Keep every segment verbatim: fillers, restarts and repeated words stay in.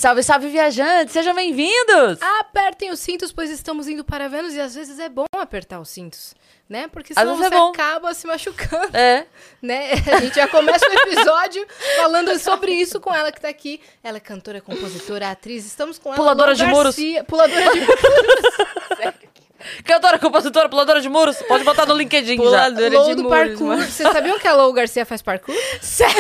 Salve, salve, viajantes! Sejam bem-vindos! Apertem os cintos, pois estamos indo para Vênus e às vezes é bom apertar os cintos, né? Porque Às senão vezes você é bom. acaba se machucando, É. né? A gente já começa o episódio falando sobre isso com ela que tá aqui. Ela é cantora, compositora, atriz. Estamos com ela, Puladora Lô de muros. Garcia. Puladora de muros. Cantora, compositora, puladora de muros. Pode botar no LinkedIn Puladora já. Lô do parkour. Vocês sabiam que a Lô Garcia faz parkour? Sério?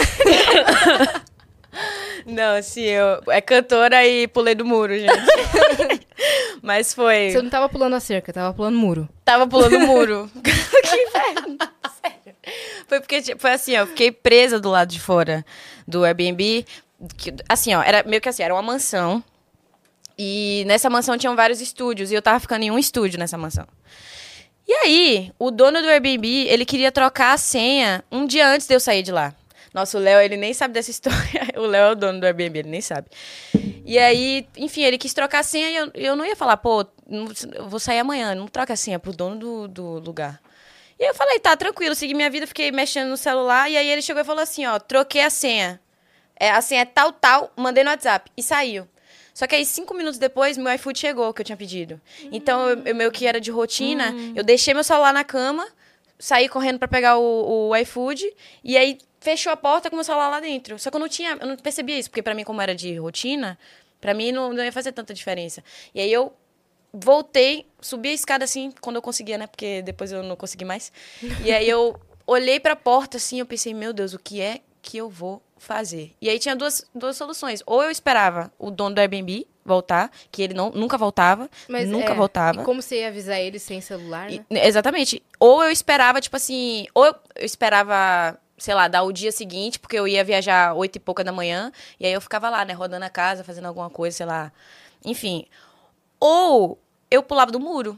Não, assim, eu... É cantora e pulei do muro, gente. Mas foi... Você não tava pulando a cerca, tava pulando muro. Tava pulando o muro. Que inferno. Sério. Foi porque, tipo, foi assim, ó, eu fiquei presa do lado de fora do Airbnb. Que, assim, ó, era meio que assim, era uma mansão. E nessa mansão tinham vários estúdios. E eu tava ficando em um estúdio nessa mansão. E aí, o dono do Airbnb, ele queria trocar a senha um dia antes de eu sair de lá. Nossa, o Léo, ele nem sabe dessa história. O Léo é o dono do Airbnb, ele nem sabe. E aí, enfim, ele quis trocar a senha e eu, eu não ia falar, pô, não, eu vou sair amanhã, não troca a senha pro dono do, do lugar. E aí eu falei, tá, tranquilo, segui minha vida, fiquei mexendo no celular. E aí ele chegou e falou assim, ó, troquei a senha. É, a senha é tal, tal, mandei no WhatsApp. E saiu. Só que aí, cinco minutos depois, meu iFood chegou, que eu tinha pedido. Hum. Então, eu, eu meio que era de rotina, hum. eu deixei meu celular na cama, saí correndo pra pegar o, o iFood, e aí fechou a porta com o meu celular lá dentro. Só que eu não tinha, eu não percebia isso, porque pra mim, como era de rotina, pra mim não, não ia fazer tanta diferença. E aí eu voltei, subi a escada assim, quando eu conseguia, né? Porque depois eu não consegui mais. E aí eu olhei pra porta assim, eu pensei, meu Deus, o que é que eu vou fazer? E aí tinha duas, duas soluções. Ou eu esperava o dono do Airbnb voltar, que ele não, nunca voltava, Mas, nunca é, voltava. E como você ia avisar ele sem celular, né? E, exatamente. Ou eu esperava, tipo assim, ou eu, eu esperava, sei lá, dar o dia seguinte, porque eu ia viajar oito e pouca da manhã, e aí eu ficava lá, né, rodando a casa, fazendo alguma coisa, sei lá. Enfim. Ou eu pulava do muro.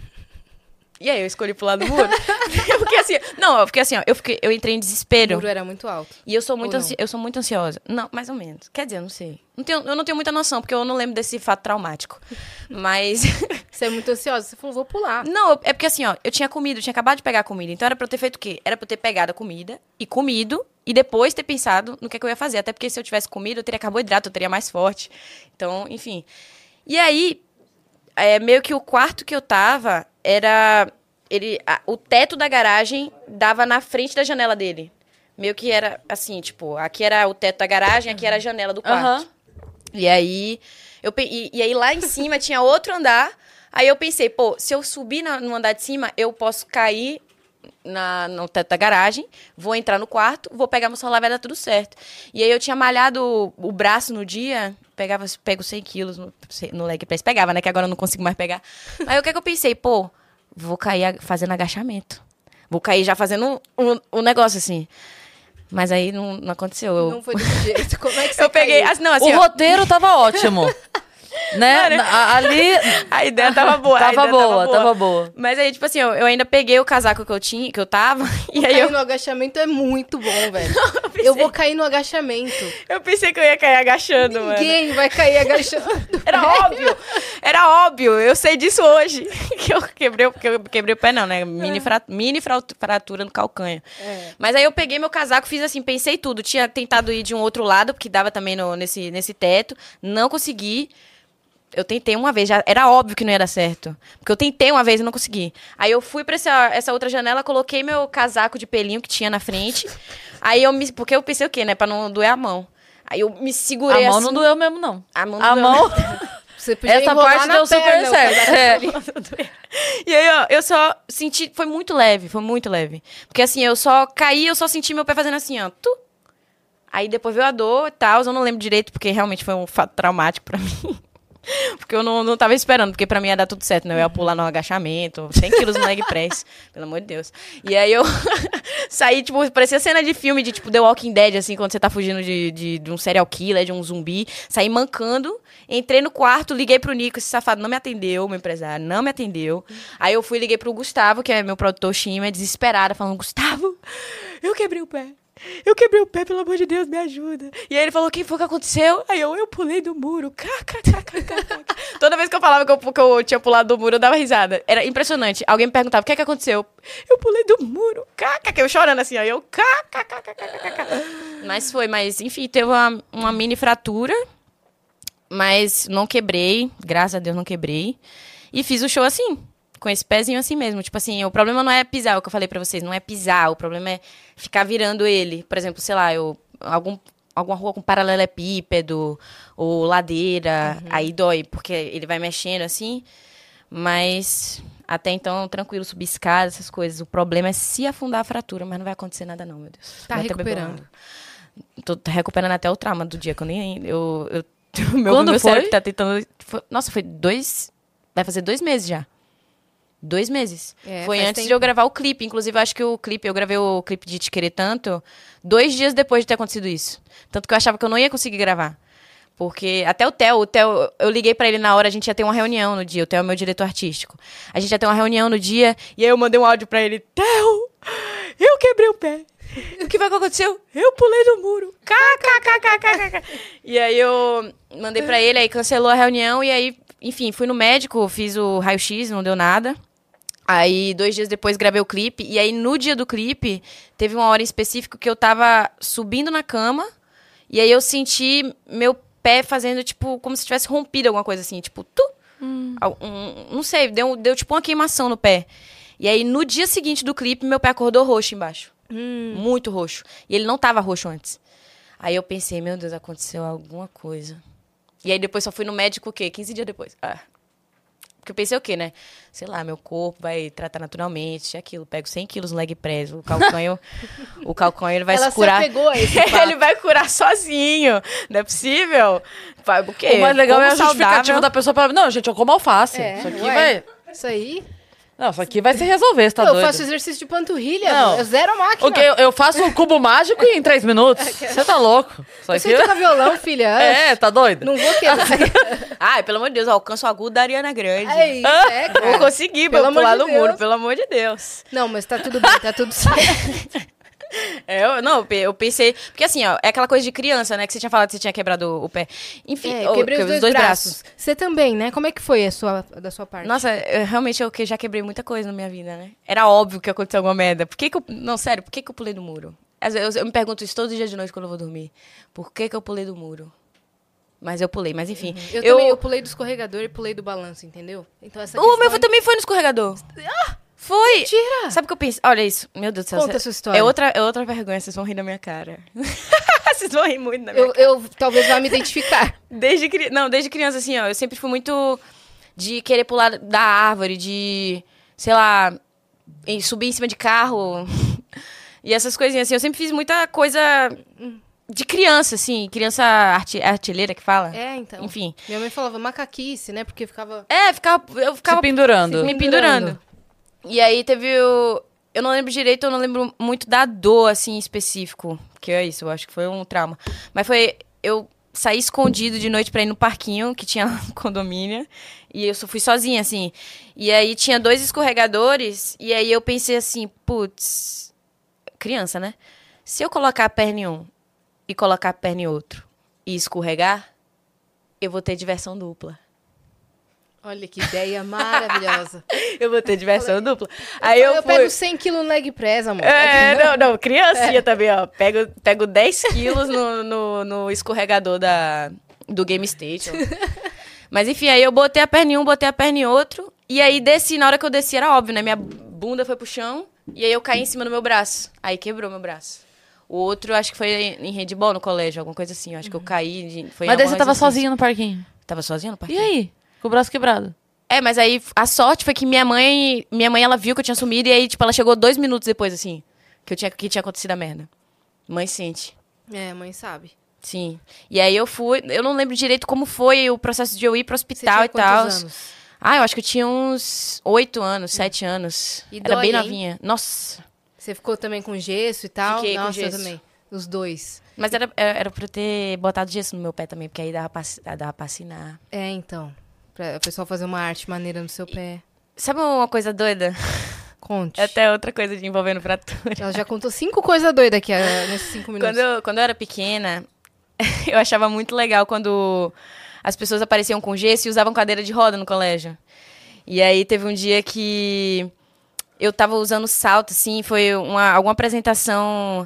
E aí eu escolhi pular do muro. Porque assim, não, porque assim, ó, eu, fiquei, eu entrei em desespero. O muro era muito alto. E eu sou muito, ansi- eu sou muito ansiosa. Não, mais ou menos. Quer dizer, eu não sei. Não tenho, eu não tenho muita noção, porque eu não lembro desse fato traumático. Mas... Você é muito ansiosa. Você falou, vou pular. Não, é porque assim, ó, eu tinha comido, eu tinha acabado de pegar a comida. Então era pra eu ter feito o quê? Era pra eu ter pegado a comida e comido, e depois ter pensado no que, é que eu ia fazer. Até porque se eu tivesse comido, eu teria carboidrato, eu teria mais forte. Então, enfim. E aí, é, meio que o quarto que eu tava era... Ele, a, o teto da garagem dava na frente da janela dele. Meio que era assim, tipo, aqui era o teto da garagem, aqui era a janela do quarto. Uhum. E aí, eu, e, e aí lá em cima tinha outro andar. Aí eu pensei, pô, se eu subir na, no andar de cima, eu posso cair na, no teto da garagem, vou entrar no quarto, vou pegar meu celular, vai dar tudo certo. E aí eu tinha malhado o, o braço no dia, pegava, pego cem quilos no, no leg press. Pegava, né, que agora eu não consigo mais pegar. Aí o que é que eu pensei? Pô, vou cair fazendo agachamento. Vou cair já fazendo um, um negócio assim. Mas aí não, não aconteceu. Eu... Não foi desse jeito. Como é que você Eu peguei... caiu? Assim, não, assim, o ó, roteiro tava ótimo. Né? Mano, A- Ali... a ideia tava boa. a Tava ideia boa, tava boa. Mas aí, tipo assim, eu, eu ainda peguei o casaco que eu tinha, que eu tava, e aí Cair eu, no agachamento é muito bom, velho. eu, pensei, Eu vou cair no agachamento. eu pensei que eu ia cair agachando, mano. Ninguém vai cair agachando. Era óbvio, era óbvio, eu sei disso hoje. Que eu quebrei, que eu quebrei o pé, não, né? Mini, fra, mini fra- fratura no calcanho. É. Mas aí eu peguei meu casaco, fiz assim, pensei tudo. Tinha tentado ir de um outro lado, porque dava também no, nesse, nesse teto. Não consegui. Eu tentei uma vez, já era óbvio que não ia dar certo. Porque eu tentei uma vez e não consegui. Aí eu fui pra essa, essa outra janela, coloquei meu casaco de pelinho que tinha na frente. Aí eu me... Porque eu pensei o quê, né? Pra não doer a mão. Aí eu me segurei A mão assim. não doeu mesmo, não. A mão não A doeu mão... Você podia Essa enrolar parte na deu super perna, o certo. casaco É. ali. E aí, ó, eu só senti... Foi muito leve, foi muito leve. Porque assim, eu só caí, eu só senti meu pé fazendo assim, ó. Tu. Aí depois veio a dor e tal. Eu não lembro direito, porque realmente foi um fato traumático pra mim. Porque eu não, não tava esperando, porque pra mim ia dar tudo certo, né? Eu ia pular no agachamento, cem quilos no leg press, pelo amor de Deus. E aí eu saí, tipo, parecia cena de filme de, tipo, The Walking Dead, assim, quando você tá fugindo de, de, de um serial killer, de um zumbi. Saí mancando, entrei no quarto, liguei pro Nico, esse safado não me atendeu, meu empresário, não me atendeu. Aí eu fui, liguei pro Gustavo, que é meu produtor Shima, desesperada, falando, Gustavo, eu quebrei o pé. Eu quebrei o pé, pelo amor de Deus, me ajuda. E aí ele falou, o que foi que aconteceu? Aí eu, eu pulei do muro. Kkkk. Toda vez que eu falava que eu, que eu tinha pulado do muro, eu dava risada. Era impressionante. Alguém me perguntava, o que é que aconteceu? Eu pulei do muro. Kkk. Eu chorando assim, aí eu... Kkkk. Mas foi, mas enfim, teve uma, uma mini fratura. Mas não quebrei, graças a Deus não quebrei. E fiz o show assim, com esse pezinho assim mesmo. Tipo assim, o problema não é pisar, é o que eu falei pra vocês, não é pisar. O problema é ficar virando ele. Por exemplo, sei lá, eu, algum, alguma rua com paralelepípedo ou ladeira, uhum. Aí dói, porque ele vai mexendo assim. Mas até então, tranquilo, subir escada, essas coisas. O problema é se afundar a fratura, mas não vai acontecer nada não, meu Deus. Tá recuperando. Tô recuperando até o trauma do dia, que eu nem... Eu, eu, o meu, Quando meu foi? cérebro tá tentando... Foi, nossa, foi dois... Vai fazer dois meses já. Dois meses. É, foi antes tempo. de eu gravar o clipe. Inclusive, eu acho que o clipe... Eu gravei o clipe de Te Querer Tanto dois dias depois de ter acontecido isso. Tanto que eu achava que eu não ia conseguir gravar. Porque até o Theo, o Theo, eu liguei pra ele na hora, a gente ia ter uma reunião no dia. O Theo é meu diretor artístico. A gente ia ter uma reunião no dia, e aí eu mandei um áudio pra ele. Theo, eu quebrei o pé. O que foi que aconteceu? Eu pulei do muro. Kkkkkk. E aí eu mandei pra ele, aí cancelou a reunião, e aí, enfim, fui no médico, fiz o raio-x, não deu nada. Aí, dois dias depois, gravei o clipe. E aí, no dia do clipe, teve uma hora em específico que eu tava subindo na cama, e aí eu senti meu pé fazendo, tipo, como se tivesse rompido alguma coisa assim, tipo, tu. Hum. Um, não sei, deu, deu tipo uma queimação no pé. E aí, no dia seguinte do clipe, meu pé acordou roxo embaixo. Hum. Muito roxo. E ele não tava roxo antes. Aí eu pensei, meu Deus, aconteceu alguma coisa. E aí depois só fui no médico o quê? quinze dias depois. Ah. Porque eu pensei o quê, né? Sei lá, meu corpo vai tratar naturalmente, aquilo. Pego cem quilos no leg press, o calcanho... o calcanho, ele vai Ela se curar... se apegou a esse fato. Ele vai curar sozinho. Não é possível. O quê? O mais legal Como é a justificativa saudável. da pessoa pra... Não, gente, eu como alface. É, isso aqui ué, vai... Isso aí... Não, isso aqui vai se resolver, você tá eu doido? faço exercício de panturrilha, Não. eu zero a máquina. O quê? Eu, eu faço um cubo mágico em três minutos. Você tá louco? Isso Eu aqui... sei tocar violão, filha. É, tá doido? Não vou quebrar. Ai, pelo amor de Deus, eu alcanço o agudo da Ariana Grande. É isso, é, cara. Vou conseguir, Pelo vou amor pular de no muro, Deus. pelo amor de Deus. Não, mas tá tudo bem, tá tudo certo. É, eu, não, eu pe- eu pensei... Porque assim, ó, é aquela coisa de criança, né? Que você tinha falado que você tinha quebrado o pé. Enfim, É, eu ô, quebrei os que- dois, braços. Você também, né? Como é que foi a sua, da sua parte? Nossa, eu, realmente eu que já quebrei muita coisa na minha vida, né? Era óbvio que aconteceu alguma merda. Por que que eu... Não, sério, por que que eu pulei do muro? Às vezes Eu, eu me pergunto isso todos os dias de noite quando eu vou dormir. Por que que eu pulei do muro? Mas eu pulei, mas enfim. Eu, também, eu pulei do escorregador e pulei do balanço, entendeu? Então essa O questão... meu também foi no escorregador. Foi! Mentira! Sabe o que eu pensei? Olha isso. Meu Deus do céu. Conta cê- a sua história. É outra, é outra vergonha, vocês vão rir da minha cara. Vocês vão rir muito da minha Eu, cara. eu talvez vá me identificar. Desde, cri... Não, desde criança, assim, ó, eu sempre fui muito de querer pular da árvore, de, sei lá, em- subir em cima de carro. E essas coisinhas, assim. Eu sempre fiz muita coisa de criança, assim. Criança arti... artilheira que fala. É, então. Enfim. Minha mãe falava macaquice, né? Porque ficava... É, ficava, eu ficava Se pendurando. me pendurando. E aí teve o... Eu não lembro direito, eu não lembro muito da dor, assim, em específico. Que é isso, eu acho que foi um trauma. Mas foi... Eu saí escondido de noite pra ir no parquinho, que tinha lá no condomínio. E eu só fui sozinha, assim. E aí tinha dois escorregadores. E aí eu pensei assim, putz... Criança, né? Se eu colocar a perna em um e colocar a perna em outro e escorregar, eu vou ter diversão dupla. Olha que ideia maravilhosa. Eu vou ter diversão dupla. Aí eu, eu fui... pego cem quilos no leg press, amor. É, não, não, criancinha também, ó. Pego, pego dez quilos no, no, no escorregador da, do Game Station. Mas enfim, aí eu botei a perna em um, botei a perna em outro. E aí desci, na hora que eu desci era óbvio, né? Minha bunda foi pro chão e aí eu caí em cima do meu braço. Aí quebrou meu braço. O outro, acho que foi em handball no colégio, alguma coisa assim. Eu acho que eu caí. De, foi em Mas daí algum você tava exercício. sozinho no parquinho. Tava sozinha no E parquinho? aí? Com o braço quebrado. É, mas aí a sorte foi que minha mãe, minha mãe ela viu que eu tinha sumido e aí tipo ela chegou dois minutos depois assim, que eu tinha que tinha acontecido a merda. Mãe sente. É, mãe sabe. Sim. E aí eu fui, eu não lembro direito como foi o processo de eu ir pro Você hospital tinha e tal. quantos anos? Ah, eu acho que eu tinha uns oito anos, sete anos. E Era dói, bem hein? novinha. Nossa. Você ficou também com gesso e tal? Fiquei com Nossa, eu gesso. também. Os dois. Mas era, era era pra eu ter botado gesso no meu pé também, porque aí dava pra, dava pra assinar. É, então. Pra o pessoal fazer uma arte maneira no seu pé. Sabe uma coisa doida? Conte. É até outra coisa de envolvendo fratura. Ela já contou cinco coisas doidas aqui ah, nesses cinco minutos. Quando eu, quando eu era pequena, eu achava muito legal quando as pessoas apareciam com gesso e usavam cadeira de roda no colégio. E aí teve um dia que eu tava usando salto, assim, foi uma, alguma apresentação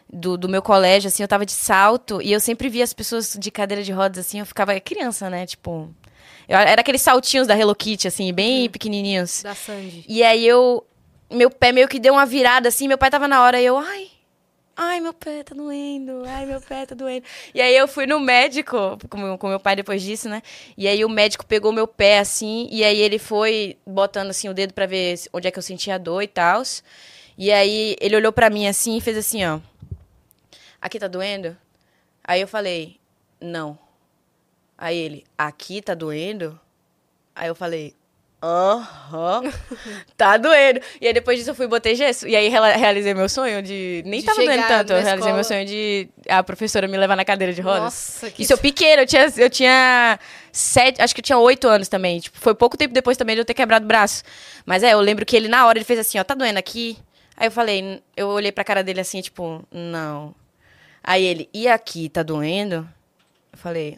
do, do meu colégio, assim, eu tava de salto e eu sempre via as pessoas de cadeira de rodas, assim, eu ficava criança, né? Tipo, eu, era aqueles saltinhos da Hello Kitty, assim, bem uhum. pequenininhos. Da Sandy. E aí eu, meu pé meio que deu uma virada, assim, meu pai tava na hora e eu, ai, ai, meu pé tá doendo, ai, meu pé tá doendo. E aí eu fui no médico, com, com meu pai depois disso, né? E aí o médico pegou meu pé, assim, e aí ele foi botando, assim, o dedo pra ver onde é que eu sentia a dor e tal. E aí ele olhou pra mim, assim, e fez assim, ó. Aqui tá doendo? Aí eu falei, não. Aí ele, aqui tá doendo? Aí eu falei, aham, uh-huh, tá doendo. E aí depois disso eu fui e botei gesso. E aí realizei meu sonho de... Nem de tava doendo tanto. Eu realizei escola. meu sonho de a professora me levar na cadeira de rodas. Nossa, que... Isso eu pequeno, eu tinha, eu tinha sete... Acho que eu tinha oito anos também. Tipo, foi pouco tempo depois também de eu ter quebrado o braço. Mas é, eu lembro que ele na hora, ele fez assim, ó, tá doendo aqui? Aí eu falei, eu olhei pra cara dele assim, tipo, não. Aí ele, e aqui, tá doendo? Eu falei,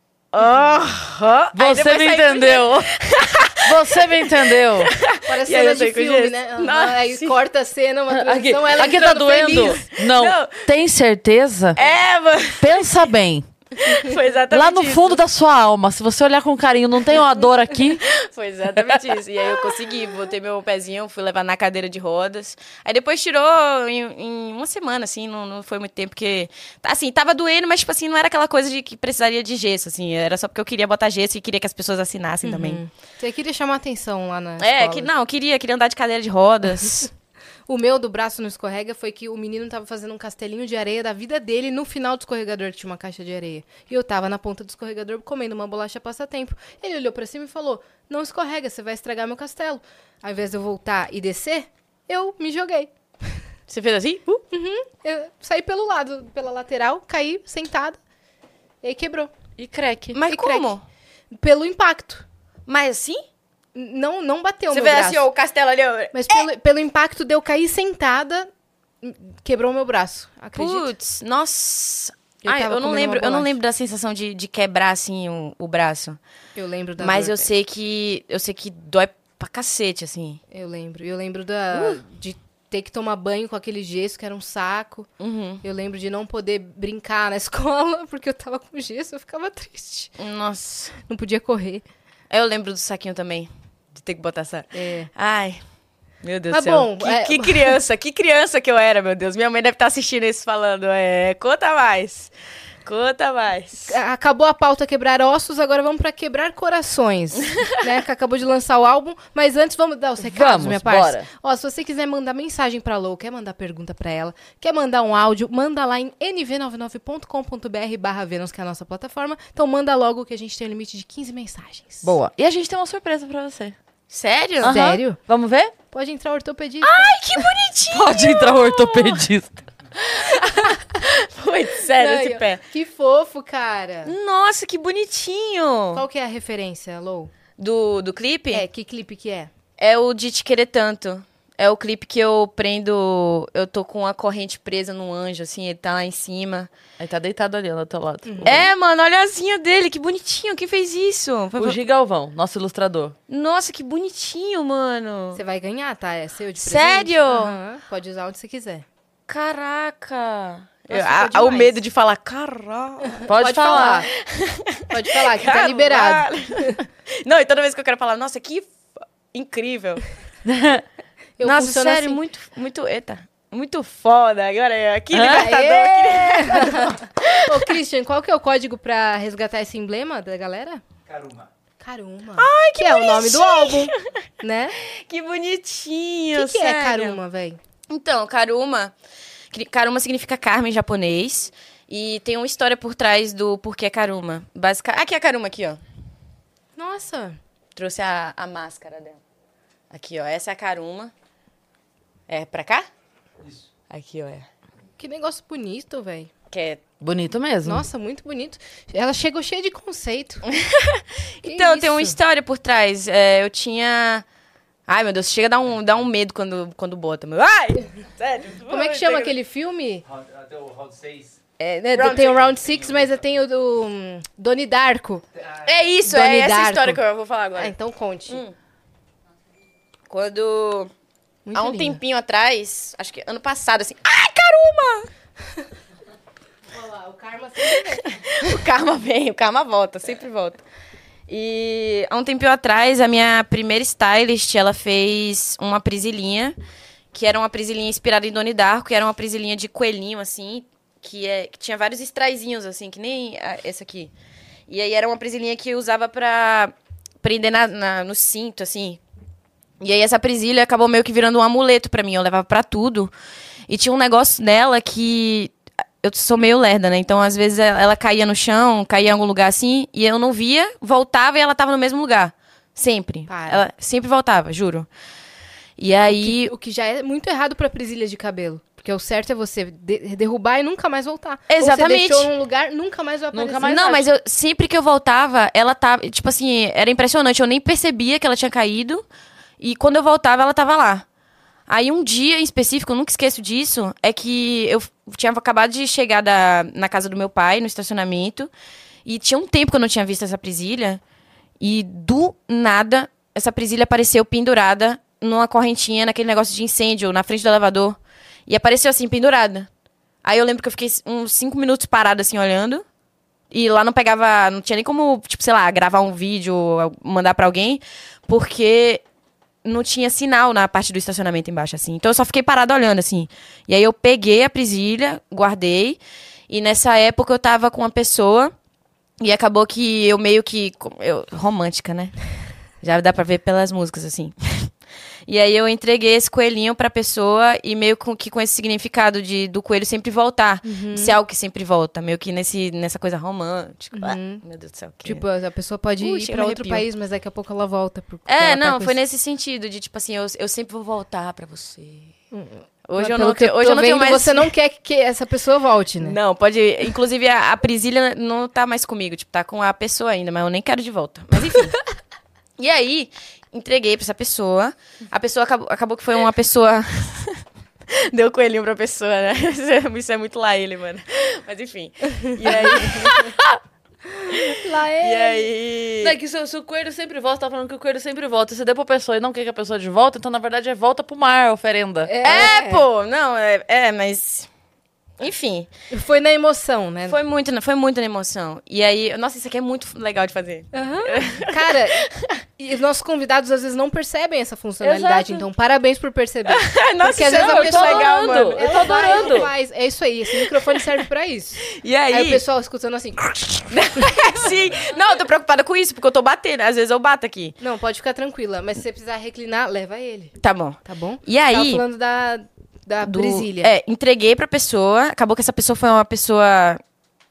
aham. Uh-huh. Você me entendeu. Você me entendeu. Parece cena de filme, né? Uhum. Aí corta a cena, uma transição, aqui, ela aqui tá doendo? Não. Não. Tem certeza? É, mano. Pensa bem. Foi exatamente Lá no isso. fundo da sua alma, se você olhar com carinho, não tem uma dor aqui? Foi exatamente isso. E aí eu consegui, botei meu pezinho, fui levar na cadeira de rodas. Aí depois tirou em, em uma semana, assim, não, não foi muito tempo, porque... Assim, tava doendo, mas, tipo assim, não era aquela coisa de que precisaria de gesso, assim. Era só porque eu queria botar gesso e queria que as pessoas assinassem uhum. também. Você queria chamar atenção lá na É, escola. que, não, eu queria, queria andar de cadeira de rodas. O meu do braço no escorrega foi que o menino tava fazendo um castelinho de areia da vida dele no final do escorregador, que tinha uma caixa de areia. E eu tava na ponta do escorregador comendo uma bolacha passatempo. Ele olhou pra cima e falou, não escorrega, você vai estragar meu castelo. Ao invés de eu voltar e descer, eu me joguei. Você fez assim? Uh. Uhum. Eu saí pelo lado, pela lateral, caí sentada, e aí quebrou. E crack. Mas e como? Crack. Pelo impacto. Mas assim? Não, não bateu Você meu braço. Você vê assim, ó, o castelo ali... Ó. Mas pelo, é. pelo impacto de eu cair sentada, quebrou meu braço, acredita? Putz, nossa... Eu, Ai, eu, não lembro, eu não lembro da sensação de, de quebrar, assim, o, o braço. Eu lembro da Mas dor, eu até. sei que... Eu sei que dói pra cacete, assim. Eu lembro. Eu lembro da, uh. de ter que tomar banho com aquele gesso, que era um saco. Uhum. Eu lembro de não poder brincar na escola, porque eu tava com gesso, eu ficava triste. Nossa. Não podia correr. Eu lembro do saquinho também. De ter que botar essa... É. Ai, meu Deus Mas do céu. bom, que, é... que criança, que criança que eu era, meu Deus. Minha mãe deve estar assistindo isso falando, é, conta mais, conta mais. Acabou a pauta quebrar ossos, agora vamos pra quebrar corações, né? Que acabou de lançar o álbum, mas antes vamos dar os recados, vamos, minha parça. Bora. Ó, se você quiser mandar mensagem pra Lou, quer mandar pergunta pra ela, quer mandar um áudio, manda lá em n v nove nove ponto com ponto b r barra Vênus, que é a nossa plataforma. Então manda logo que a gente tem um limite de quinze mensagens. Boa. E a gente tem uma surpresa pra você. Sério? Uhum. Sério? Vamos ver? Pode entrar o ortopedista. Ai, que bonitinho! Pode entrar o ortopedista. Putz, sério, Não, esse eu... pé. Que fofo, cara. Nossa, que bonitinho. Qual que é a referência, Lou? Do, do clipe? É, que clipe que é? É o de Te Querer Tanto. É o clipe que eu prendo... Eu tô com a corrente presa num anjo, assim, ele tá lá em cima. Ele tá deitado ali, ó, do teu lado. Uhum. É, mano, olha a asinha dele, que bonitinho. Quem fez isso? O Gi Galvão, nosso ilustrador. Nossa, que bonitinho, mano. Você vai ganhar, tá? É seu de presente. Sério? Uhum. Pode usar onde você quiser. Caraca. Nossa, eu, a, o medo de falar, caraca. Pode, Pode falar. falar. Pode falar, que tá liberado. Não, e toda vez que eu quero falar, nossa, que f... incrível. Eu nossa, sério, assim. muito, muito, eita, muito foda. Agora é aqui, Ah, libertador. Aqui. Ô, Christian, qual que é o código pra resgatar esse emblema da galera? Karuma. Karuma. Ai, que, que é o nome do álbum, né? Que bonitinho, O que, que sério. é Karuma, velho? Então, Karuma... Karuma significa karma em japonês. E tem uma história por trás do porquê Karuma. Basica... Aqui é a Karuma, aqui, ó. Nossa. Trouxe a, a máscara dela. Aqui, ó. Essa é a Karuma. É pra cá? Isso. Aqui, ó. É. Que negócio bonito, velho. Que é... Bonito mesmo. Nossa, muito bonito. Ela chegou cheia de conceito. Então, isso? tem uma história por trás. É, eu tinha... Ai, meu Deus, chega a dar um, dar um medo quando, quando bota. Meu. Ai! Sério. Como é que chama aquele filme? Até o round seis. É, né, Round tem o six. Round six, mas tem o do um, Doni Darko. É isso, Donnie é essa Darko. história que eu vou falar agora. Ah, então conte. Hum. Quando... Muito há um linda. tempinho atrás, acho que ano passado, assim... Ai, Karuma! Olha lá, o karma sempre vem. O karma vem, o karma volta, sempre volta. E há um tempinho atrás, a minha primeira stylist, ela fez uma prisilinha, que era uma prisilinha inspirada em Donnie Darko, que era uma prisilinha de coelhinho, assim, que, é, que tinha vários straizinhos, assim, que nem a, essa aqui. E aí era uma prisilinha que eu usava pra prender na, na, no cinto, assim. E aí essa presilha acabou meio que virando um amuleto pra mim, eu levava pra tudo. E tinha um negócio nela que... Eu sou meio lerda, né? Então, às vezes, ela caía no chão, caía em algum lugar assim, e eu não via, voltava e ela tava no mesmo lugar. Sempre. Para. Ela sempre voltava, juro. E aí... O que já é muito errado pra presilha de cabelo. Porque o certo é você de- derrubar e nunca mais voltar. Exatamente. Ou você deixou num lugar, nunca mais vai aparecer. Nunca mais Não, mas eu, sempre que eu voltava, ela tava... Tipo assim, era impressionante. Eu nem percebia que ela tinha caído. E quando eu voltava, ela tava lá. Aí um dia em específico, eu nunca esqueço disso, é que eu tinha acabado de chegar da, na casa do meu pai, no estacionamento, e tinha um tempo que eu não tinha visto essa presilha, e do nada, essa presilha apareceu pendurada numa correntinha, naquele negócio de incêndio, na frente do elevador, e apareceu assim, pendurada. Aí eu lembro que eu fiquei uns cinco minutos parada assim, olhando, e lá não pegava, não tinha nem como, tipo, sei lá, gravar um vídeo, mandar pra alguém, porque... não tinha sinal na parte do estacionamento embaixo, assim. Então, eu só fiquei parada olhando, assim. E aí, eu peguei a presilha, guardei. E nessa época, eu tava com uma pessoa. E acabou que eu meio que... Eu, romântica, né? Já dá pra ver pelas músicas, assim. E aí, eu entreguei esse coelhinho pra pessoa. E meio com, que com esse significado de, do coelho sempre voltar. Uhum. Ser algo que sempre volta. Meio que nesse, nessa coisa romântica. Uhum. Ah, meu Deus do céu. Que... Tipo, a pessoa pode Ui, ir chega, pra me outro arrepio. país, mas daqui a pouco ela volta. Porque É, ela tá não, com foi esse- nesse sentido, de tipo assim, eu, eu sempre vou voltar pra você. Mas Hoje eu pelo não, que tenho, hoje eu não tenho vendo, mais... você não quer que essa pessoa volte, né? Não, pode... Inclusive, a, a presilha não tá mais comigo, tipo, tá com a pessoa ainda, mas eu nem quero de volta. Mas enfim. E aí, entreguei pra essa pessoa. A pessoa acabou, acabou que foi uma pessoa... Deu coelhinho pra pessoa, né? Isso é muito lá ele, mano. Mas enfim. E aí... Lá e é. aí... Não, é que se, se o coelho sempre volta, tá falando que o coelho sempre volta. Você deu pra pessoa e não quer que a pessoa de volta, então na verdade é volta pro mar, oferenda. É, pô, não, é, é, mas... Enfim, Foi na emoção, né? foi muito, na- foi muito na emoção. E aí, nossa, isso aqui é muito legal de fazer. Aham. Cara, e os nossos convidados às vezes não percebem essa funcionalidade, Exato. então parabéns por perceber. Nossa, Porque às isso é vezes a muito pessoa legal, adorando. mano. Eu tô Ela vai, adorando. ela faz. É isso aí, esse microfone serve pra isso. E aí, Aí o pessoal escutando assim. sim, não, eu tô preocupada com isso, porque eu tô batendo, às vezes eu bato aqui. Não, pode ficar tranquila, mas se você precisar reclinar, leva ele, Tá bom. tá bom? E aí... Tava falando da, da do- presilha. É, entreguei pra pessoa. Acabou que essa pessoa foi uma pessoa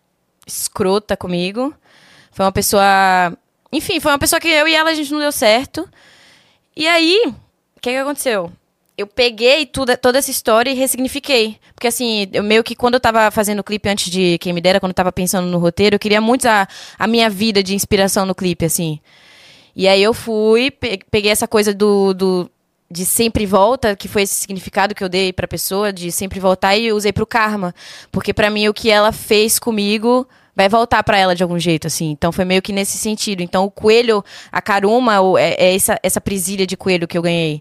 escrota comigo. Foi uma pessoa... Enfim, foi uma pessoa que eu e ela, a gente não deu certo. E aí, o que que aconteceu? Eu peguei tudo, toda essa história e ressignifiquei. Porque assim, eu meio que quando eu tava fazendo o clipe antes de Quem Me Dera, quando eu tava pensando no roteiro, eu queria muito a, a minha vida de inspiração no clipe, assim. E aí eu fui, pe- peguei essa coisa do... do de sempre volta, que foi esse significado que eu dei pra pessoa, de sempre voltar, e eu usei pro karma. Porque pra mim, o que ela fez comigo vai voltar pra ela de algum jeito, assim. Então, foi meio que nesse sentido. Então, o coelho, a caruma, o- é, é essa, essa presilha de coelho que eu ganhei.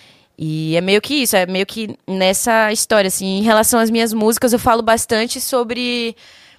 E é meio que isso, é meio que nessa história, assim. Em relação às minhas músicas, eu falo bastante sobre...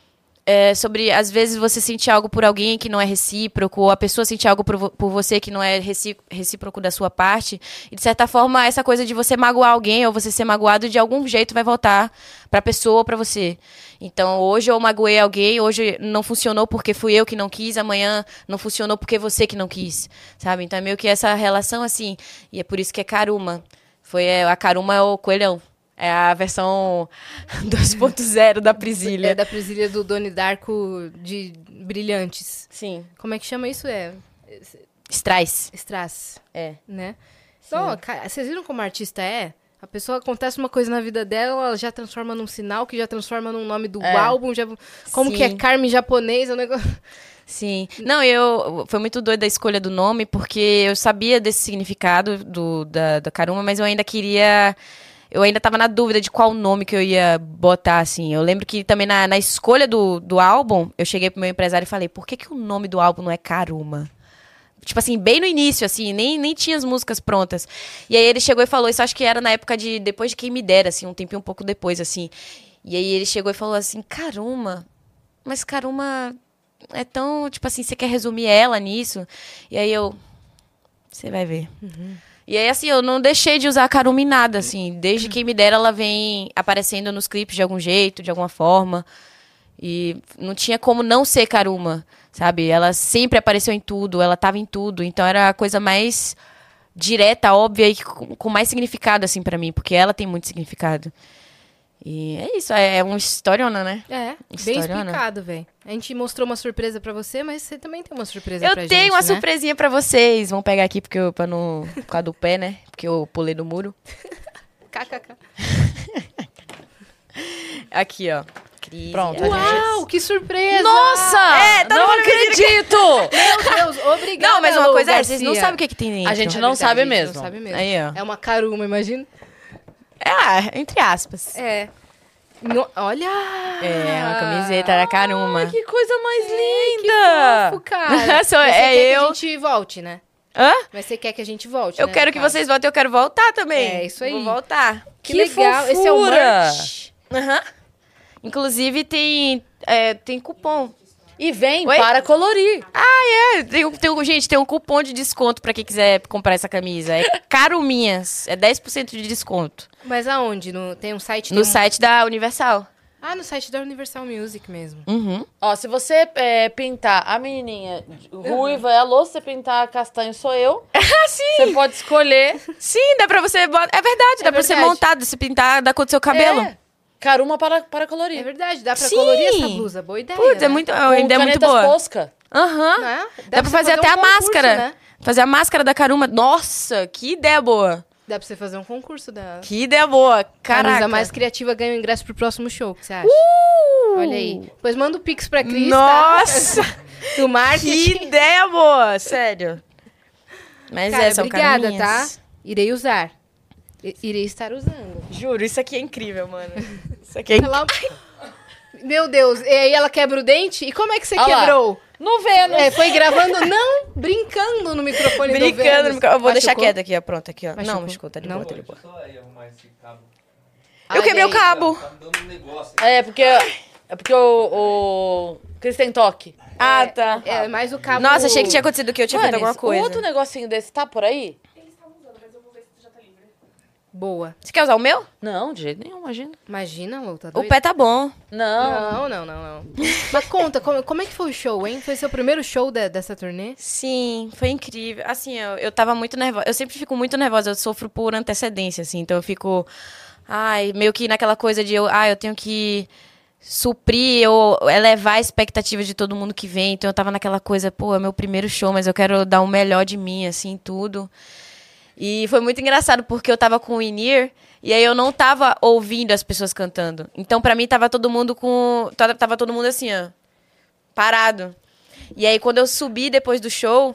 É, sobre, às vezes, você sentir algo por alguém que não é recíproco, ou a pessoa sentir algo por, vo- por você que não é recí- recíproco da sua parte. E, de certa forma, essa coisa de você magoar alguém, ou você ser magoado, de algum jeito vai voltar pra pessoa ou pra você. Então, hoje eu magoei alguém, hoje não funcionou porque fui eu que não quis, amanhã não funcionou porque você que não quis, sabe? Então, é meio que essa relação, assim, e é por isso que é karuma. Foi, é, a karuma é o coelhão. É a versão dois ponto zero da presilha. É da presilha do Donnie Darko de brilhantes. Sim. Como é que chama isso? É Strass. strass, É. né? Então, cara, vocês viram como a artista é? A pessoa acontece uma coisa na vida dela, ela já transforma num sinal, que já transforma num nome do É. álbum, já... como Sim. que é Carmen japonês, é um negócio... Sim. Não, eu... Foi muito doida a escolha do nome, porque eu sabia desse significado do, da, da Karuma, mas eu ainda queria... Eu ainda tava na dúvida de qual nome que eu ia botar, assim. Eu lembro que também na, na escolha do, do álbum, eu cheguei pro meu empresário e falei, por que, que o nome do álbum não é Karuma? Tipo assim, bem no início, assim, nem, nem tinha as músicas prontas. E aí ele chegou e falou, isso acho que era na época de, depois de Quem Me Dera, assim, um tempinho um pouco depois, assim. E aí ele chegou e falou assim, Karuma, mas Karuma é tão, tipo assim, você quer resumir ela nisso? E aí eu, você vai ver. Uhum. E aí, assim, eu não deixei de usar a Karuma em nada, assim. Desde quem me dera, ela vem aparecendo nos clipes de algum jeito, de alguma forma. E não tinha como não ser Karuma, sabe? Ela sempre apareceu em tudo, ela tava em tudo. Então era a coisa mais direta, óbvia e com, com mais significado, assim, pra mim. Porque ela tem muito significado. E é isso, é, é uma historiona, né? É, bem Historiona. explicado, velho. A gente mostrou uma surpresa pra você, mas você também tem uma surpresa Eu pra gente, tenho uma né? surpresinha pra vocês. Vamos pegar aqui porque eu, pra não, por causa do pé, né? Porque eu pulei do muro. Kkk. Aqui, ó. Cris, Pronto, é. Uau, que surpresa! Nossa! É, todo não mundo acredito! Meu Deus, obrigada, Não, mas uma Lu coisa é, Garcia. vocês não sabem o que, que tem dentro. A gente É não verdade, sabe a gente mesmo. Não sabe mesmo. Aí, ó. É uma caruma, imagina. É, entre aspas. É. No- olha! É, uma camiseta da Karuma. Ai, que coisa mais Que linda! fofo, cara. Sou- Mas você é quer que eu. a gente volte, né? Hã? Mas você quer que a gente volte, Eu né, quero no que caso. vocês voltem, eu quero voltar também. É, isso aí. Vou voltar. Que, Que legal. Esse é o fofura. merch. Aham. Inclusive, tem, é, tem cupom. E vem Oi? para colorir. Ah, é. Tem, um- tem, um- gente, tem um cupom de desconto pra quem quiser comprar essa camisa. É Caruminhas. É dez por cento de desconto. Mas aonde? No, tem um site? No tem um- site da Universal. Ah, no site da Universal Music mesmo. Uhum. Ó, se você é, pintar a menininha ruiva é a Lô, se você pintar castanho sou eu. Ah, sim. Você pode escolher. Sim, dá pra você... bota- É verdade, dá pra você verdade. montar, se pintar da cor do seu cabelo. É. Caruma para, para É colorir. verdade, dá pra Sim. colorir essa blusa. Boa ideia, Putz, né? é muito, Com a ideia é muito canetas boa. Posca. Aham. Né? Dá pra você fazer até um a concurso, máscara. Né? Fazer a máscara da Karuma. Nossa, que ideia boa. Dá pra você fazer um concurso da... Que ideia boa. Caraca. Camisa mais criativa ganha o ingresso pro próximo show. O que você acha? Uh! Olha aí. Pois manda o Pix pra Cris, Nossa, tá? Do marketing. que ideia boa. Sério. Mas Cara, é, são obrigada, Caruminhas. tá? Irei usar. I- Irei estar usando. Juro, isso aqui é incrível, mano. Isso aqui é incrível. Ela... Meu Deus, e aí ela quebra o dente? E como é que você Olha lá. quebrou? No Vênus. É, foi gravando, não, brincando no microfone do Brincando. Vênus. no micro- Eu vou deixar Machucou? quieto aqui, ó. Pronto, aqui, ó. Machucou? Não, machucou, tá de Não? boa, tá de boa. Deixa eu só aí arrumar esse cabo. Eu Olha quebrei o aí. cabo. Tá me dando um negócio. É, porque, é porque o, o Cris tem toque. Ah, tá. É, mas o cabo... Nossa, achei que tinha acontecido o que eu tinha feito Manes, alguma coisa. o outro negocinho desse tá por aí? Boa. Você quer usar o meu? Não, de jeito nenhum, imagina. Imagina, Lu, tá O doida? pé tá bom. Não. Não, não, não, não. Mas conta, como, como é que foi o show, hein? Foi seu primeiro show de- dessa turnê? Sim, foi incrível. Assim, eu, eu tava muito nervosa. Eu sempre fico muito nervosa, eu sofro por antecedência, assim. Então eu fico, ai, meio que naquela coisa de, eu, ah, eu tenho que suprir ou elevar a expectativa de todo mundo que vem. Então eu tava naquela coisa, pô, é meu primeiro show, mas eu quero dar o melhor de mim, assim, tudo. E foi muito engraçado, porque eu tava com o in-ear, e aí eu não tava ouvindo as pessoas cantando. Então, pra mim, tava todo mundo com... Tava, tava todo mundo assim, ó, parado. E aí, quando eu subi depois do show,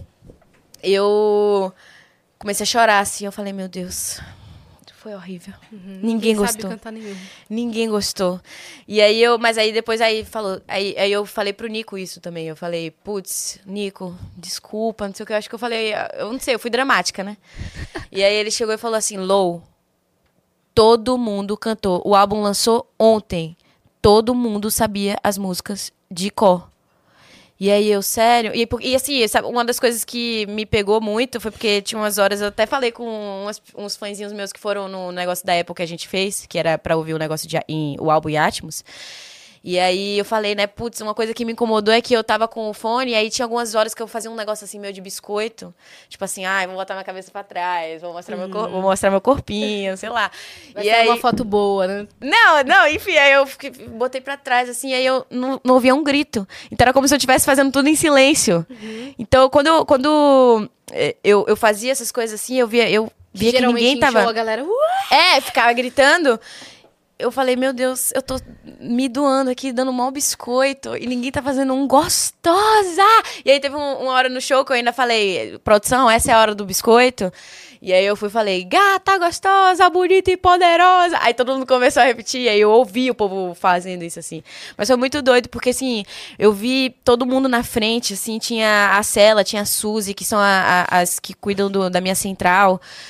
eu comecei a chorar, assim. Eu falei, meu Deus, foi horrível. Ninguém Sabe gostou. cantar nenhum. Ninguém gostou. E aí eu, mas aí depois aí falou, aí, aí eu falei pro Nico isso também. Eu falei, putz, Nico, desculpa, não sei o que. Eu acho que eu falei, eu não sei, eu fui dramática, né? E aí ele chegou e falou assim, Lou, todo mundo cantou. O álbum lançou ontem. Todo mundo sabia as músicas de cor. E aí eu, sério... E, por- e assim, sabe, uma das coisas que me pegou muito foi porque tinha umas horas... Eu até falei com umas- uns fãzinhos meus que foram no negócio da época que a gente fez, que era pra ouvir o negócio de, em, o álbum em Atmos. E aí eu falei, né, putz, uma coisa que me incomodou é que eu tava com o fone, e aí tinha algumas horas que eu fazia um negócio assim, meio de biscoito. Tipo assim, ai, vou botar minha cabeça pra trás, vou mostrar, meu, cor- vou mostrar meu corpinho, sei lá. Vai e ser aí... uma foto boa, né? Não, não, enfim, aí eu fiquei- botei pra trás, assim, aí eu não, não ouvia um grito. Então era como se eu estivesse fazendo tudo em silêncio. Então, quando, eu- quando eh, eu, eu fazia essas coisas assim, eu via, eu via que Geralmente ninguém em show tava... a galera... "Uh!" É, ficava gritando. Eu falei, meu Deus, eu tô me doando aqui, dando mal biscoito, e ninguém tá fazendo um gostosa! E aí teve um- uma hora no show que eu ainda falei, produção, essa é a hora do biscoito? E aí eu fui e falei, gata gostosa, bonita e poderosa! Aí todo mundo começou a repetir, e aí eu ouvi o povo fazendo isso, assim. Mas foi muito doido, porque, assim, eu vi todo mundo na frente, assim, tinha a Cela, tinha a Suzy, que são a- a- as que cuidam do- da minha central.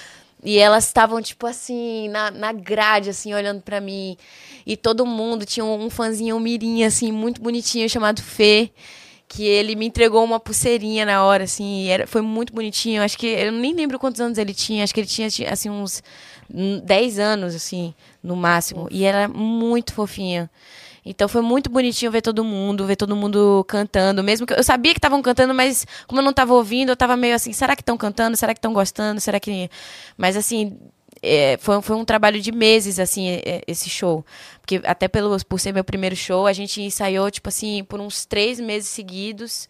E elas estavam, tipo assim, na, na grade, assim, olhando pra mim. E todo mundo tinha um, um fãzinho, um mirim, assim, muito bonitinho, chamado Fê. Que ele me entregou uma pulseirinha na hora, assim, e era, foi muito bonitinho. Acho que, eu nem lembro quantos anos ele tinha, acho que ele tinha, assim, uns dez anos, assim, no máximo. E era muito fofinha. Então foi muito bonitinho ver todo mundo, ver todo mundo cantando. Mesmo que eu sabia que estavam cantando, mas como eu não estava ouvindo, eu estava meio assim, será que estão cantando? Será que estão gostando? Será que... Mas assim, é, foi, foi um trabalho de meses, assim, é, esse show. Porque até pelo, por ser meu primeiro show, a gente ensaiou, tipo assim, por uns três meses seguidos.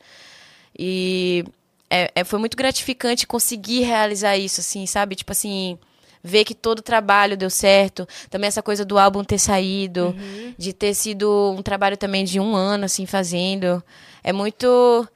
E é, é, foi muito gratificante conseguir realizar isso, assim, sabe? Tipo assim... ver que todo o trabalho deu certo. Também essa coisa do álbum ter saído. Uhum. De ter sido um trabalho também de um ano, assim, fazendo. É muito...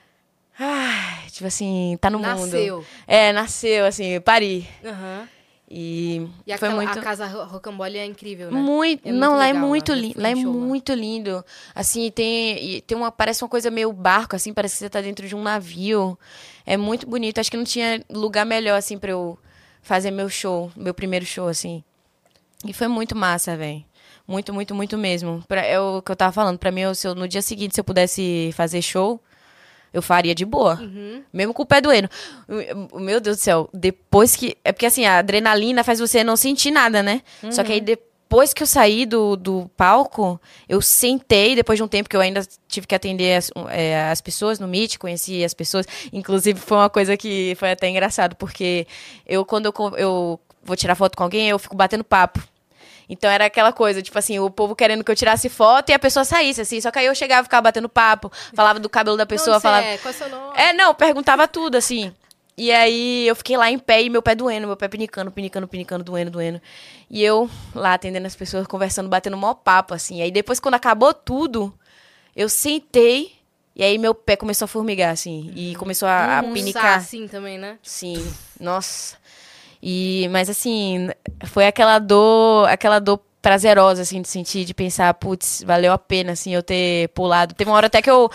Ai, tipo assim, tá no nasceu. mundo. Nasceu. É, nasceu, assim, pari. Aham. Uhum. E, e foi aquela, muito... a casa Rocambole é incrível, né? Muito, é muito não, lá legal, é muito lá. lindo. Lá é muito lindo. Assim, tem, tem uma, parece uma coisa meio barco, assim, parece que você tá dentro de um navio. É muito bonito. Acho que não tinha lugar melhor, assim, pra eu fazer meu show, meu primeiro show, assim. E foi muito massa, velho. Muito, muito, muito mesmo. Pra, é o que eu tava falando. Pra mim, eu, se eu, no dia seguinte, se eu pudesse fazer show, eu faria de boa. Uhum. Mesmo com o pé doendo. Meu Deus do céu. Depois que... É porque, assim, a adrenalina faz você não sentir nada, né? Uhum. Só que aí, depois que eu saí do, do palco, eu sentei, depois de um tempo que eu ainda tive que atender as, é, as pessoas no Meet, conheci as pessoas. Inclusive, foi uma coisa que foi até engraçado, porque eu, quando eu, eu vou tirar foto com alguém, eu fico batendo papo. Então, era aquela coisa, tipo assim, o povo querendo que eu tirasse foto e a pessoa saísse, assim. Só que aí eu chegava, ficava batendo papo, falava do cabelo da pessoa, Onde falava... é? Qual é o seu nome? É, não, perguntava tudo, assim. E aí, eu fiquei lá em pé e meu pé doendo, meu pé pinicando, pinicando, pinicando, doendo, doendo. E eu lá atendendo as pessoas, conversando, batendo mó papo, assim. Aí, depois, quando acabou tudo, eu sentei e aí meu pé começou a formigar, assim. E começou a, a um pinicar. assim também, né? Sim, nossa... E, mas assim, foi aquela dor, aquela dor prazerosa, assim, de sentir, de pensar, putz, valeu a pena, assim, eu ter pulado. Teve uma hora até que eu...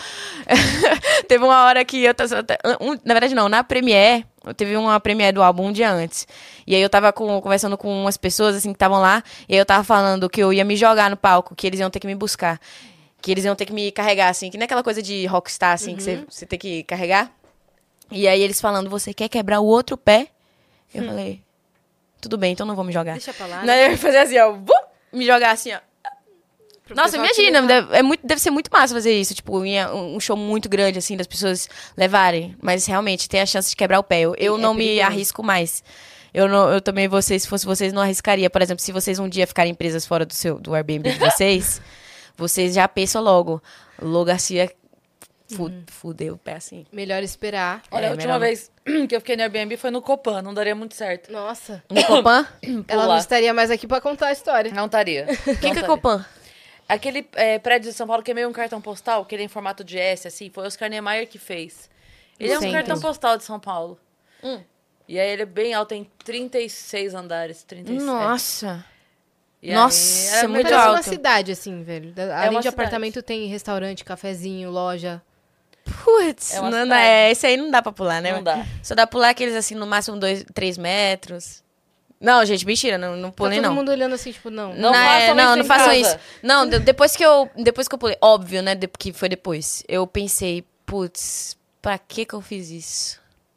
Teve uma hora que eu... Um, na verdade, não, na Premiere, eu teve uma Premiere do álbum um dia antes. E aí eu tava com, conversando com umas pessoas, assim, que estavam lá, e aí eu tava falando que eu ia me jogar no palco, que eles iam ter que me buscar. Que eles iam ter que me carregar, assim, que nem aquela coisa de rockstar, assim, uhum. que você, você tem que carregar. E aí eles falando, você quer quebrar o outro pé? Eu hum. falei, tudo bem, então não vou me jogar. Deixa pra lá. Né? Eu ia fazer assim, ó, vum, me jogar assim, ó. Pro Nossa, imagina, deve, é muito, deve ser muito massa fazer isso, tipo, um show muito grande, assim, das pessoas levarem. Mas, realmente, tem a chance de quebrar o pé. Eu, eu é não perigoso. Me arrisco mais. Eu, não, eu também, vocês, se fosse vocês, não arriscaria. Por exemplo, se vocês um dia ficarem presas fora do, seu, do Airbnb de vocês, vocês já pensam logo, Lô Garcia... Uhum. Fudeu o pé, assim. Melhor esperar. Olha, é, a última melhor... vez que eu fiquei no Airbnb foi no Copan. Não daria muito certo. Nossa. No Copan? Ela não estaria mais aqui pra contar a história. Não estaria. O que, que é Copan? Aquele é, prédio de São Paulo que é meio um cartão postal, que ele é em formato de S, assim. Foi o Oscar Niemeyer que fez. Ele Sim, é um cartão entendi. Postal de São Paulo. Hum. E aí ele é bem alto, tem trinta e seis andares. trinta e sete. Nossa. E Nossa, é muito alto. É uma cidade, assim, velho. Além é de apartamento, cidade. Tem restaurante, cafezinho, loja... Putz, é não, não, é, esse aí não dá pra pular, né? Não dá. Só dá pra pular aqueles, assim, no máximo dois, três metros. Não, gente, mentira, não, não pulei, tá todo não. mundo olhando assim, tipo, não. Não, não, façam é, não, isso não façam casa. Isso. Não, de, depois que eu depois que eu pulei, óbvio, né, de, que foi depois. Eu pensei, putz, pra que que eu fiz isso?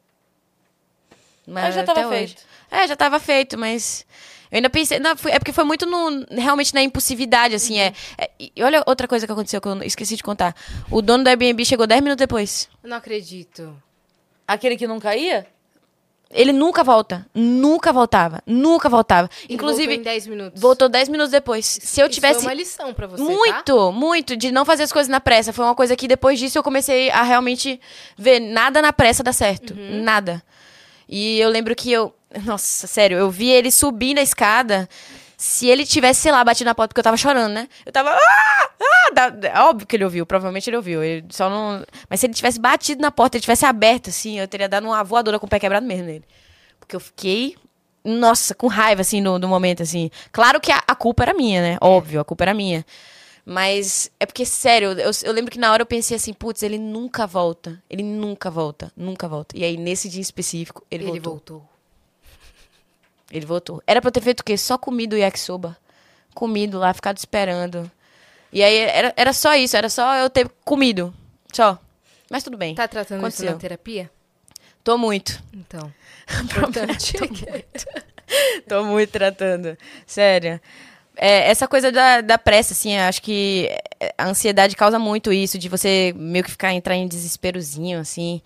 Mas já tava feito. Hoje. É, já tava feito, mas... Eu ainda pensei... Não, foi, é porque foi muito no, realmente na impulsividade, assim. Uhum. É, é, e olha outra coisa que aconteceu que eu esqueci de contar. O dono do Airbnb chegou dez minutos depois. Eu não acredito. Aquele que nunca ia? Ele nunca volta. Nunca voltava. Nunca voltava. E Inclusive... voltou em dez minutos. Voltou dez minutos depois. Se eu Isso tivesse... foi uma lição pra você, Muito, tá? muito. De não fazer as coisas na pressa. Foi uma coisa que depois disso eu comecei a realmente ver nada na pressa dar certo. Uhum. Nada. E eu lembro que eu... Nossa, sério, eu vi ele subir na escada. Se ele tivesse, sei lá, batido na porta, porque eu tava chorando, né? Eu tava... Ah! Ah! Da... Óbvio que ele ouviu, provavelmente ele ouviu. Ele só não... Mas se ele tivesse batido na porta, ele tivesse aberto, assim, eu teria dado uma voadora com o pé quebrado mesmo nele. Porque eu fiquei... Nossa, com raiva, assim, no, no momento, assim. Claro que a, a culpa era minha, né? Óbvio, a culpa era minha. Mas é porque, sério, eu, eu lembro que na hora eu pensei assim, putz, ele nunca volta. Ele nunca volta, nunca volta. E aí, nesse dia específico, ele, ele voltou. voltou. Ele voltou. Era pra eu ter feito o quê? Só comido o yakisoba. Comido lá, ficado esperando. E aí era, era só isso, era só eu ter comido. Só. Mas tudo bem. Tá tratando Aconteceu. isso na terapia? Tô muito. Então. Importante. Tô muito. Tô muito tratando. Sério. É, essa coisa da, da pressa, assim, acho que a ansiedade causa muito isso, de você meio que ficar, entrar em desesperozinho, assim.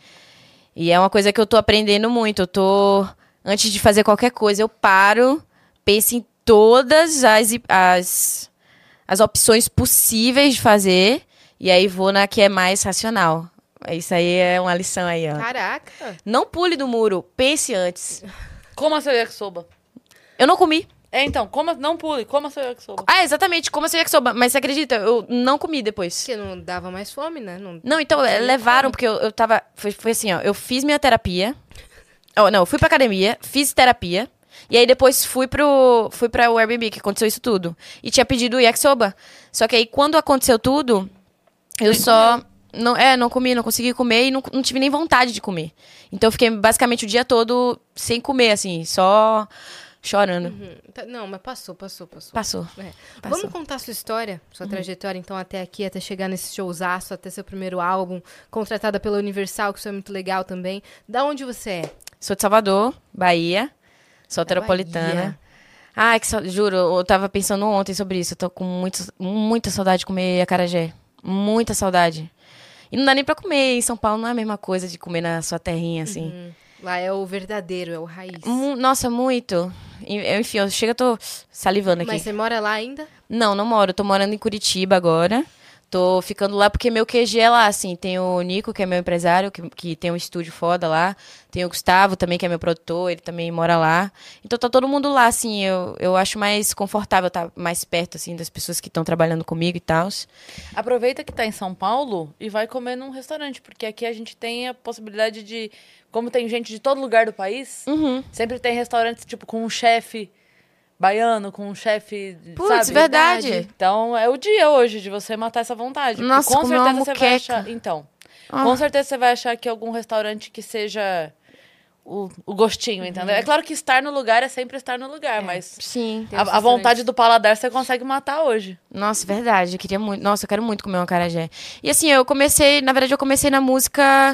E é uma coisa que eu tô aprendendo muito. Eu tô, antes de fazer qualquer coisa, eu paro, penso em todas as, as, as opções possíveis de fazer, e aí vou na que é mais racional. Isso aí é uma lição aí, ó. Caraca! Não pule do muro, pense antes. Coma seu yakisoba. Eu não comi. É, então, coma, não pule, coma seu yakisoba. Ah, exatamente, como seu yakisoba. Mas você acredita, eu não comi depois. Porque não dava mais fome, né? Não, Não, então, é, levaram, porque eu, eu tava... Foi, foi assim, ó, eu fiz minha terapia. Oh, não, eu fui pra academia, fiz terapia. E aí depois fui pro fui pra o Airbnb, que aconteceu isso tudo. E tinha pedido o yakisoba. Só que aí, quando aconteceu tudo, eu só... Não, é, não comi, não consegui comer e não, não tive nem vontade de comer. Então eu fiquei basicamente o dia todo sem comer, assim, só chorando. Uhum. Tá- Não, mas passou, passou, passou. Passou. É. Passou. Vamos contar a sua história, sua trajetória, então, até aqui, até chegar nesse showzaço, até seu primeiro álbum, contratada pela Universal, que isso é muito legal também. Da onde você é? Sou de Salvador, Bahia. Sou Da teropolitana. Bahia. Ai, que sa- juro, eu tava pensando ontem sobre isso. Eu tô com muito, muita saudade de comer acarajé. Muita saudade. E não dá nem pra comer. Em São Paulo não é a mesma coisa de comer na sua terrinha, assim. Hum, Lá é o verdadeiro, é o raiz. Mu- Nossa, muito. E- Enfim, eu chego, eu tô salivando aqui. Mas você mora lá ainda? Não, não moro. Eu tô morando em Curitiba agora. Tô ficando lá porque meu Q G é lá, assim. Tem o Nico, que é meu empresário, que, que tem um estúdio foda lá. Tem o Gustavo também, que é meu produtor, ele também mora lá. Então tá todo mundo lá, assim. Eu, eu acho mais confortável estar mais perto, assim, das pessoas que estão trabalhando comigo e tal. Aproveita que tá em São Paulo e vai comer num restaurante, porque aqui a gente tem a possibilidade de... Como tem gente de todo lugar do país, Uhum. sempre tem restaurantes, tipo, com um chefe baiano, com um chefe, Putz, sabe? verdade. Então, é o dia hoje de você matar essa vontade. porque Nossa, com comer uma certeza você vai muqueca. achar... Então, Ah. com certeza você vai achar que algum restaurante que seja o, o gostinho, entendeu? É claro que estar no lugar é sempre estar no lugar, mas Sim. Tem a, uns a vontade restaurantes- do paladar você consegue matar hoje. Nossa, verdade. Eu queria muito. Nossa, eu quero muito comer um acarajé. E assim, eu comecei, na verdade, eu comecei na música.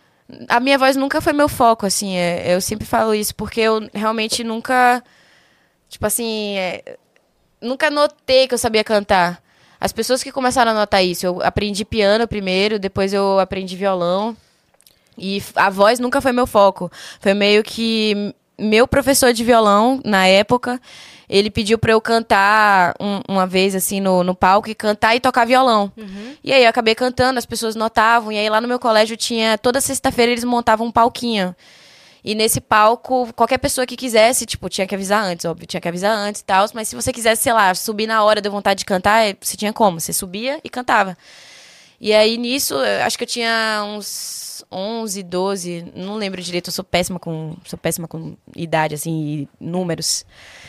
A minha voz nunca foi meu foco, assim. é, Eu sempre falo isso, porque eu realmente nunca. Tipo assim. é, Nunca notei que eu sabia cantar. As pessoas que começaram a notar isso. Eu aprendi piano primeiro, depois eu aprendi violão. E f- a voz nunca foi meu foco. Foi meio que meu professor de violão, na época, ele pediu pra eu cantar um- uma vez, assim, no, no palco, e cantar e tocar violão. E aí eu acabei cantando, as pessoas notavam. E aí lá no meu colégio tinha, toda sexta-feira eles montavam um palquinho. E nesse palco, qualquer pessoa que quisesse, tipo, tinha que avisar antes, óbvio, tinha que avisar antes e tal. Mas se você quisesse, sei lá, subir na hora, deu vontade de cantar, eh, você tinha como. Você subia e cantava. E aí, nisso, eu acho que eu tinha uns onze, doze, não lembro direito, eu sou péssima com, sou péssima com idade, assim, e números.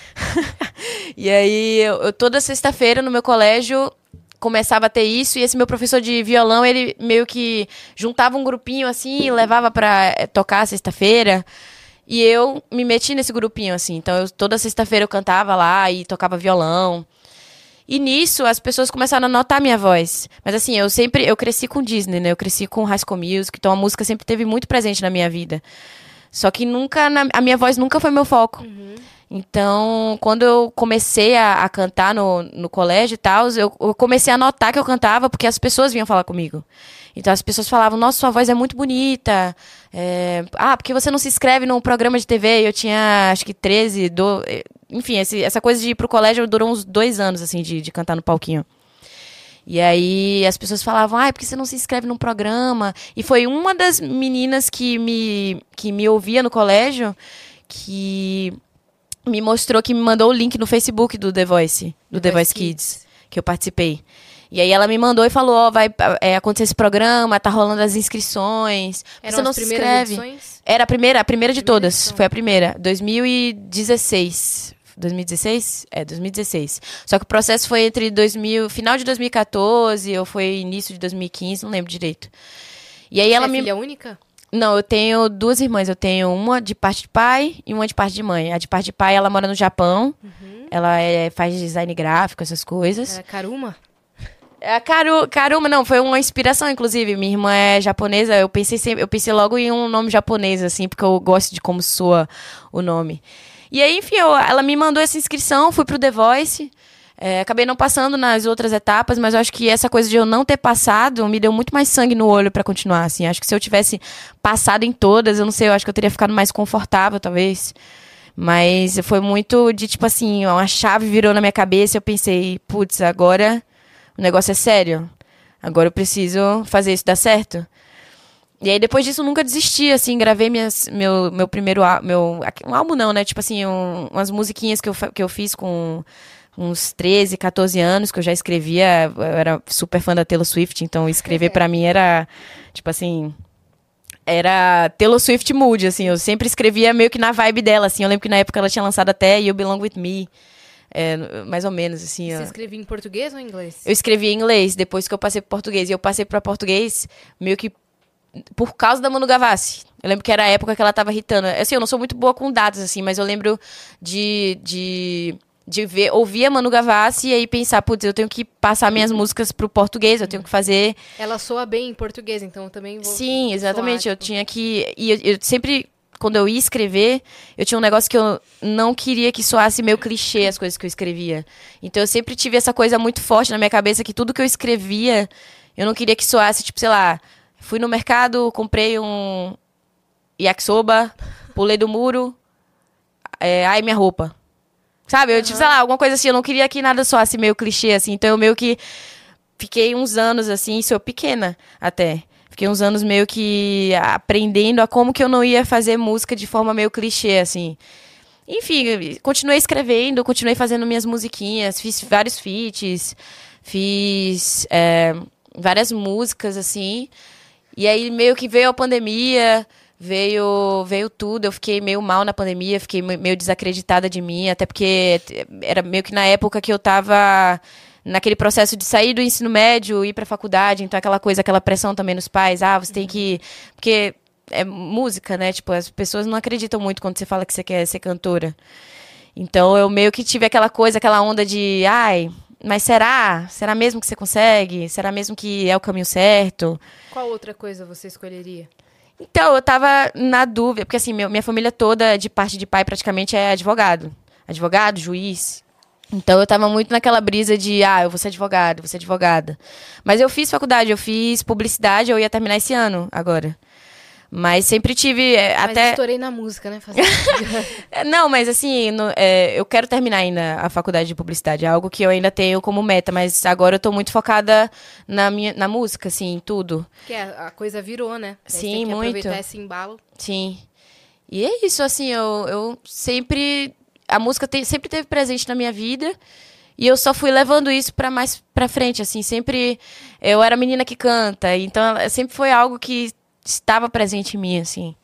E aí, eu, eu toda sexta-feira no meu colégio começava a ter isso, e esse meu professor de violão, ele meio que juntava um grupinho, assim, e levava pra eh, tocar sexta-feira. E eu me meti nesse grupinho, assim. Então, eu, toda sexta-feira eu cantava lá e tocava violão. E nisso, as pessoas começaram a notar minha voz. Mas assim, eu sempre, eu cresci com Disney, né? Eu cresci com High School Music, então a música sempre teve muito presente na minha vida. Só que nunca, na- a minha voz nunca foi meu foco. Então, quando eu comecei a, a cantar no, no colégio e tal, eu, eu comecei a notar que eu cantava porque as pessoas vinham falar comigo. Então, as pessoas falavam, nossa, sua voz é muito bonita. É, ah, porque você não se inscreve num programa de T V? E eu tinha, acho que treze, do, enfim, esse- essa coisa de ir pro colégio durou uns dois anos, assim, de, de cantar no palquinho. E aí as pessoas falavam, ah, por que você não se inscreve num programa? E foi uma das meninas que me, que me ouvia no colégio que me mostrou, que me mandou o link no Facebook do The Voice, do The, The Voice Voice Kids, que eu participei. E aí ela me mandou e falou, ó, vai é, acontecer esse programa, tá rolando as inscrições. Eram você não as se primeiras inscreve. edições? Era a primeira, a primeira de Primeira todas. edição. Foi a primeira. dois mil e dezesseis. dois mil e dezesseis? É, dois mil e dezesseis. Só que o processo foi entre dois mil, final de dois mil e quatorze ou foi início de dois mil e quinze, não lembro direito. E aí Você ela é me... filha única? Não, eu tenho duas irmãs. Eu tenho uma de parte de pai e uma de parte de mãe. A de parte de pai, ela mora no Japão. Uhum. Ela é, faz design gráfico, essas coisas. É Karuma? A Karu, Karuma, não, foi uma inspiração, inclusive. Minha irmã é japonesa, eu pensei sempre, eu pensei logo em um nome japonês, assim, porque eu gosto de como soa o nome. E aí, enfim, eu, ela me mandou essa inscrição, fui pro The Voice. É, acabei não passando nas outras etapas, mas eu acho que essa coisa de eu não ter passado me deu muito mais sangue no olho pra continuar, assim. Acho que se eu tivesse passado em todas, eu não sei, eu acho que eu teria ficado mais confortável, talvez. Mas foi muito de, tipo assim, uma chave virou na minha cabeça e eu pensei, putz, agora o negócio é sério. Agora eu preciso fazer isso dar certo. E aí, depois disso, eu nunca desisti, assim, gravei minhas, meu, meu primeiro meu um álbum não, né? Tipo assim, um, umas musiquinhas que eu, que eu fiz com uns treze, catorze anos, que eu já escrevia, eu era super fã da Taylor Swift, então escrever pra mim era, tipo assim, era Taylor Swift mood, assim, eu sempre escrevia meio que na vibe dela, assim, eu lembro que na época ela tinha lançado até You Belong With Me, é, mais ou menos, assim. Você ó. escrevia em português ou em inglês? Eu escrevi em inglês, depois que eu passei pro português, e eu passei pra português meio que por causa da Manu Gavassi. Eu lembro que era a época que ela tava hitando, assim, eu não sou muito boa com datas, assim, mas eu lembro de... de de ver, ouvir a Manu Gavassi e aí pensar, putz, eu tenho que passar minhas músicas pro português, eu tenho que fazer... Ela soa bem em português, então eu também vou... Sim, exatamente, soar, eu tipo... tinha que... E eu, eu sempre, quando eu ia escrever, eu tinha um negócio que eu não queria que soasse meio clichê as coisas que eu escrevia. Então eu sempre tive essa coisa muito forte na minha cabeça, que tudo que eu escrevia, eu não queria que soasse, tipo, sei lá, fui no mercado, comprei um yakisoba, pulei do muro, é, ai, minha roupa. Sabe? Eu, tipo, sei lá, alguma coisa assim, eu não queria que nada soasse meio clichê, assim. Então, eu meio que fiquei uns anos, assim, isso eu pequena até. Fiquei uns anos meio que aprendendo a como que eu não ia fazer música de forma meio clichê, assim. Enfim, continuei escrevendo, continuei fazendo minhas musiquinhas, fiz vários feats, fiz é, várias músicas, assim. E aí, meio que veio a pandemia... Veio, veio tudo, eu fiquei meio mal na pandemia, fiquei meio desacreditada de mim, até porque era meio que na época que eu tava naquele processo de sair do ensino médio, ir pra faculdade, então aquela coisa, aquela pressão também nos pais, ah, você tem que... Porque é música, né, tipo, as pessoas não acreditam muito quando você fala que você quer ser cantora. Então eu meio que tive aquela coisa, aquela onda de, ai, mas será? Será mesmo que você consegue? Será mesmo que é o caminho certo? Qual outra coisa você escolheria? Então, eu tava na dúvida, porque assim, meu, minha família toda, de parte de pai, praticamente é advogado. Advogado, juiz. Então, eu tava muito naquela brisa de, ah, eu vou ser advogado, vou ser advogada. Mas eu fiz faculdade, eu fiz publicidade, eu ia terminar esse ano, agora. Mas sempre tive, é, mas até... estourei na música, né? Fazendo... Não, mas assim, no, é, eu quero terminar ainda a faculdade de publicidade. É algo que eu ainda tenho como meta, mas agora eu tô muito focada na, minha, na música, assim, em tudo. Que a, a coisa virou, né? Aí Sim, tem que muito. aproveitar esse embalo. Sim. E é isso, assim, eu, eu sempre... A música te, sempre teve presente na minha vida. E eu só fui levando isso pra mais pra frente, assim. Sempre... Eu era a menina que canta. Então, sempre foi algo que estava presente em mim, assim.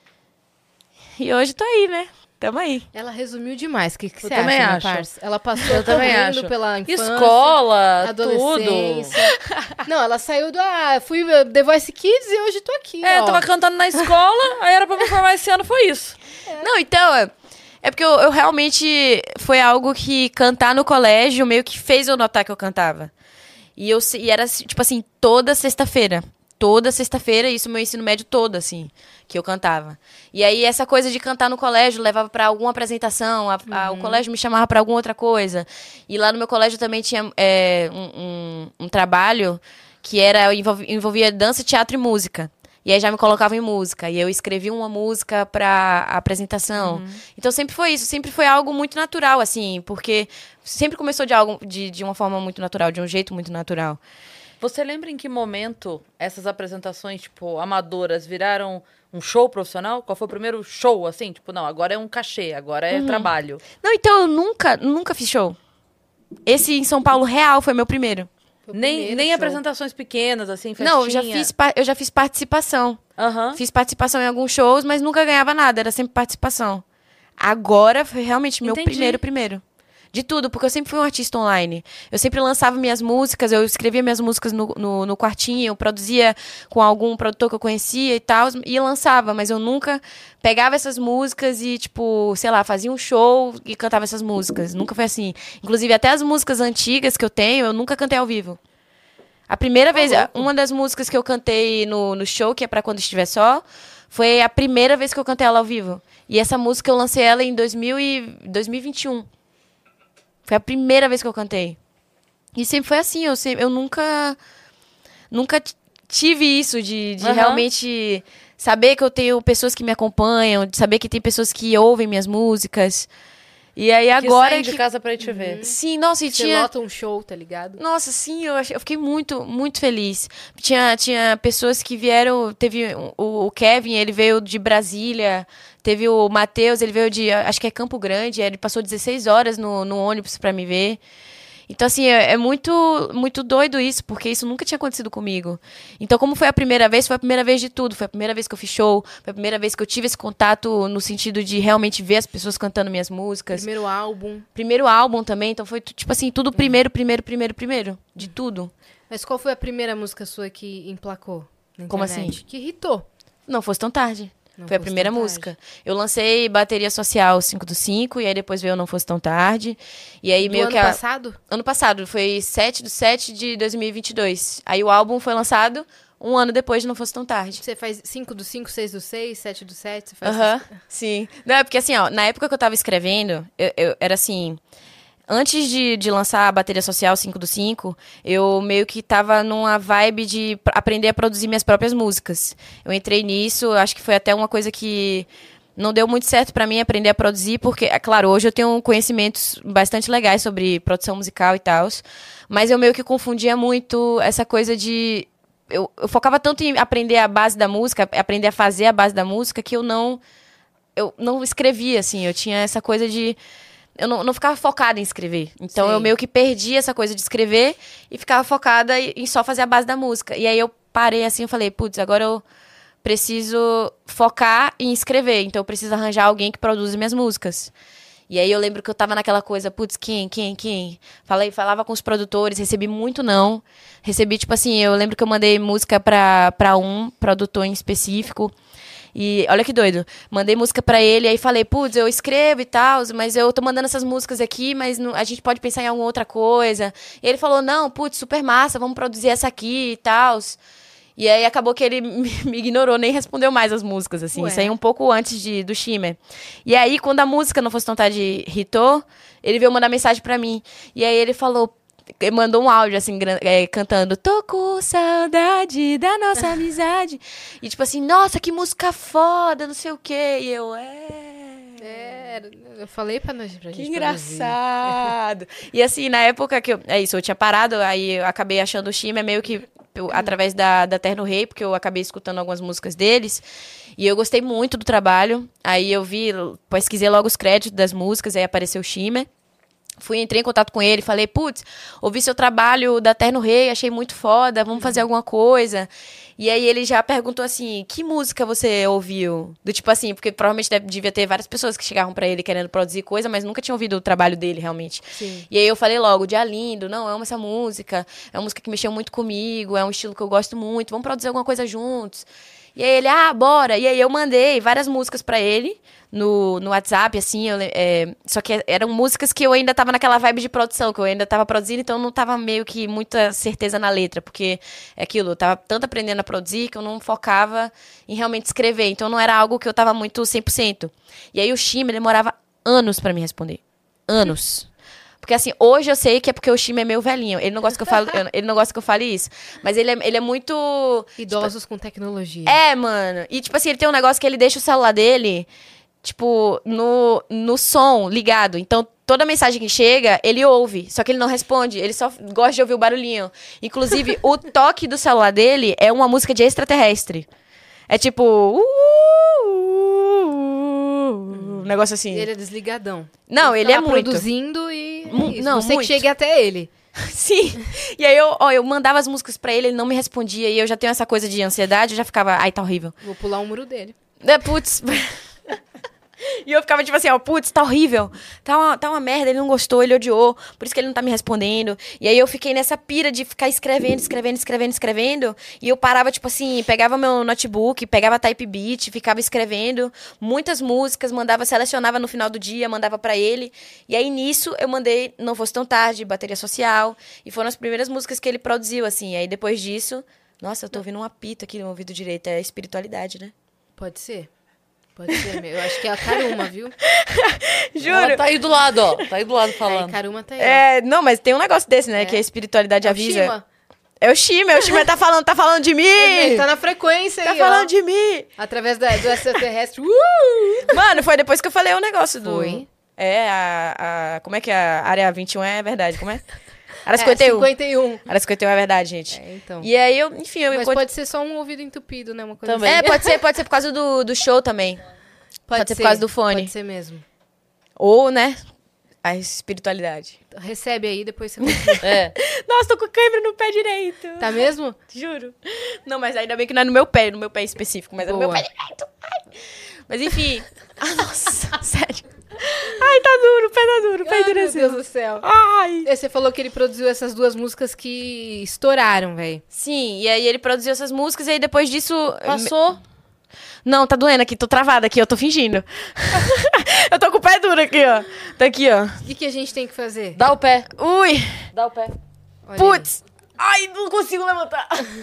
E hoje tô aí, né? Tamo aí. Ela resumiu demais. O que, que Eu você também acha, acho. minha parça? Ela passou Eu também correndo acho. pela infância, Escola, adolescência. Não, ela saiu do... Ah, fui The Voice Kids e hoje tô aqui, É, ó. eu tava cantando na escola, aí era pra me formar esse ano, foi isso. É. Não, então... É, é porque eu, eu realmente... Foi algo que cantar no colégio meio que fez eu notar que eu cantava. E, eu, e era, tipo assim, toda sexta-feira. Toda sexta-feira, isso meu ensino médio todo, assim, que eu cantava. E aí, essa coisa de cantar no colégio levava pra alguma apresentação, a, a, uhum. o colégio me chamava pra alguma outra coisa. E lá no meu colégio também tinha é, um, um, um trabalho que era envolvia, envolvia dança, teatro e música. E aí já me colocavam em música. E eu escrevi uma música pra apresentação. Uhum. Então sempre foi isso, sempre foi algo muito natural, assim, porque sempre começou de, algo, de, de uma forma muito natural, de um jeito muito natural. Você lembra em que momento essas apresentações, tipo, amadoras, viraram um show profissional? Qual foi o primeiro show, assim? Tipo, não, agora é um cachê, agora é uhum. trabalho. Não, então eu nunca, nunca fiz show. Esse em São Paulo real foi meu primeiro. Foi nem primeiro nem apresentações pequenas, assim, festinha? Não, eu já fiz, eu já fiz participação. Uhum. Fiz participação em alguns shows, mas nunca ganhava nada, era sempre participação. Agora foi realmente meu Entendi. primeiro, primeiro. De tudo, porque eu sempre fui um artista online. Eu sempre lançava minhas músicas, eu escrevia minhas músicas no, no, no quartinho, eu produzia com algum produtor que eu conhecia e tal, e lançava, mas eu nunca pegava essas músicas e, tipo, sei lá, fazia um show e cantava essas músicas. Nunca foi assim. Inclusive, até as músicas antigas que eu tenho, eu nunca cantei ao vivo. A primeira vez, uma das músicas que eu cantei no, no show, que é Pra Quando Estiver Só, foi a primeira vez que eu cantei ela ao vivo. E essa música eu lancei ela em dois mil e vinte e um. Foi a primeira vez que eu cantei. E sempre foi assim, eu, sempre, eu nunca nunca tive isso de, de uhum. realmente saber que eu tenho pessoas que me acompanham, de saber que tem pessoas que ouvem minhas músicas. E aí agora... Que saem de que... casa pra ir te ver. Uhum. Sim, nossa, e Você tinha... lota um show, tá ligado? Nossa, sim, eu, achei, eu fiquei muito, muito feliz. Tinha, tinha pessoas que vieram... Teve o, o Kevin, ele veio de Brasília. Teve o Matheus, ele veio de... Acho que é Campo Grande. Ele passou dezesseis horas no, no ônibus pra me ver. Então, assim, é, é muito, muito doido isso, porque isso nunca tinha acontecido comigo. Então, como foi a primeira vez, foi a primeira vez de tudo. Foi a primeira vez que eu fiz show, foi a primeira vez que eu tive esse contato no sentido de realmente ver as pessoas cantando minhas músicas. Primeiro álbum. Primeiro álbum também, então foi, tipo assim, tudo primeiro, primeiro, primeiro, primeiro. De tudo. Mas qual foi a primeira música sua que emplacou na internet? Como assim? Que irritou. Não Fosse Tão Tarde. Não Foi a primeira música. Eu lancei Bateria Social cinco do cinco, e aí depois veio Não Fosse Tão Tarde. E aí do meio ano que a... passado? Ano passado, foi sete do sete de dois mil e vinte e dois. Aí o álbum foi lançado um ano depois de Não Fosse Tão Tarde. Você faz cinco do cinco, seis do seis, sete do sete? Você faz Aham, essas... sim. Não, é porque assim, ó, na época que eu tava escrevendo, eu, eu era assim... Antes de, de lançar a Bateria Social cinco do cinco, eu meio que tava numa vibe de aprender a produzir minhas próprias músicas. Eu entrei nisso, acho que foi até uma coisa que não deu muito certo pra mim aprender a produzir, porque, é claro, hoje eu tenho conhecimentos bastante legais sobre produção musical e tal, mas eu meio que confundia muito essa coisa de... Eu, eu focava tanto em aprender a base da música, aprender a fazer a base da música, que eu não, eu não escrevia, assim. Eu tinha essa coisa de... Eu não, não ficava focada em escrever. Então, Sim. eu meio que perdi essa coisa de escrever e ficava focada em só fazer a base da música. E aí, eu parei assim, eu falei, putz, agora eu preciso focar em escrever. Então, eu preciso arranjar alguém que produza minhas músicas. E aí, eu lembro que eu tava naquela coisa, putz, quem, quem, quem? Falei, falava com os produtores, recebi muito não. Recebi, tipo assim, eu lembro que eu mandei música pra, pra um produtor em específico. E olha que doido, mandei música pra ele, aí falei, putz, eu escrevo e tal, mas eu tô mandando essas músicas aqui, mas não, a gente pode pensar em alguma outra coisa. E ele falou, não, putz, super massa, vamos produzir essa aqui e tal. E aí acabou que ele me ignorou, nem respondeu mais as músicas, assim. Ué. Isso aí um pouco antes de, do Shimmer. E aí, quando a música Não Fosse Tão Tarde hitou, ele veio mandar mensagem pra mim. E aí ele falou... Mandou um áudio, assim, é, cantando Tô com saudade da nossa amizade. E tipo assim, nossa, que música foda, não sei o quê. E eu, é... É, eu falei pra nós, pra que gente engraçado. E assim, na época que eu... É isso, eu tinha parado, aí eu acabei achando o Shimmer meio que... Eu, através da, da Terno Rei, porque eu acabei escutando algumas músicas deles. E eu gostei muito do trabalho. Aí eu vi, pesquisei logo os créditos das músicas, aí apareceu o Shimmer. Fui, entrei em contato com ele, falei, putz, ouvi seu trabalho da Terno Rei, achei muito foda, vamos fazer alguma coisa. E aí ele já perguntou assim, que música você ouviu? Do tipo assim, porque provavelmente deve, devia ter várias pessoas que chegavam pra ele querendo produzir coisa, mas nunca tinham ouvido o trabalho dele, realmente. Sim. E aí eu falei logo, Dia Lindo, não, eu amo essa música, é uma música que mexeu muito comigo, é um estilo que eu gosto muito, vamos produzir alguma coisa juntos. E aí ele, ah, bora. E aí eu mandei várias músicas pra ele no, no WhatsApp, assim. Eu, é, só que eram músicas que eu ainda tava naquela vibe de produção, que eu ainda tava produzindo, então não tava meio que muita certeza na letra, porque é aquilo, eu tava tanto aprendendo a produzir que eu não focava em realmente escrever. Então não era algo que eu tava muito cem por cento. E aí o Shimmer demorava anos pra me responder. Anos. Porque, assim, hoje eu sei que é porque o Shimmer é meio velhinho. Ele não gosta que eu fale, ele não gosta que eu fale isso. Mas ele é, ele é muito... Idosos tipo, com tecnologia. É, mano. E, tipo assim, ele tem um negócio que ele deixa o celular dele, tipo, no, no som ligado. Então, toda mensagem que chega, ele ouve. Só que ele não responde. Ele só gosta de ouvir o barulhinho. Inclusive, o toque do celular dele é uma música de extraterrestre. É tipo... Uh, uh, uh, um negócio assim. Ele é desligadão. Não, ele, ele é muito. Produzindo e... É não, Você muito. que chegue até ele. Sim. E aí eu, ó, eu mandava as músicas pra ele, ele não me respondia. E eu já tenho essa coisa de ansiedade, eu já ficava, ai, tá horrível. Vou pular o muro dele. É, putz. E eu ficava tipo assim, ó, putz, tá horrível. Tá uma, tá uma merda, ele não gostou, ele odiou. Por isso que ele não tá me respondendo. E aí eu fiquei nessa pira de ficar escrevendo, escrevendo, escrevendo, escrevendo. E eu parava, tipo assim, pegava meu notebook, pegava Typebeat, ficava escrevendo muitas músicas, mandava, selecionava no final do dia, mandava pra ele. E aí nisso eu mandei Não Fosse Tão Tarde, Bateria Social. E foram as primeiras músicas que ele produziu, assim. E aí depois disso, nossa, eu tô ouvindo um apito aqui no ouvido direito. É espiritualidade, né? Pode ser. Pode ser, meu. Eu acho que é a Karuma, viu? Juro. Ela tá aí do lado, ó. Tá aí do lado Aí, falando. Karuma tá aí. ó. É, não, mas tem um negócio desse, né? É. Que a espiritualidade É o avisa. Shima. É o Shima, é o Shima tá falando, tá falando de mim! Ele tá na frequência Tá aí, falando ó. de mim! Através da, do extraterrestre. Uh! Mano, foi depois que eu falei o negócio do... Foi. É, a, a... Como é que é? A área vinte e um é verdade, como é? Área É, cinquenta e um. cinquenta e um. Área cinquenta e um é verdade, gente. É, então. E aí eu, enfim, eu... Mas eu- pode ser só um ouvido entupido, né? Uma coisa Também. assim. É, pode ser, pode ser por causa do, do show também. pode ser por causa do fone. Pode ser mesmo. Ou, né, a espiritualidade. Então, recebe aí, depois você continua. É. Nossa, tô com cãibra no pé direito. Tá mesmo? Juro. Não, mas ainda bem que não é no meu pé, no meu pé específico, mas é no meu Boa. pé direito. Ai. Mas enfim. Ah, nossa, sério. Ai, tá duro, o pé tá duro, o pé Ai, meu endureceu. Deus do céu. Ai. E você falou que ele produziu essas duas músicas que estouraram, velho. Sim, e aí ele produziu essas músicas e aí depois disso... Passou. Não, tá doendo aqui, tô travada aqui, eu tô fingindo. Eu tô com o pé duro aqui, ó. Tá aqui, ó. O que, que a gente tem que fazer? Dá o pé. Ui, Dá o pé. Olha putz. Ai, não consigo levantar. aí.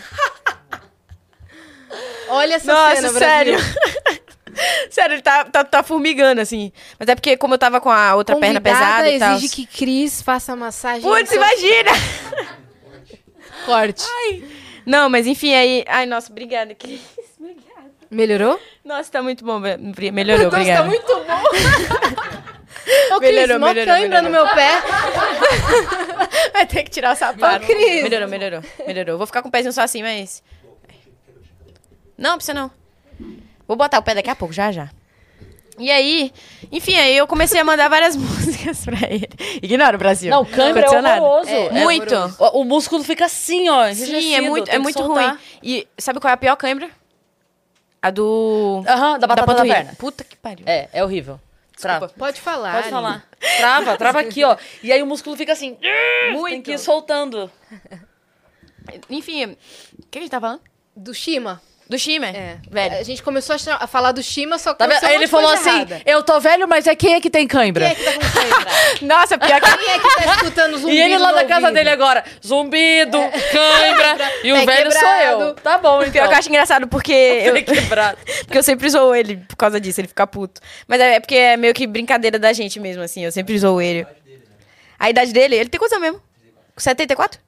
Olha essa Nossa, cena, sério. Brasil. Sério, ele tá, tá, tá formigando, assim. Mas é porque como eu tava com a outra perna Convidada pesada e tal... exige que Cris faça massagem. Putz, no seu imagina! corte. Não, mas enfim, aí... Ai, nossa, obrigada, Cris. Melhorou? Nossa, tá muito bom. be- Melhorou, Nossa, obrigada. tá muito bom. Ô, Cris, Melhorou, mó melhorou, cãibra no meu pé. Vai ter que tirar o sapato. Ô, Cris. Melhorou, melhorou, melhorou. Vou ficar com o pezinho só assim, mas... Não, precisa não. Vou botar o pé daqui a pouco, já, já. E aí, enfim, aí eu comecei a mandar várias músicas pra ele. Ignora o Brasil. Não, cãibra é Aconteceu nada. horroroso. É, É Muito. horroroso. O, o músculo fica assim, ó. Sim, é enrijecido, muito, tem é que muito soltar. ruim. E sabe qual é a pior cãibra? A do... Aham, da batata da, panturrilha. perna. Puta que pariu. É, é horrível. Trava. Pode falar. Pode Ali. falar. Trava, trava aqui, ó. E aí o músculo fica assim. Muito. Tem que ir soltando. Enfim, o que a gente tá falando? Do Shima. Do Shimmer. É. Velho. A gente começou a, cha- a falar do Shima, só que Tá vendo? aconteceu Aí um ele monte de falou coisa assim: errada. eu tô velho, mas é quem é que tem cãibra? Quem é que tá com cãibra? Nossa, pior que... Quem é que tá escutando zumbido E ele lá no na casa ouvido? dele agora, zumbido, cãibra, e o Pé velho sou quebrado. eu. Tá bom, então. Pior que eu acho engraçado porque eu, Pé quebrado. porque eu sempre zoo ele por causa disso, ele fica puto. Mas é, é porque é meio que brincadeira da gente mesmo, assim, eu sempre zoo ele. A idade dele, ele tem quantos anos mesmo? setenta e quatro?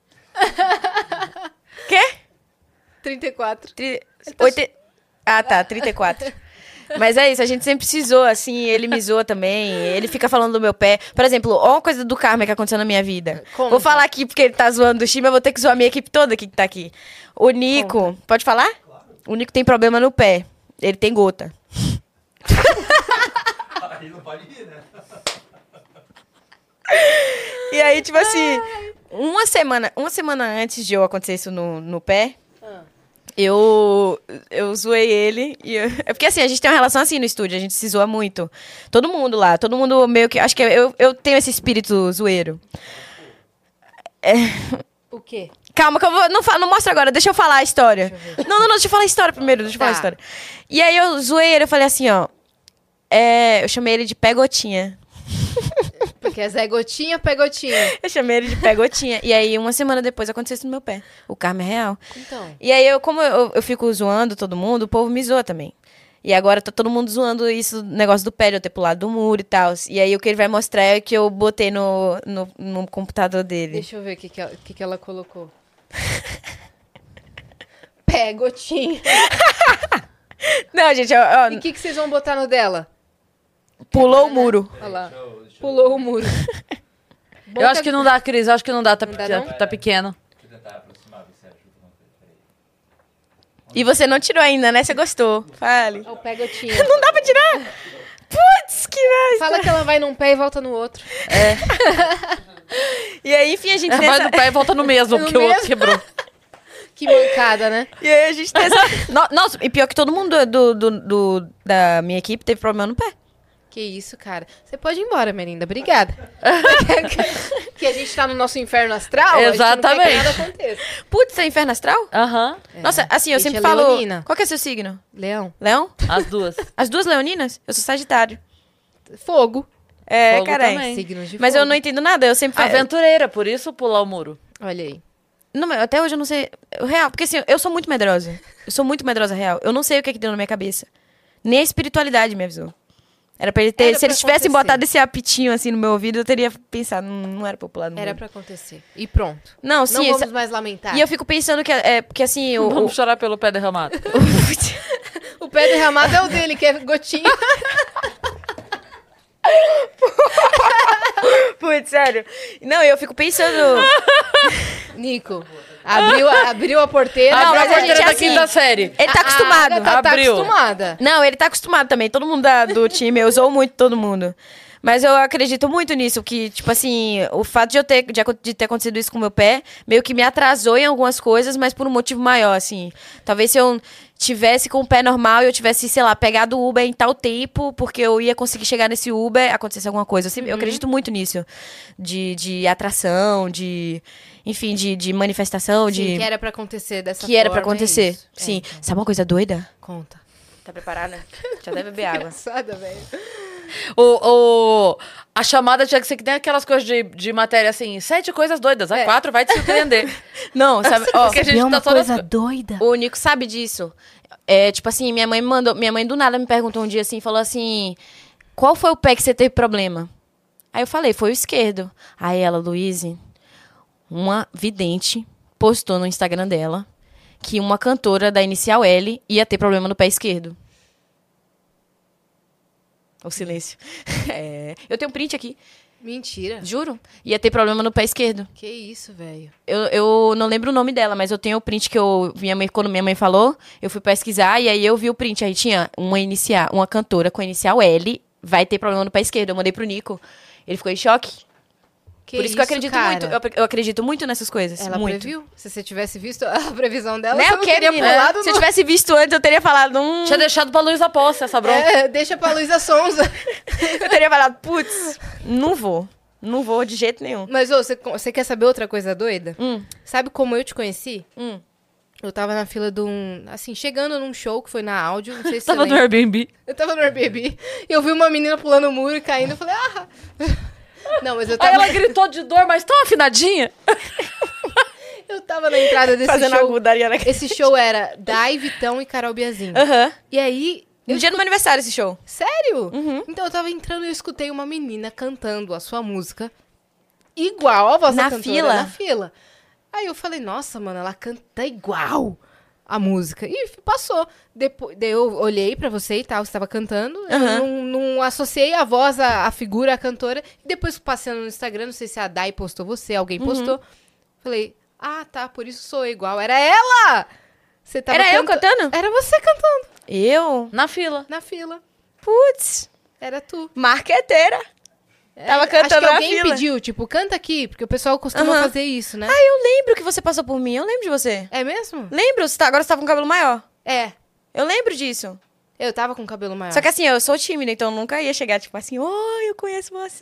Quê? trinta e quatro. Tri... tá Oite... Ah, tá, trinta e quatro. Mas é isso, a gente sempre se zoa, assim, ele me zoa também, ele fica falando do meu pé. Por exemplo, ó uma coisa do karma que aconteceu na minha vida. Conta. Vou falar aqui porque ele tá zoando do time, eu vou ter que zoar a minha equipe toda aqui que tá aqui. O Nico, pode falar? O Nico tem problema no pé, ele tem gota. Aí não pode ir, né? E aí, tipo assim, uma semana, uma semana antes de eu acontecer isso no, no pé, eu, eu zoei ele. E eu- é porque assim, a gente tem uma relação assim no estúdio, a gente se zoa muito. Todo mundo lá, todo mundo meio que. Acho que eu, eu tenho esse espírito zoeiro. O quê? Calma, que eu vou. Não, fa- não mostra agora, deixa eu falar a história. Não, não, não, deixa eu falar a história primeiro, deixa eu falar a Tá. história. E aí eu zoei ele, eu falei assim, ó. É, eu chamei ele de pé gotinha. Porque é Zé Gotinha, Pé Gotinha. Eu chamei ele de pé gotinha. E aí, uma semana depois, aconteceu isso no meu pé. O karma é real. Então. E aí, eu, como eu, eu fico zoando todo mundo, o povo me zoa também. E agora tá todo mundo zoando isso, negócio do pé, de eu ter pulado do muro e tal. E aí, o que ele vai mostrar é que eu botei no, no, no computador dele. Deixa eu ver o que, que, ela, o que, que ela colocou. Pé Gotinha. Não, gente, ó, ó, E o que, que vocês vão botar no dela? pulou o muro. Olha lá. Deixa eu, deixa eu, Pulou o muro. Bom Eu acho que não dá, Cris. Eu acho que não dá. Tá, Não dá, tá- não? tá pequeno. deixa eu tentar aproximar, ver se ajuda uma coisa. Peraí. E você não tirou ainda, né? Você gostou. Fale. Ó, o Pé Gotinha. Não dá pra tirar? Putz, que merda. Fala que ela vai num pé e volta no outro. E aí, enfim, a gente É, tem vai essa... no pé e volta no mesmo, No porque o outro mesmo? quebrou. Que mancada, né? E aí a gente tem essa... No- Nossa, e pior que todo mundo do, do, do- da minha equipe teve problema no pé. Que isso, cara. Você pode ir embora, Melinda. Obrigada. Que a gente tá no nosso inferno astral. Exatamente. A gente não quer que nada aconteça. Putz, é inferno astral? Aham. É. Nossa, assim, eu Gente, sempre é falo... leonina. Qual que é seu signo? Leão. Leão? As duas. As duas leoninas? Eu sou sagitário. Fogo. É, Fogo caralho. também. Signos de Mas fogo. eu não entendo nada, eu sempre... Aventureira, por isso pular o muro. Olha aí. Não, mas até hoje eu não sei... o Real, porque assim, eu sou muito medrosa. Eu sou muito medrosa, real. Eu não sei o que é que deu na minha cabeça. Nem a espiritualidade me avisou. Era pra ele ter... Era se pra eles tivessem acontecer. botado esse apitinho assim no meu ouvido, eu teria pensado, não, não era popular no Era mundo. pra acontecer. E pronto. Não, sim. Não vamos essa- mais lamentar. E eu fico pensando que... É, porque assim, o... Vamos chorar pelo pé derramado. o- O pé derramado é o dele, que é gotinha. Putz, sério. Não, eu fico pensando... Nico, abriu, a- abriu a porteira. Não, mas mas a a gente gente é da assim. quinta série. Ele tá A- acostumado. A Agatha tá Abriu. acostumada. Não, ele tá acostumado também. Todo mundo da- do time, eu usou muito todo mundo. Mas eu acredito muito nisso, que, tipo assim, o fato de eu ter, de, acon- de ter acontecido isso com o meu pé, meio que me atrasou em algumas coisas, mas por um motivo maior, assim. Talvez se eu tivesse com o pé normal e eu tivesse, sei lá, pegado o Uber em tal tempo, porque eu ia conseguir chegar nesse Uber, acontecesse alguma coisa. Eu, sempre- eu acredito muito nisso. De, de atração, de... Enfim, de, de manifestação, Sim, de... que era pra acontecer dessa que era pra forma, é acontecer. isso. É, Sim. então. Sabe uma coisa doida? Conta. Tá preparada? Já deve beber água. Engraçada, velho. O, o, a chamada tinha que ser que tem aquelas coisas de, de matéria assim, sete coisas doidas, a É. quatro vai te surpreender. Não, sabe? Ó, Porque a gente tá só nas... doida. o Nico sabe disso. É, tipo assim, minha mãe me mandou... Minha mãe do nada me perguntou um dia assim, falou assim... Qual foi o pé que você teve problema? Aí eu falei, foi o esquerdo. Aí ela, Luíse, uma vidente postou no Instagram dela que uma cantora da inicial L ia ter problema no pé esquerdo. O silêncio. É, eu tenho um print aqui, Mentira. juro. Ia ter problema no pé esquerdo. Que isso, velho. Eu, eu não lembro o nome dela, mas eu tenho o print que eu... Minha mãe, quando minha mãe falou, eu fui pesquisar e aí eu vi o print. Aí tinha uma, inicial, uma cantora com a inicial L, vai ter problema no pé esquerdo. Eu mandei pro Nico. Ele ficou em choque. Que Por isso, que eu acredito cara? muito. Eu, eu acredito muito nessas coisas. Ela muito. previu? Se você tivesse visto a previsão dela, Né? você Eu não quero, teria menina. pulado Se eu no... tivesse visto antes, eu teria falado... Hum, Tinha deixado pra Luísa Posse essa bronca. É, deixa pra Luísa Sonza. eu teria falado, putz, não vou. Não vou de jeito nenhum. Mas, ô, você, você quer saber outra coisa doida? Hum, Sabe como eu te conheci? hum. Eu tava na fila de um... Assim, chegando num show que foi na áudio, não sei se Tava você no lembra. Airbnb. Eu tava no Airbnb e eu vi uma menina pulando o muro e caindo. Eu falei, ah... Não, mas eu Aí tava, ela gritou de dor, mas tão afinadinha. eu tava na entrada desse Fazendo show. agudaria na... Esse show era Dai, Vitão e Carol Biazin. Aham. E aí... No eu dia do meu aniversário esse show. Sério? Uhum. Então eu tava entrando e eu escutei uma menina cantando a sua música igual a voz Na da cantora fila? na fila. Aí eu falei, nossa, mano, ela canta igual a música. E passou. Depois, daí eu olhei pra você e tal, você tava cantando. Eu Aham. não, não associei a voz, a, a figura, a cantora. E depois passando no Instagram, não sei se a Dai postou você, alguém Uhum. postou. Falei, ah, tá, por isso sou igual. Era ela! Você tava Era eu canta- cantando? Era você cantando Eu? Na fila. na fila. Putz, Era tu. marqueteira. Tava É, cantando acho que na alguém fila. pediu, tipo, canta aqui, porque o pessoal costuma Aham. fazer isso, né? Ah, eu lembro que você passou por mim. Eu lembro de você. É mesmo? Lembro, você tá- agora você tá com cabelo maior. É. Eu lembro disso. Eu tava com cabelo maior. Só que assim, eu sou tímida, então eu nunca ia chegar, tipo assim, oi, eu conheço você,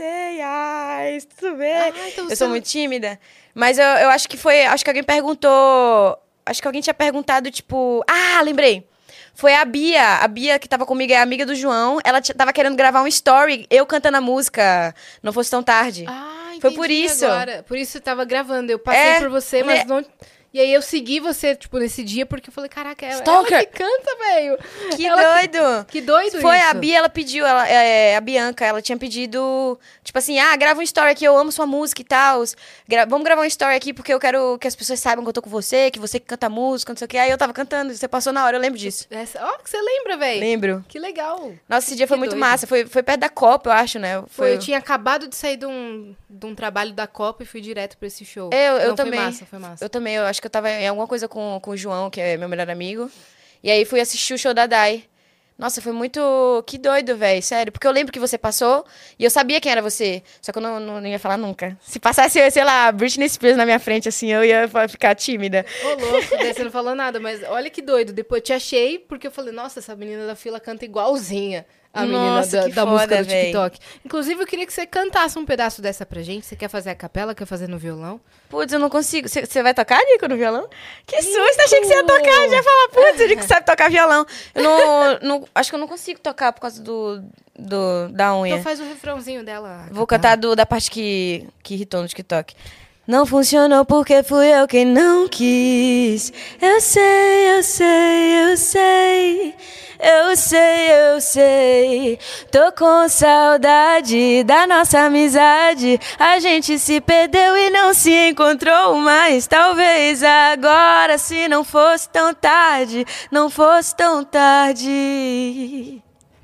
ai, tudo bem? Ah, então eu você sou não- muito tímida. Mas eu, eu acho que foi, acho que alguém perguntou, acho que alguém tinha perguntado, tipo, ah, lembrei. Foi a Bia, a Bia que tava comigo, é amiga do João, ela t- tava querendo gravar um story, eu cantando a música, Não Fosse Tão Tarde. Ah, entendi Foi por isso. agora. Por isso eu tava gravando. Eu passei É, por você, mas le- não... E aí eu segui você, tipo, nesse dia, porque eu falei, caraca, é ela Stalker. que canta, velho. Que Ela que- doido! Que doido Foi isso. a Bia, ela pediu, ela, é, a Bianca, ela tinha pedido, tipo assim, ah, grava um story aqui, eu amo sua música e tal. Gra vamos gravar um story aqui porque eu quero que as pessoas saibam que eu tô com você, que você que canta música, não sei o que. Aí eu tava cantando, você passou na hora, eu lembro disso. Essa... Ó, que você lembra, velho. Lembro. Que legal. Nossa, esse dia foi Que muito doido. massa. Foi, foi perto da Copa, eu acho, né? Foi, eu tinha acabado de sair de um, de um trabalho da Copa e fui direto pra esse show. Eu, eu Não, também. Foi massa, foi massa. Eu também, eu acho que eu tava em alguma coisa com, com o João, que é meu melhor amigo. E aí fui assistir o show da Dai. Nossa, foi muito... Que doido, velho, sério. Porque eu lembro que você passou e eu sabia quem era você. Só que eu não, não, não ia falar nunca. Se passasse, sei lá, Britney Spears na minha frente, assim, eu ia ficar tímida. Ô, louco, daí você não falou nada, mas olha que doido. Depois eu te achei, porque eu falei, nossa, essa menina da fila canta igualzinha. A menina Nossa, da, que da foda, música do véi. TikTok. Inclusive, eu queria que você cantasse um pedaço dessa pra gente. Você quer fazer a capela? Quer fazer no violão? Putz, eu não consigo. Você vai tocar, Nico, no violão? Que susto, achei que você ia tocar. Já ia falar, putz, o Nico sabe tocar violão. Eu não, não... Acho que eu não consigo tocar por causa do, do, da unha. Então faz o refrãozinho dela. Vou cantar do, da parte que, que irritou no TikTok. Não funcionou porque fui eu quem não quis. Eu sei, eu sei, eu sei. Eu sei, eu sei. Tô com saudade da nossa amizade. A gente se perdeu e não se encontrou mais. Talvez agora, se não fosse tão tarde, não fosse tão tarde.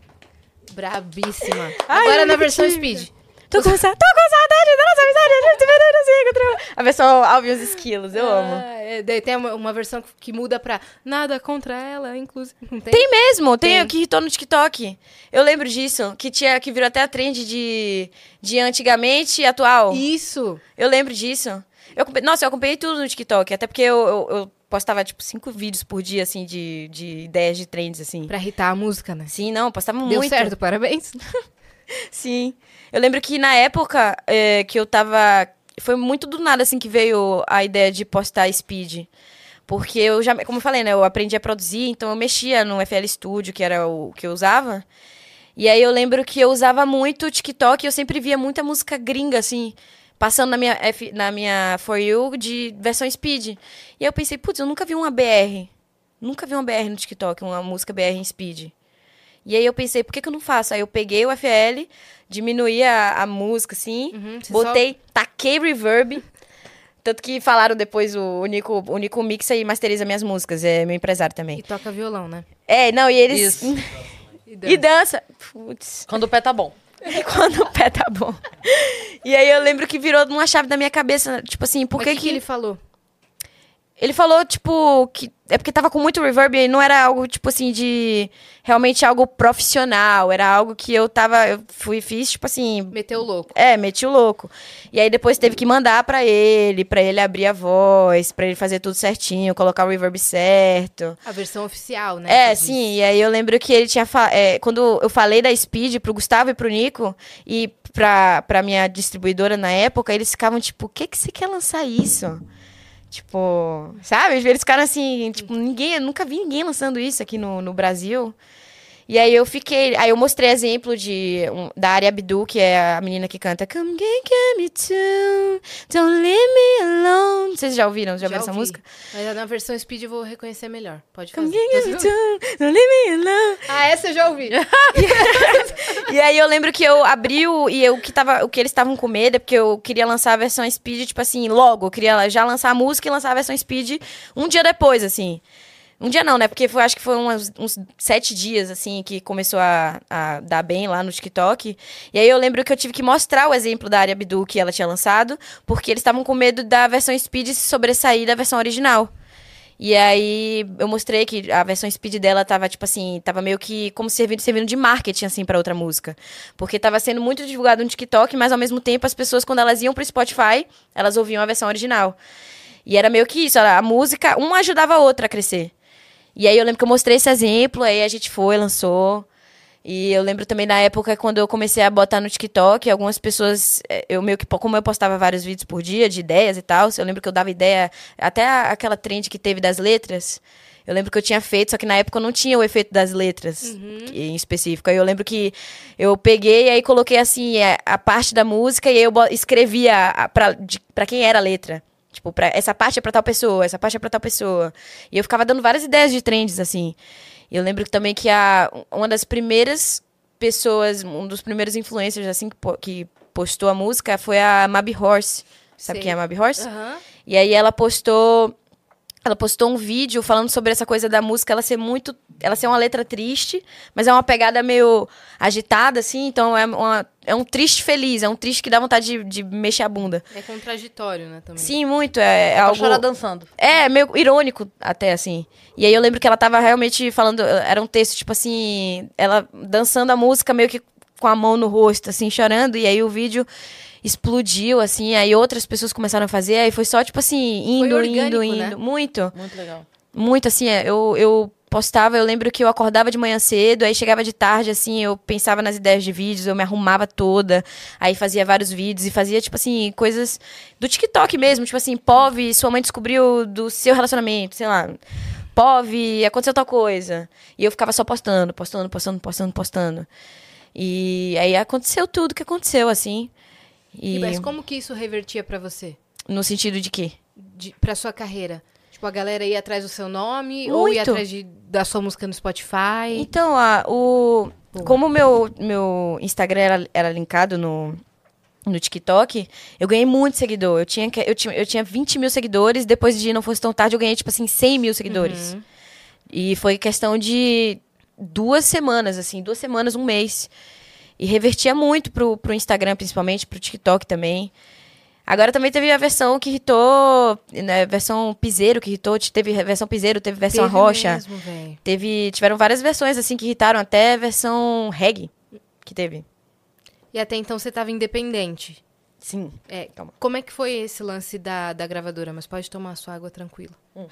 Brabíssima. Ai, Agora eu na não versão tive. speed. Tô com, sa- tô com saudade da nossa amizade, a gente se perdeu e não se encontrou. A versão Alvin e os Esquilos, eu amo. Ah, é, daí tem uma, uma versão que muda pra nada contra ela, inclusive. Não tem? Tem mesmo, tem, Tem. o que irritou no TikTok. Eu lembro disso, que, tinha, que virou até a trend de, de antigamente e atual. Isso. Eu lembro disso. Eu, acompanhei- nossa, eu acompanhei tudo no TikTok, até porque eu, eu, eu postava, tipo, cinco vídeos por dia, assim, de, de ideias de trends, assim. Pra irritar a música, né? Sim, não, postava Deu muito. certo, parabéns. Sim. Eu lembro que na época é, que eu tava... Foi muito do nada, assim, que veio a ideia de postar Speed. Porque eu já... Como eu falei, né? Eu aprendi a produzir, então eu mexia no F L Studio, que era o que eu usava. E aí eu lembro que eu usava muito o TikTok e eu sempre via muita música gringa, assim... Passando na minha, F, na minha For You de versão Speed. E aí eu pensei, putz, eu nunca vi uma B R. Nunca vi uma B R no TikTok, uma música B R em Speed. E aí eu pensei, por que, que eu não faço? Aí eu peguei o F L, diminuí a, a música, assim, Uhum, você botei, taquei reverb. Tanto que falaram depois, o, o, Nico, o Nico mixa e masteriza minhas músicas, é meu empresário também. E toca violão, né? É, não, e eles... Isso. E E dança. Putz. Quando o pé tá bom. Quando o pé tá bom. E aí eu lembro que virou uma chave da minha cabeça, tipo assim, por Mas que que, que ele falou? Ele falou, tipo, que é porque tava com muito reverb e não era algo, tipo assim, de... Realmente algo profissional. Era algo que eu tava... Eu fui, fiz, tipo assim... Meteu o louco. É, meti o louco. E aí depois teve que mandar pra ele, pra ele abrir a voz, pra ele fazer tudo certinho, colocar o reverb certo. A versão oficial, né? É, que sim, diz. e aí eu lembro que ele tinha... Fa- é, quando eu falei da Speed pro Gustavo e pro Nico, e pra, pra minha distribuidora na época, eles ficavam tipo, o que que você quer lançar isso? Tipo, sabe? Eles ficaram assim, tipo, ninguém, eu nunca vi ninguém lançando isso aqui no, no Brasil. E aí eu fiquei, aí eu mostrei exemplo de, um, da Ari Abdul, que é a menina que canta Come get, get me too, don't leave me alone. Vocês já ouviram? Já, ouviram essa ouvi. música? Mas na versão speed eu vou reconhecer melhor. Pode Come fazer. get, get me too, don't leave me alone. Ah, essa eu já ouvi. E aí eu lembro que eu abri o... E eu, que tava, o que eles estavam com medo é porque eu queria lançar a versão Speed, tipo assim, logo. Eu queria já lançar a música e lançar a versão Speed um dia depois, assim. Um dia não, né? Porque foi, acho que foi umas, uns sete dias, assim, que começou a, a dar bem lá no TikTok. E aí eu lembro que eu tive que mostrar o exemplo da Ari Abdul que ela tinha lançado, porque eles estavam com medo da versão Speed se sobressair da versão original. E aí eu mostrei que a versão Speed dela tava, tipo assim, tava meio que como servindo, servindo de marketing, assim, pra outra música. Porque tava sendo muito divulgado no TikTok, mas ao mesmo tempo as pessoas, quando elas iam pro Spotify, elas ouviam a versão original. E era meio que isso, a música, uma ajudava a outra a crescer. E aí eu lembro que eu mostrei esse exemplo, aí a gente foi, lançou. E eu lembro também na época, quando eu comecei a botar no TikTok, algumas pessoas, eu meio que, como eu postava vários vídeos por dia, de ideias e tal, eu lembro que eu dava ideia, até aquela trend que teve das letras, eu lembro que eu tinha feito, só que na época eu não tinha o efeito das letras Uhum. em específico. Aí eu lembro que eu peguei e aí coloquei assim, a, a parte da música, e aí eu bo- escrevia a, pra, de, pra quem era a letra. Tipo, pra, essa parte é pra tal pessoa, essa parte é pra tal pessoa. E eu ficava dando várias ideias de trends, assim. E eu lembro que também que a, uma das primeiras pessoas, um dos primeiros influencers, assim, que, po- que postou a música foi a Mabi Horse. Sabe Sei. quem é a Mabi Horse? Aham. E aí ela postou... Ela postou um vídeo falando sobre essa coisa da música, ela ser muito... Ela ser uma letra triste, mas é uma pegada meio agitada, assim. Então é, uma, é um triste feliz, é um triste que dá vontade de, de mexer a bunda. É contraditório, né, também. Sim, muito. É, é Pra algo... chorar dançando. É, meio irônico até, assim. E aí eu lembro que ela tava realmente falando... Era um texto, tipo assim... Ela dançando a música meio que com a mão no rosto, assim, chorando. E aí o vídeo explodiu, assim. Aí outras pessoas começaram a fazer. Aí foi só, tipo assim, indo, orgânico, indo, indo. né? Muito. Muito legal. Muito, assim. é, Eu, eu postava, eu lembro que eu acordava de manhã cedo, aí chegava de tarde, assim, eu pensava nas ideias de vídeos, eu me arrumava toda, aí fazia vários vídeos e fazia, tipo assim, coisas do TikTok mesmo, tipo assim, P O V, sua mãe descobriu do seu relacionamento, sei lá, P O V, aconteceu tal coisa. E eu ficava só postando, postando, postando, postando, postando. E aí aconteceu tudo que aconteceu, assim. E... Mas como que isso revertia pra você? No sentido de quê? De, pra sua carreira? Tipo, a galera ia atrás do seu nome? Muito. Ou ia atrás de, da sua música no Spotify? Então, a, o, como o meu, meu Instagram era, era linkado no, no TikTok, eu ganhei muito seguidor. Eu tinha, eu, tinha, eu tinha vinte mil seguidores, depois de Não Fosse Tão Tarde, eu ganhei, tipo assim, cem mil seguidores. Uhum. E foi questão de duas semanas, assim, duas semanas, um mês. E revertia muito pro, pro Instagram, principalmente, pro TikTok também. Agora também teve a versão que hitou, né, versão piseiro que hitou, teve versão piseiro, teve versão Teve arrocha. mesmo, véi. Teve, tiveram várias versões, assim, que irritaram, até versão reggae que teve. E até então você tava independente. Sim. É, Calma. como é que foi esse lance da, da gravadora? Mas pode tomar sua água tranquila. Hum.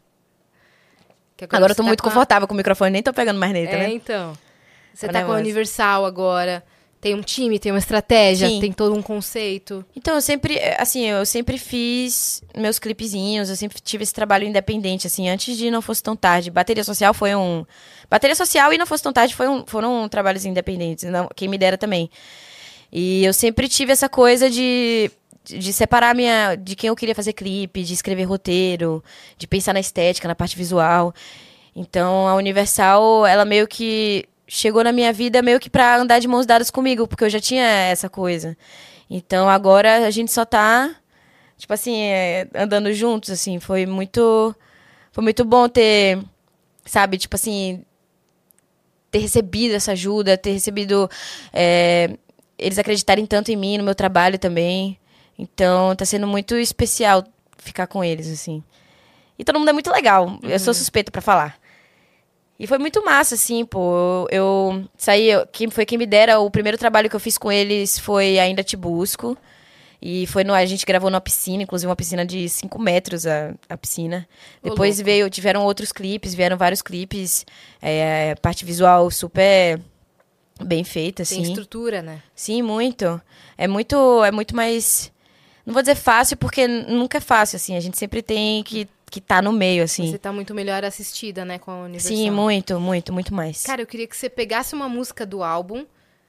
Que Agora eu tô você tá muito com a- confortável com o microfone, nem tô pegando mais nele, tá É, vendo? então. Você Tô tá com a nervosa. Universal agora. Tem um time, tem uma estratégia, Sim. tem todo um conceito. Então, eu sempre, assim, eu sempre fiz meus clipezinhos, eu sempre tive esse trabalho independente, assim, antes de Não Fosse Tão Tarde. Bateria Social foi um... Bateria Social e Não Fosse Tão Tarde foi um, foram trabalhos independentes, não, quem me dera também. E eu sempre tive essa coisa de, de separar minha, de quem eu queria fazer clipe, de escrever roteiro, de pensar na estética, na parte visual. Então, a Universal, ela meio que chegou na minha vida meio que pra andar de mãos dadas comigo, porque eu já tinha essa coisa. Então, agora a gente só tá, tipo assim, é, andando juntos, assim. Foi muito, foi muito bom ter, sabe, tipo assim, ter recebido essa ajuda, ter recebido... é, eles acreditarem tanto em mim, no meu trabalho também. Então, tá sendo muito especial ficar com eles, assim. E todo mundo é muito legal. Uhum. Eu sou suspeita pra falar. E foi muito massa, assim, pô. Eu, eu saí... Eu, quem foi quem me dera... O primeiro trabalho que eu fiz com eles foi Ainda Te Busco. E foi no... A gente gravou numa piscina, inclusive uma piscina de cinco metros, a, a piscina. Ô, Depois louco. veio... Tiveram outros clipes, vieram vários clipes. É, parte visual super... bem feita, Tem assim. estrutura, né? Sim, muito. É muito, é muito mais... Não vou dizer fácil, porque nunca é fácil, assim. A gente sempre tem que que tá no meio, assim. Você tá muito melhor assistida, né, com a Universal. Sim, muito, muito, muito mais. Cara, eu queria que você pegasse uma música do álbum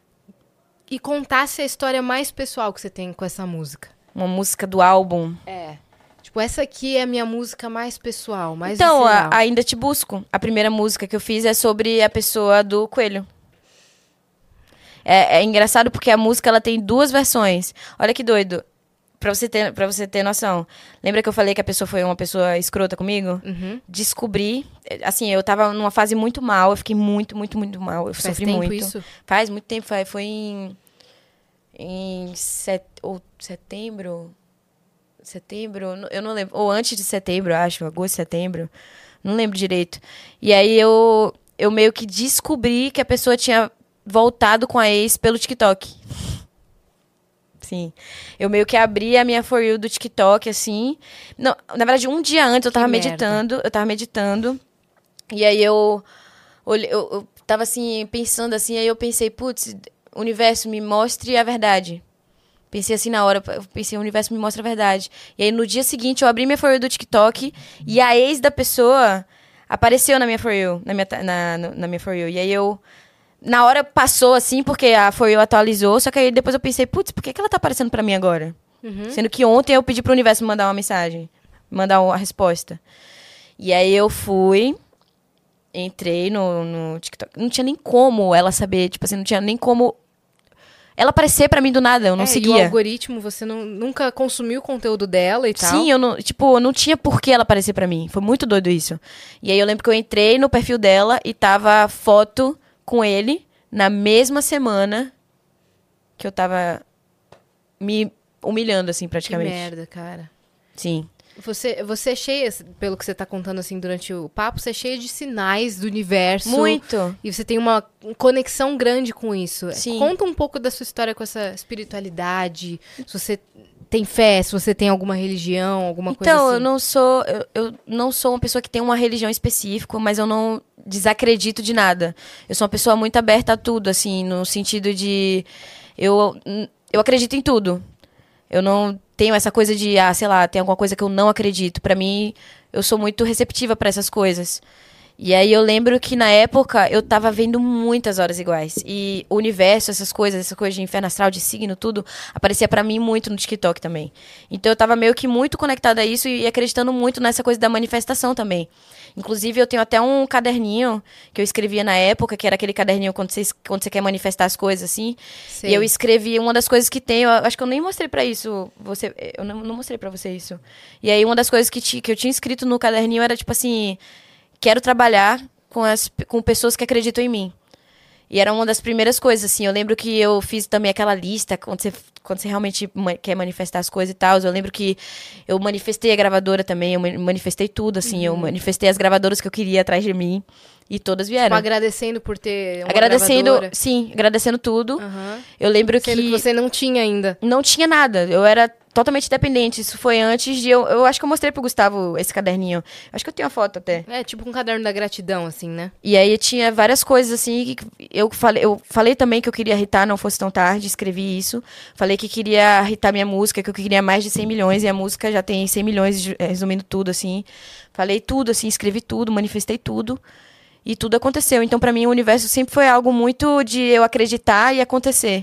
e contasse a história mais pessoal que você tem com essa música. Uma música do álbum. É. Tipo, essa aqui é a minha música mais pessoal, mais Então, visceral. a, Ainda Te Busco. A primeira música que eu fiz é sobre a pessoa do coelho. É, é engraçado porque a música ela tem duas versões. Olha que doido. Pra você, ter, pra você ter noção. Lembra que eu falei que a pessoa foi uma pessoa escrota comigo? Uhum. Descobri. Assim, eu tava numa fase muito mal. Eu fiquei muito, muito, muito mal. Eu Faz sofri tempo muito. isso? Faz muito tempo. Foi, foi em... Em set, ou setembro... Setembro? Eu não lembro. Ou antes de setembro, acho. Agosto, setembro. Não lembro direito. E aí eu, eu meio que descobri que a pessoa tinha voltado com a ex pelo TikTok. Sim. Eu meio que abri a minha For You do TikTok, assim. Não, na verdade, um dia antes eu tava Que meditando. merda. Eu tava meditando. E aí eu, olhei, eu... Eu tava, assim, pensando assim. Aí eu pensei, putz, universo, me mostre a verdade. Pensei assim na hora. Eu pensei, o universo me mostra a verdade. E aí no dia seguinte eu abri minha For You do TikTok. E a ex da pessoa apareceu na minha For You. Na minha, na, na minha For You. E aí eu... Na hora passou, assim, porque a For You atualizou, só que aí depois eu pensei, putz, por que, que ela tá aparecendo pra mim agora? Uhum. Sendo que ontem eu pedi pro universo me mandar uma mensagem, mandar uma resposta. E aí eu fui, entrei no, no TikTok. Não tinha nem como ela saber, tipo assim, não tinha nem como ela aparecer pra mim do nada, eu não É, seguia. E o algoritmo, você não, nunca consumiu o conteúdo dela e tal? Sim, eu não, tipo, não tinha por que ela aparecer pra mim. Foi muito doido isso. E aí eu lembro que eu entrei no perfil dela e tava foto com ele na mesma semana que eu tava me humilhando, assim, Que praticamente. merda, cara. Sim. Você, você é cheia, pelo que você tá contando assim durante o papo, você é cheia de sinais do universo. Muito. E você tem uma conexão grande com isso. Sim. Conta um pouco da sua história com essa espiritualidade. Se você tem fé, se você tem alguma religião, alguma coisa Então, assim. eu não sou eu, eu não sou uma pessoa que tem uma religião específica, mas eu não desacredito de nada. Eu sou uma pessoa muito aberta a tudo, assim, no sentido de... Eu, eu acredito em tudo. Eu não tenho essa coisa de, ah, sei lá, tem alguma coisa que eu não acredito. Pra mim, eu sou muito receptiva pra essas coisas. E aí eu lembro que na época eu tava vendo muitas horas iguais. E o universo, essas coisas, essa coisa de inferno astral, de signo, tudo, aparecia pra mim muito no TikTok também. Então eu tava meio que muito conectada a isso e acreditando muito nessa coisa da manifestação também. Inclusive eu tenho até um caderninho que eu escrevia na época, que era aquele caderninho quando você, quando você quer manifestar as coisas, assim. Sim. E eu escrevi uma das coisas que tem, eu acho que eu nem mostrei pra isso, você, eu não, não mostrei pra você isso. E aí uma das coisas que, ti, que eu tinha escrito no caderninho era tipo assim... Quero trabalhar com, as, com pessoas que acreditam em mim. E era uma das primeiras coisas, assim. Eu lembro que eu fiz também aquela lista, quando você, quando você realmente ma- quer manifestar as coisas e tal. Eu lembro que eu manifestei a gravadora também, eu manifestei tudo, assim. Uhum. Eu manifestei as gravadoras que eu queria atrás de mim. E todas vieram. Tipo, agradecendo por ter uma agradecendo, gravadora. Sim, agradecendo tudo. Uhum. Eu lembro Sendo que... que você não tinha ainda. Não tinha nada. Eu era totalmente dependente. Isso foi antes de eu... Eu acho que eu mostrei pro Gustavo esse caderninho. Acho que eu tenho uma foto até. É, tipo um caderno da gratidão, assim, né? E aí tinha várias coisas, assim, que eu falei, eu falei também que eu queria hitar Não Fosse Tão Tarde, escrevi isso. Falei que queria hitar minha música, que eu queria mais de cem milhões, e a música já tem cem milhões, resumindo tudo, assim. Falei tudo, assim, escrevi tudo, manifestei tudo. E tudo aconteceu. Então, pra mim, o universo sempre foi algo muito de eu acreditar e acontecer.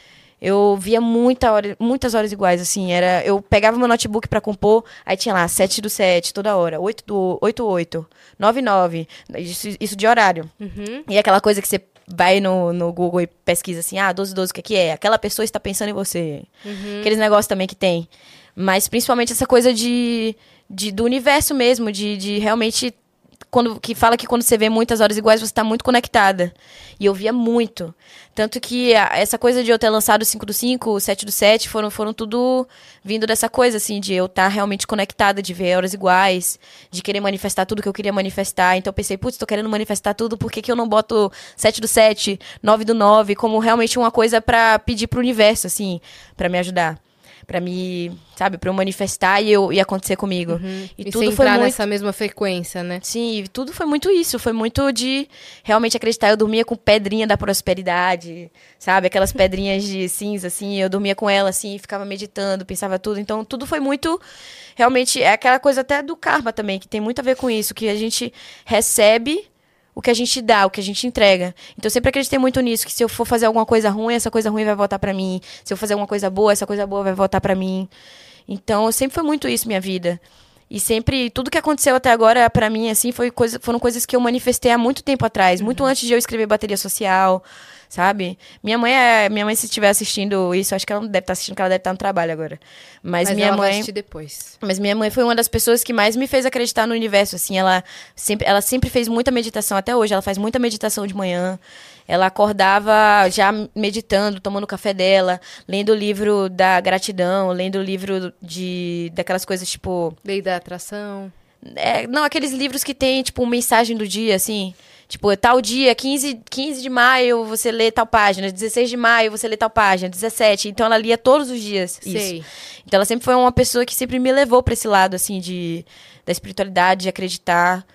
Eu via muita hora, muitas horas iguais, assim. Era, eu pegava meu notebook pra compor, aí tinha lá sete do sete, toda hora. oito do oito, oito, nove, nove. Isso, isso de horário. Uhum. E aquela coisa que você vai no, no Google e pesquisa assim, ah, doze, doze, o que, que é? Aquela pessoa está pensando em você. Uhum. Aqueles negócios também que tem. Mas principalmente essa coisa de, de, do universo mesmo, de, de realmente... Quando, que fala que quando você vê muitas horas iguais, você está muito conectada. E eu via muito. Tanto que a, essa coisa de eu ter lançado o cinco do cinco, o sete do sete, foram, foram tudo vindo dessa coisa, assim, de eu estar tá realmente conectada, de ver horas iguais, de querer manifestar tudo que eu queria manifestar. Então eu pensei, putz, tô querendo manifestar tudo, por que, que eu não boto sete do sete, nove do nove, como realmente uma coisa pra pedir pro universo, assim, pra me ajudar? Pra me, sabe, pra eu manifestar e, eu, e acontecer comigo. Uhum. E, e tudo você foi entrar muito... nessa mesma frequência, né? Sim, e tudo foi muito isso. Foi muito de realmente acreditar. Eu dormia com pedrinha da prosperidade, sabe? Aquelas pedrinhas de cinza, assim. Eu dormia com ela, assim, ficava meditando, pensava tudo. Então, tudo foi muito... Realmente, é aquela coisa até do karma também, que tem muito a ver com isso. Que a gente recebe... o que a gente dá, o que a gente entrega. Então, eu sempre acreditei muito nisso, que se eu for fazer alguma coisa ruim, essa coisa ruim vai voltar pra mim. Se eu fazer alguma coisa boa, essa coisa boa vai voltar pra mim. Então, sempre foi muito isso, minha vida. E sempre, tudo que aconteceu até agora, pra mim, assim, foi coisa, foram coisas que eu manifestei há muito tempo atrás. Muito Uhum. antes de eu escrever Bateria Social, sabe? Minha mãe, é, minha mãe se estiver assistindo isso, acho que ela não deve estar assistindo, porque ela deve estar no trabalho agora. Mas, Mas minha ela mãe... vai assistir depois. Mas minha mãe foi uma das pessoas que mais me fez acreditar no universo, assim, ela sempre, ela sempre fez muita meditação, até hoje, ela faz muita meditação de manhã, ela acordava já meditando, tomando o café dela, lendo o livro da gratidão, lendo o livro de, daquelas coisas, tipo... Lei da atração. É, não, aqueles livros que tem, tipo, mensagem do dia, assim... Tipo, tal dia, quinze, quinze de maio, você lê tal página. dezesseis de maio, você lê tal página. dezessete. Então, ela lia todos os dias isso. Sei. Então, ela sempre foi uma pessoa que sempre me levou pra esse lado, assim, de, da espiritualidade, de acreditar.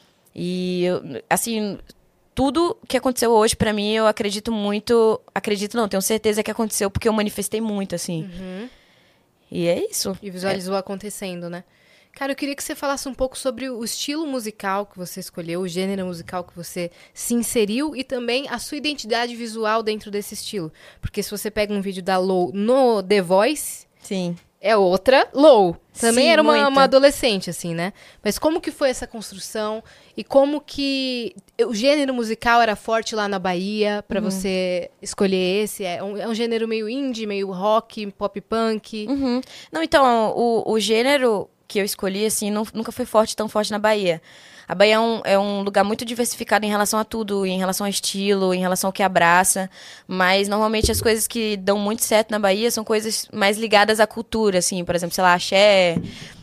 E, eu, assim, tudo que aconteceu hoje, pra mim, eu acredito muito... Acredito não, tenho certeza que aconteceu, porque eu manifestei muito, assim. Uhum. E é isso. E visualizou é. acontecendo, né? Cara, eu queria que você falasse um pouco sobre o estilo musical que você escolheu, o gênero musical que você se inseriu e também a sua identidade visual dentro desse estilo. Porque se você pega um vídeo da Lou no The Voice, sim, é outra Lou. Também Sim, era uma, muito. uma adolescente, assim, né? Mas como que foi essa construção e como que o gênero musical era forte lá na Bahia pra uhum. você escolher esse? É um, é um gênero meio indie, meio rock, pop punk? Uhum. Não, então, o, o gênero... que eu escolhi, assim, não, nunca foi forte, tão forte na Bahia. A Bahia é um, é um lugar muito diversificado em relação a tudo, em relação ao estilo, em relação ao que abraça, mas normalmente as coisas que dão muito certo na Bahia são coisas mais ligadas à cultura, assim, por exemplo, sei lá, axé,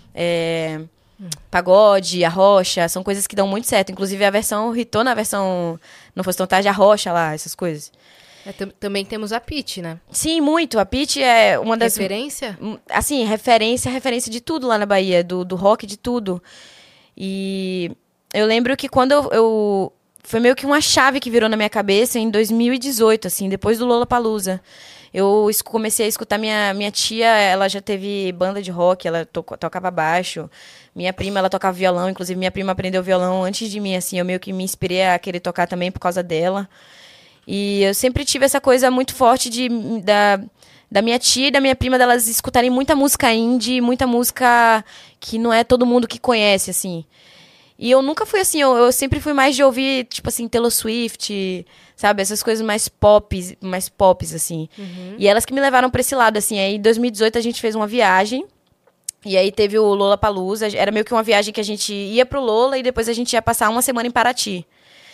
é, hum. pagode, arrocha, são coisas que dão muito certo. Inclusive a versão, hitou na versão Não Fosse Tão Tarde, arrocha lá, essas coisas. É, também temos a Pitty, né? Sim, muito. A Pitty é uma das... Referência? Assim, referência, referência de tudo lá na Bahia, do, do rock, de tudo. E eu lembro que quando eu, eu, foi meio que uma chave que virou na minha cabeça em dois mil e dezoito, assim, depois do Lollapalooza. Eu comecei a escutar minha, minha tia, ela já teve banda de rock, ela to, tocava baixo. Minha prima, ela tocava violão, inclusive minha prima aprendeu violão antes de mim, assim, eu meio que me inspirei a querer tocar também por causa dela. E eu sempre tive essa coisa muito forte de, da, da minha tia e da minha prima, delas escutarem muita música indie, muita música que não é todo mundo que conhece, assim. E eu nunca fui assim, eu, eu sempre fui mais de ouvir, tipo assim, Taylor Swift, sabe? Essas coisas mais pop, mais pops, assim. Uhum. E elas que me levaram pra esse lado, assim. Aí, em dois mil e dezoito, a gente fez uma viagem. E aí, teve o Lollapalooza. Era meio que uma viagem que a gente ia pro Lola e depois a gente ia passar uma semana em Paraty.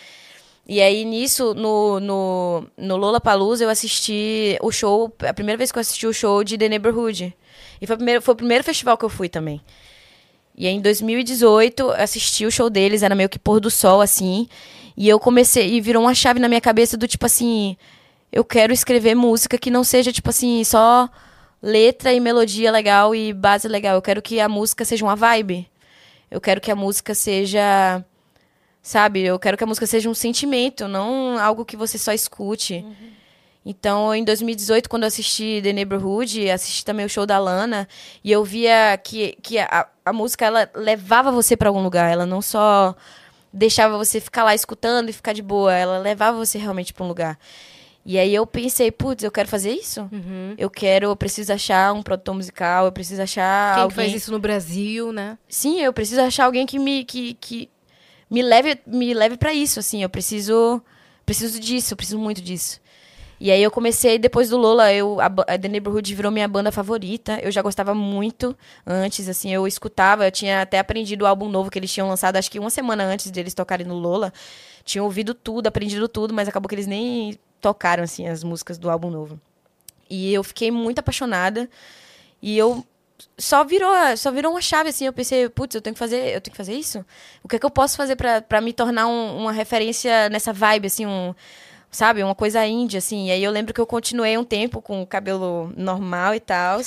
E aí, nisso, no, no, no Lollapalooza, eu assisti o show... A primeira vez que eu assisti o show de The Neighborhood. E foi o primeiro, foi o primeiro festival que eu fui também. E aí, em dois mil e dezoito, eu assisti o show deles. Era meio que pôr do sol, assim... E eu comecei, e virou uma chave na minha cabeça do tipo assim, eu quero escrever música que não seja tipo assim, só letra e melodia legal e base legal. Eu quero que a música seja uma vibe. Eu quero que a música seja, sabe, eu quero que a música seja um sentimento, não algo que você só escute. Uhum. Então, em dois mil e dezoito, quando eu assisti The Neighborhood, assisti também o show da Lana, e eu via que, que a, a música, ela levava você para algum lugar, ela não só... deixava você ficar lá escutando e ficar de boa. Ela levava você realmente pra um lugar. E aí eu pensei, putz, eu quero fazer isso? Uhum. Eu quero, eu preciso achar um produtor musical, eu preciso achar Quem alguém... que faz isso no Brasil, né? Sim, eu preciso achar alguém que me, que, que me leve, me leve pra isso, assim. Eu preciso, preciso disso, eu preciso muito disso. E aí eu comecei, depois do Lola, eu, a, a The Neighborhood virou minha banda favorita. Eu já gostava muito antes, assim, eu escutava, eu tinha até aprendido o álbum novo que eles tinham lançado, acho que uma semana antes de eles tocarem no Lola. Tinha ouvido tudo, aprendido tudo, mas acabou que eles nem tocaram, assim, as músicas do álbum novo. E eu fiquei muito apaixonada. E eu... Só virou, só virou uma chave, assim, eu pensei, putz, eu tenho que fazer, eu tenho que fazer isso? O que é que eu posso fazer pra, pra me tornar um, uma referência nessa vibe, assim, um... Sabe? Uma coisa índia, assim. E aí eu lembro que eu continuei um tempo com o cabelo normal e tal.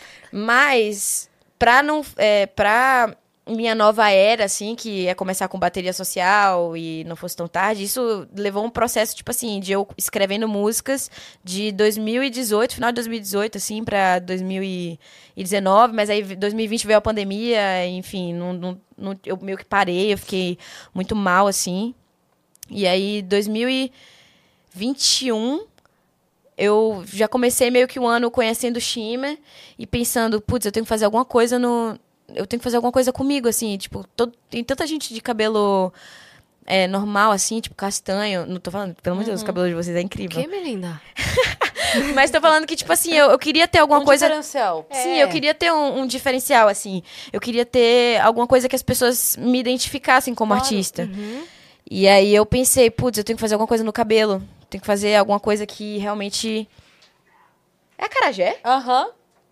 Mas, pra não... É, pra minha nova era, assim, que é começar com bateria social e não fosse tão tarde, isso levou um processo, tipo assim, de eu escrevendo músicas de dois mil e dezoito, final de dois mil e dezoito, assim, pra dois mil e dezenove, mas aí dois mil e vinte veio a pandemia, enfim, não, não, não, eu meio que parei, eu fiquei muito mal, assim. E aí, dois mil e vinte e um, eu já comecei meio que um ano conhecendo o Shimmer e pensando, putz, eu tenho que fazer alguma coisa no... Eu tenho que fazer alguma coisa comigo, assim, tipo, todo, tem tanta gente de cabelo é, normal, assim, tipo, castanho. Não tô falando, pelo amor de Deus, o cabelo de vocês é incrível. Que, Melinda? Mas tô falando que, tipo assim, eu, eu queria ter alguma um coisa... diferencial. Sim, É. eu queria ter um, um diferencial, assim. Eu queria ter alguma coisa que as pessoas me identificassem como Claro. artista. Uhum. E aí eu pensei, putz, eu tenho que fazer alguma coisa no cabelo. Tenho que fazer alguma coisa que realmente... É acarajé? Aham.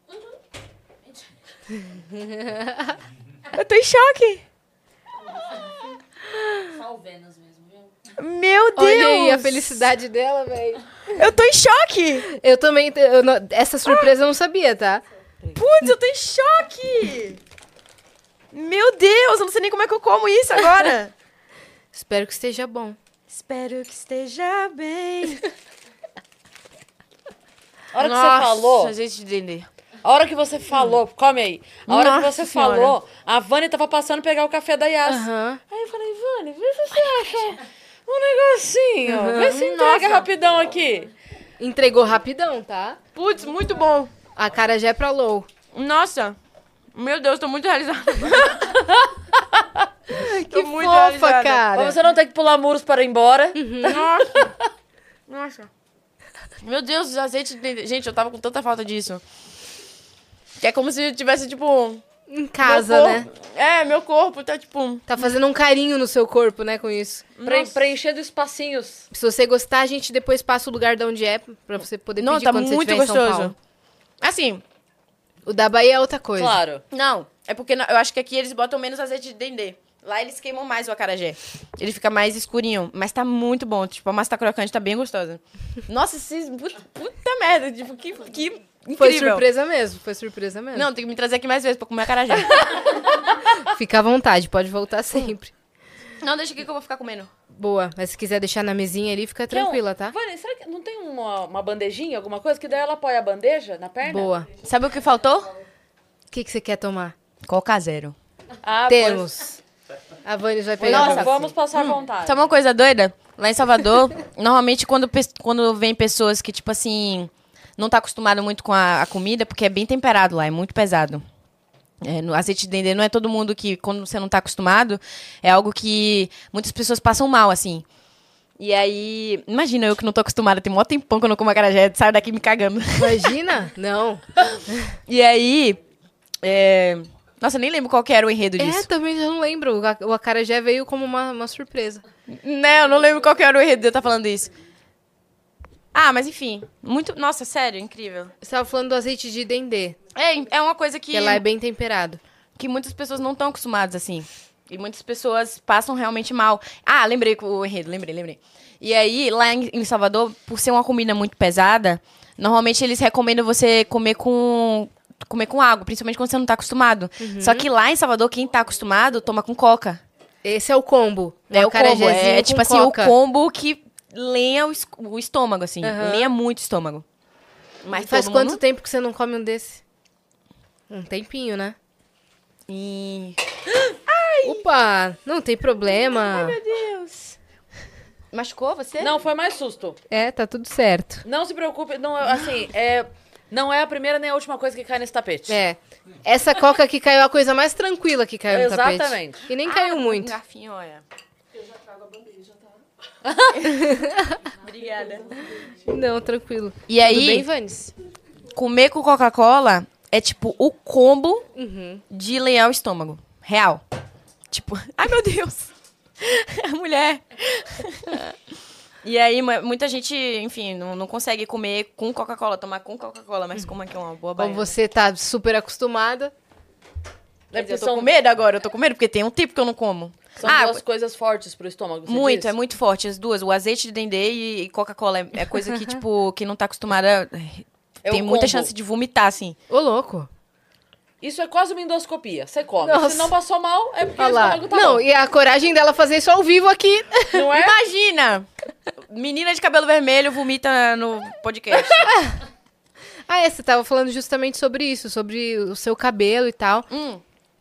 Eu tô em choque. Só o Vênus mesmo, viu? Meu Deus! Olha aí a felicidade dela, velho. Eu tô em choque! Eu também... eu não- essa surpresa eu não sabia, tá? Putz, eu tô em choque! Meu Deus, eu não sei nem como é que eu como isso agora. Espero que esteja bom. Espero que esteja bem. A hora que você falou... gente entender. A hora que você falou... Come aí. A hora que Nossa você Senhora. falou, a Vânia tava passando pegar o café da Yas. Aham. Aí eu falei, Vânia, vê se você acha um negocinho. Vê se entrega Nossa. rapidão aqui. Entregou rapidão, tá? Putz, muito bom. A cara já é pra low. Nossa. Meu Deus, tô muito realizada. Que muito fofa, realizada. cara. Pra você não ter que pular muros para ir embora. Nossa. Nossa. Meu Deus, os azeites... de- Gente, eu tava com tanta falta disso. Que é como se eu tivesse, tipo... Em casa, meu né? corpo- É, meu corpo tá, tipo... Tá fazendo um carinho no seu corpo, né, com isso. Pre Nossa. preenchendo espacinhos. Se você gostar, a gente depois passa o lugar de onde é, pra você poder Não, pedir tá quando muito você estiver em São gostoso. Paulo. Assim, O da Bahia é outra coisa. Claro. não. É porque na- eu acho que aqui eles botam menos azeite de dendê. Lá eles queimam mais o acarajé. Ele fica mais escurinho. Mas tá muito bom. Tipo, a massa tá crocante, tá bem gostosa. Nossa, esses... Puta, puta merda. Tipo, que, que incrível. Foi surpresa mesmo, foi surpresa mesmo. Não, tem que me trazer aqui mais vezes pra comer acarajé. Fica à vontade, pode voltar sempre. Não, deixa aqui que eu vou ficar comendo. Boa. Mas se quiser deixar na mesinha ali, fica tranquila, tá? Vânia, será que não tem uma, uma bandejinha, alguma coisa? Que daí ela apoia a bandeja na perna? Boa. Sabe o que faltou? O que, que você quer tomar? Coca zero. Ah, Temos. A Vânia vai pegar Nossa, pra você. vamos passar hum. vontade. Sabe uma coisa doida? Lá em Salvador, normalmente quando, quando vem pessoas que, tipo assim, não tá acostumado muito com a, a comida, porque é bem temperado lá, é muito pesado. É, no azeite de dendê não é todo mundo que, quando você não tá acostumado, é algo que muitas pessoas passam mal, assim. E aí, imagina eu que não tô acostumada, tem mó tempão que eu não como acarajé, saio daqui me cagando. Imagina? Não. E aí, é... nossa, eu nem lembro qual que era o enredo disso. É, também já não lembro. O acarajé veio como uma, uma surpresa. Né, eu não lembro qual que era o enredo de eu estar falando isso. Ah, mas enfim, muito... Nossa, sério, incrível. Você tava falando do azeite de dendê. É, é uma coisa que... Que lá é bem temperado. Que muitas pessoas não estão acostumadas, assim. E muitas pessoas passam realmente mal. Ah, lembrei o enredo, lembrei, lembrei. E aí, lá em, em Salvador, por ser uma comida muito pesada, normalmente eles recomendam você comer com... comer com água, principalmente quando você não tá acostumado. Uhum. Só que lá em Salvador, quem tá acostumado, toma com coca. Esse é o combo. É o combo. É, tipo assim, coca. o combo que lenha o, o estômago, assim. Uhum. Lenha muito o estômago. Mas faz todo quanto mundo... tempo que você não come um desse? Um tempinho, né? E... Ai! Opa! Não tem problema. Ai, meu Deus. Machucou você? Não, foi mais susto. É, tá tudo certo. Não se preocupe, não, assim, é... Não é a primeira nem a última coisa que cai nesse tapete. É. Essa coca que caiu é a coisa mais tranquila que caiu no tapete. Exatamente. E nem ah, caiu muito. Garfinho, olha. Eu já trago a bandeja, tá? Obrigada. Não, tranquilo. E aí, tudo bem, Vanes? Comer com Coca-Cola é tipo o combo uhum. de lenhar o estômago. Real. Tipo, ai meu Deus. A mulher. E aí, muita gente, enfim, não, não consegue comer com Coca-Cola, tomar com Coca-Cola, mas como é que é uma boa baiana. Como você tá super acostumada. É porque eu tô com medo agora, eu tô com medo, porque tem um tipo que eu não como. São ah, duas coisas fortes pro estômago, você Muito, diz? é muito forte, as duas. O azeite de dendê e, e Coca-Cola. É, é coisa que, tipo, quem não tá acostumada é tem muita chance de vomitar, assim. Ô, louco. Isso é quase uma endoscopia. Você come. Nossa. Se não passou mal, é porque Olha o lá. estômago tá Não, bom. e a coragem dela fazer isso ao vivo aqui. Não é? Imagina! Menina de cabelo vermelho vomita no podcast. Ah, é, você tava falando justamente sobre isso, sobre o seu cabelo e tal. Hum.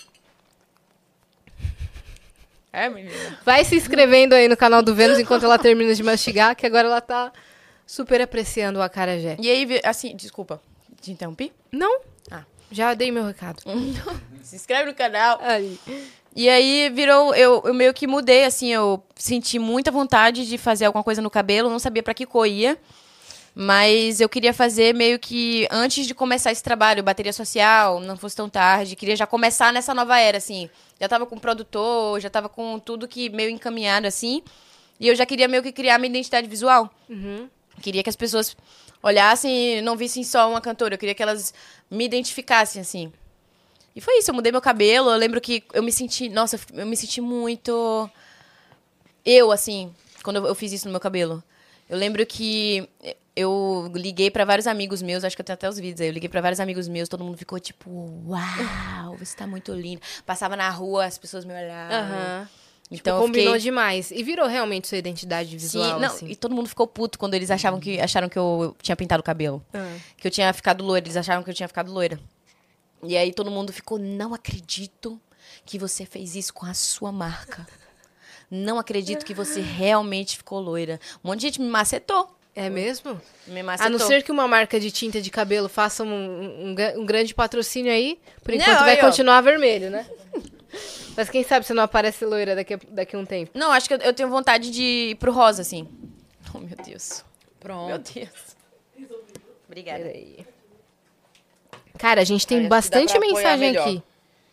É, menina. Vai se inscrevendo aí no canal do Vênus enquanto ela termina de mastigar, que agora ela tá super apreciando o acarajé. E aí, assim, desculpa, te interrompi? Não. Ah. Já dei meu recado. Se inscreve no canal. Aí. E aí virou, eu, eu meio que mudei, assim, eu senti muita vontade de fazer alguma coisa no cabelo, não sabia pra que cor ia, mas eu queria fazer meio que antes de começar esse trabalho, bateria social, não fosse tão tarde, queria já começar nessa nova era, assim, já tava com produtor, já tava com tudo que meio encaminhado, assim, e eu já queria meio que criar minha identidade visual. Uhum. Queria que as pessoas olhassem e não vissem só uma cantora, eu queria que elas me identificassem, assim. E foi isso, eu mudei meu cabelo, eu lembro que eu me senti, nossa, eu me senti muito eu, assim, quando eu fiz isso no meu cabelo. Eu lembro que eu liguei pra vários amigos meus, acho que eu tenho até os vídeos aí, eu liguei pra vários amigos meus, todo mundo ficou tipo, uau, você tá muito linda. Passava na rua, as pessoas me olhavam. Aham. Então tipo, combinou fiquei... demais. E virou realmente sua identidade visual, Sim, não, assim. e todo mundo ficou puto quando eles achavam que, acharam que eu tinha pintado o cabelo. Ah. Que eu tinha ficado loira, eles achavam que eu tinha ficado loira. E aí todo mundo ficou, não acredito que você fez isso com a sua marca. Não acredito que você realmente ficou loira. Um monte de gente me macetou. É mesmo? Me macetou. A não ser que uma marca de tinta de cabelo faça um, um, um grande patrocínio aí, por Não, enquanto vai aí, ó. continuar vermelho, né? Mas quem sabe você não aparece loira daqui a, daqui a um tempo. Não, acho que eu, eu tenho vontade de ir pro rosa, assim. Oh, meu Deus. Pronto. Meu Deus. Obrigada. Peraí. Cara, a gente tem Parece que dá bastante pra apoiar mensagem melhor. aqui.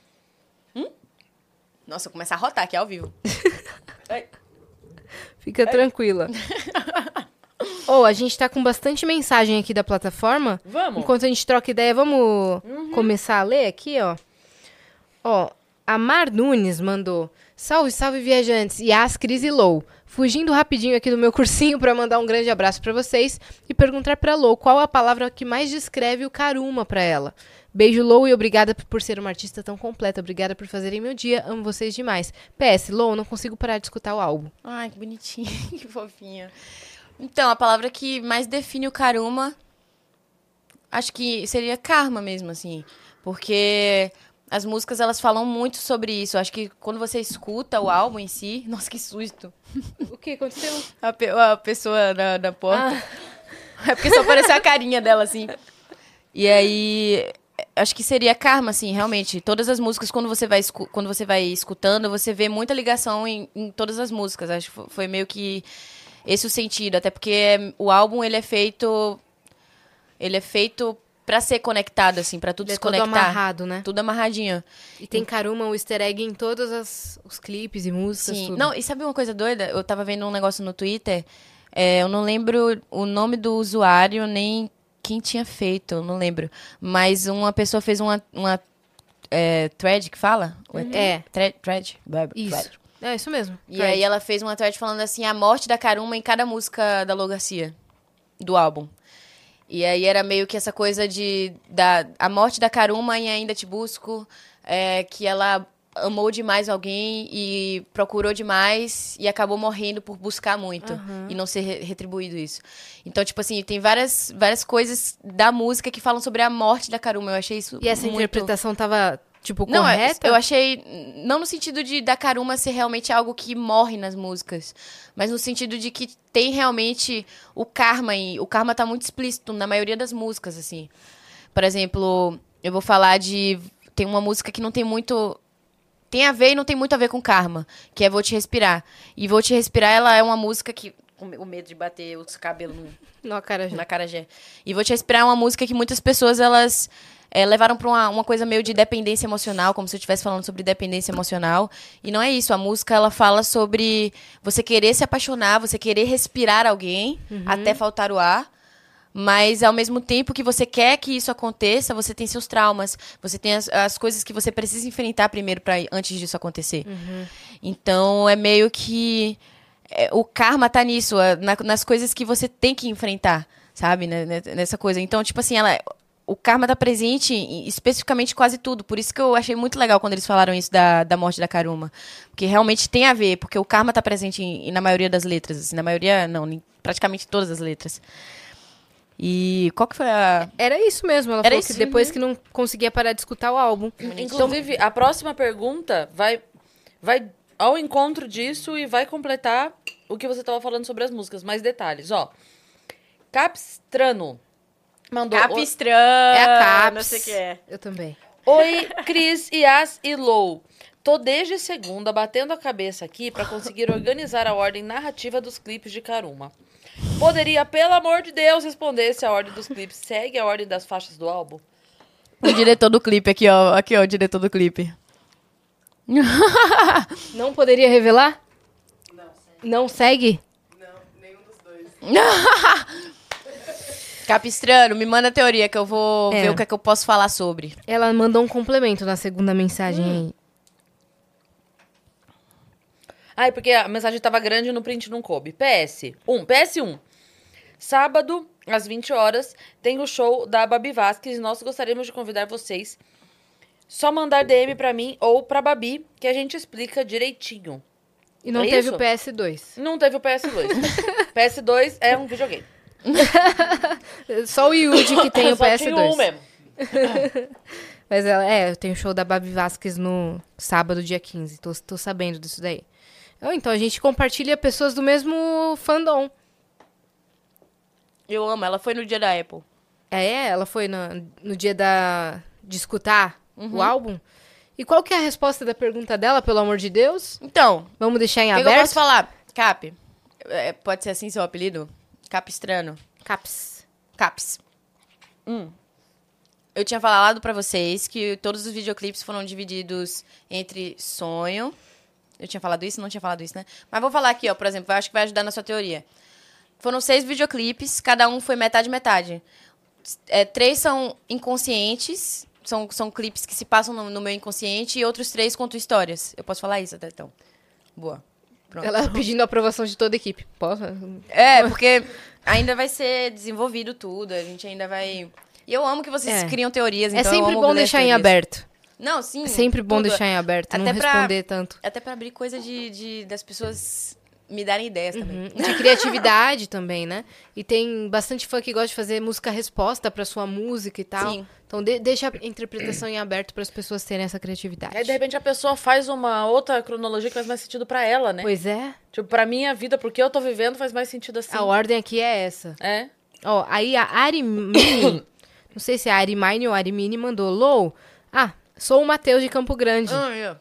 Nossa, eu começo a rotar aqui ao vivo. Fica tranquila. Ou, oh, a gente tá com bastante mensagem aqui da plataforma. Vamos. Enquanto a gente troca ideia, vamos Uhum. começar a ler aqui, ó. Ó, a Mar Nunes mandou: salve, salve, viajantes. Yas, Cris e Lou. Fugindo rapidinho aqui do meu cursinho pra mandar um grande abraço pra vocês e perguntar pra Lou qual a palavra que mais descreve o caruma pra ela. Beijo, Lou, e obrigada por ser uma artista tão completa. Obrigada por fazerem meu dia. Amo vocês demais. P S, Lou, não consigo parar de escutar o álbum. Ai, que bonitinho, que fofinha. Então, a palavra que mais define o Karuma, acho que seria karma mesmo, assim. Porque as músicas, elas falam muito sobre isso. Acho que quando você escuta o álbum em si... Nossa, que susto. O que aconteceu? A, pe a pessoa na, na porta. Ah. É porque só apareceu a carinha dela, assim. E aí... Acho que seria karma, assim, realmente. Todas as músicas, quando você vai, quando você vai escutando, você vê muita ligação em, em todas as músicas. Acho que foi meio que esse o sentido. Até porque o álbum, ele é feito... Ele é feito pra ser conectado, assim, pra tudo ele se é conectar. Tudo amarrado, né? Tudo amarradinho. E tem Karuma, o easter egg em todos as, os clipes e músicas, Sim. tudo. Não, e sabe uma coisa doida? Eu tava vendo um negócio no Twitter. É, eu não lembro o nome do usuário, nem... Quem tinha feito, eu não lembro. Mas uma pessoa fez uma, uma é, thread que fala? É. Thread? thread? Isso. Thread. É isso mesmo. E thread. aí ela fez uma thread falando assim, a morte da Karuma em cada música da Lô Garcia, do álbum. E aí era meio que essa coisa de... Da, a morte da Karuma em Ainda Te Busco, é, que ela... amou demais alguém e procurou demais e acabou morrendo por buscar muito uhum. e não ser re retribuído isso. Então, tipo assim, tem várias, várias coisas da música que falam sobre a morte da Karuma. Eu achei isso E essa muito... interpretação tava, tipo, não, correta? Eu achei... Não no sentido de da Karuma ser realmente algo que morre nas músicas, mas no sentido de que tem realmente o karma e o karma tá muito explícito na maioria das músicas, assim. Por exemplo, eu vou falar de... Tem uma música que não tem muito... Tem a ver e não tem muito a ver com karma, que é Vou Te Respirar. E Vou Te Respirar, ela é uma música que... O medo de bater os cabelos no, no acarajé. na acarajé. E Vou Te Respirar é uma música que muitas pessoas, elas é, levaram pra uma, uma coisa meio de dependência emocional, como se eu estivesse falando sobre dependência emocional. E não é isso. A música, ela fala sobre você querer se apaixonar, você querer respirar alguém, uhum. até faltar o ar. Mas, ao mesmo tempo que você quer que isso aconteça, você tem seus traumas. Você tem as, as coisas que você precisa enfrentar primeiro pra, antes disso acontecer. Uhum. Então, é meio que... É, o karma tá nisso, é, na, nas coisas que você tem que enfrentar, sabe? Né, nessa coisa. Então, tipo assim, ela, o karma tá presente em especificamente quase tudo. Por isso que eu achei muito legal quando eles falaram isso da, da morte da Karuma. Porque realmente tem a ver, porque o karma tá presente em, na maioria das letras. Assim, na maioria, não, em praticamente todas as letras. E qual que foi a... Era isso mesmo, ela Era falou isso, que depois uhum. que não conseguia parar de escutar o álbum. Inclusive, a próxima pergunta vai, vai ao encontro disso e vai completar o que você estava falando sobre as músicas. Mais detalhes, ó. Capstrano mandou... Capistrano! É a Caps. Não sei o que é. Eu também. Oi, Cris, Yas e Lou. Tô desde segunda batendo a cabeça aqui pra conseguir organizar a ordem narrativa dos clipes de Karuma. Poderia, pelo amor de Deus, responder se a ordem dos clipes segue a ordem das faixas do álbum? O diretor do clipe aqui, ó. Aqui, ó, o diretor do clipe. Não poderia revelar? Não, segue. Não segue? Não, nenhum dos dois. Capistrano, me manda a teoria que eu vou É. ver o que é que eu posso falar sobre. Ela mandou um complemento na segunda mensagem Hum. aí. Ai, porque a mensagem tava grande e no print não coube. P S um. P S um. Sábado, às vinte horas, tem o show da Babi Vasquez e nós gostaríamos de convidar vocês. Só mandar D M pra mim ou pra Babi, que a gente explica direitinho. E não É teve isso? o P S dois. Não teve o P S dois. P S dois é um videogame. Só o Yuji que tem o Só P S tinha dois. um mesmo. Mas ela, é, eu tenho o show da Babi Vasquez no sábado, dia quinze. Tô, tô sabendo disso daí. Ou então a gente compartilha pessoas do mesmo fandom. Eu amo, ela foi no dia da Apple. É, ela foi no, no dia da, de escutar uhum. o álbum. E qual que é a resposta da pergunta dela, pelo amor de Deus? Então, Vamos deixar em o que, que aberto? eu posso falar? Cap, é, pode ser assim seu apelido? Capistrano. Caps. Caps. Hum. Eu tinha falado pra vocês que todos os videoclipes foram divididos entre sonho... Eu tinha falado isso? Não tinha falado isso, né? Mas vou falar aqui, ó, por exemplo, eu acho que vai ajudar na sua teoria. Foram seis videoclipes, cada um foi metade-metade. É, três são inconscientes, são, são clipes que se passam no, no meu inconsciente, e outros três contam histórias. Eu posso falar isso até então? Boa. Pronto. Ela pedindo a aprovação de toda a equipe. Posso? É, porque ainda vai ser desenvolvido tudo, a gente ainda vai... E eu amo que vocês É. criam teorias, É então eu sempre amo bom ler deixar em teorias. aberto. Não, sim. É sempre bom tudo. deixar em aberto, não Até pra- responder tanto. Até pra abrir coisa de, de, das pessoas me darem ideias também. De criatividade também, né? E tem bastante fã que gosta de fazer música-resposta pra sua música e tal. Sim. Então de- deixa a interpretação em aberto para as pessoas terem essa criatividade. Aí, de repente, a pessoa faz uma outra cronologia que faz mais sentido pra ela, né? Pois é, Tipo, pra minha vida, porque eu tô vivendo, faz mais sentido assim. a ordem aqui é essa. É. Ó, aí a Ari Mini, não sei se é a Ari Mine ou a Ari Mini, mandou. Lou, ah, sou o Matheus de Campo Grande. Ah, é.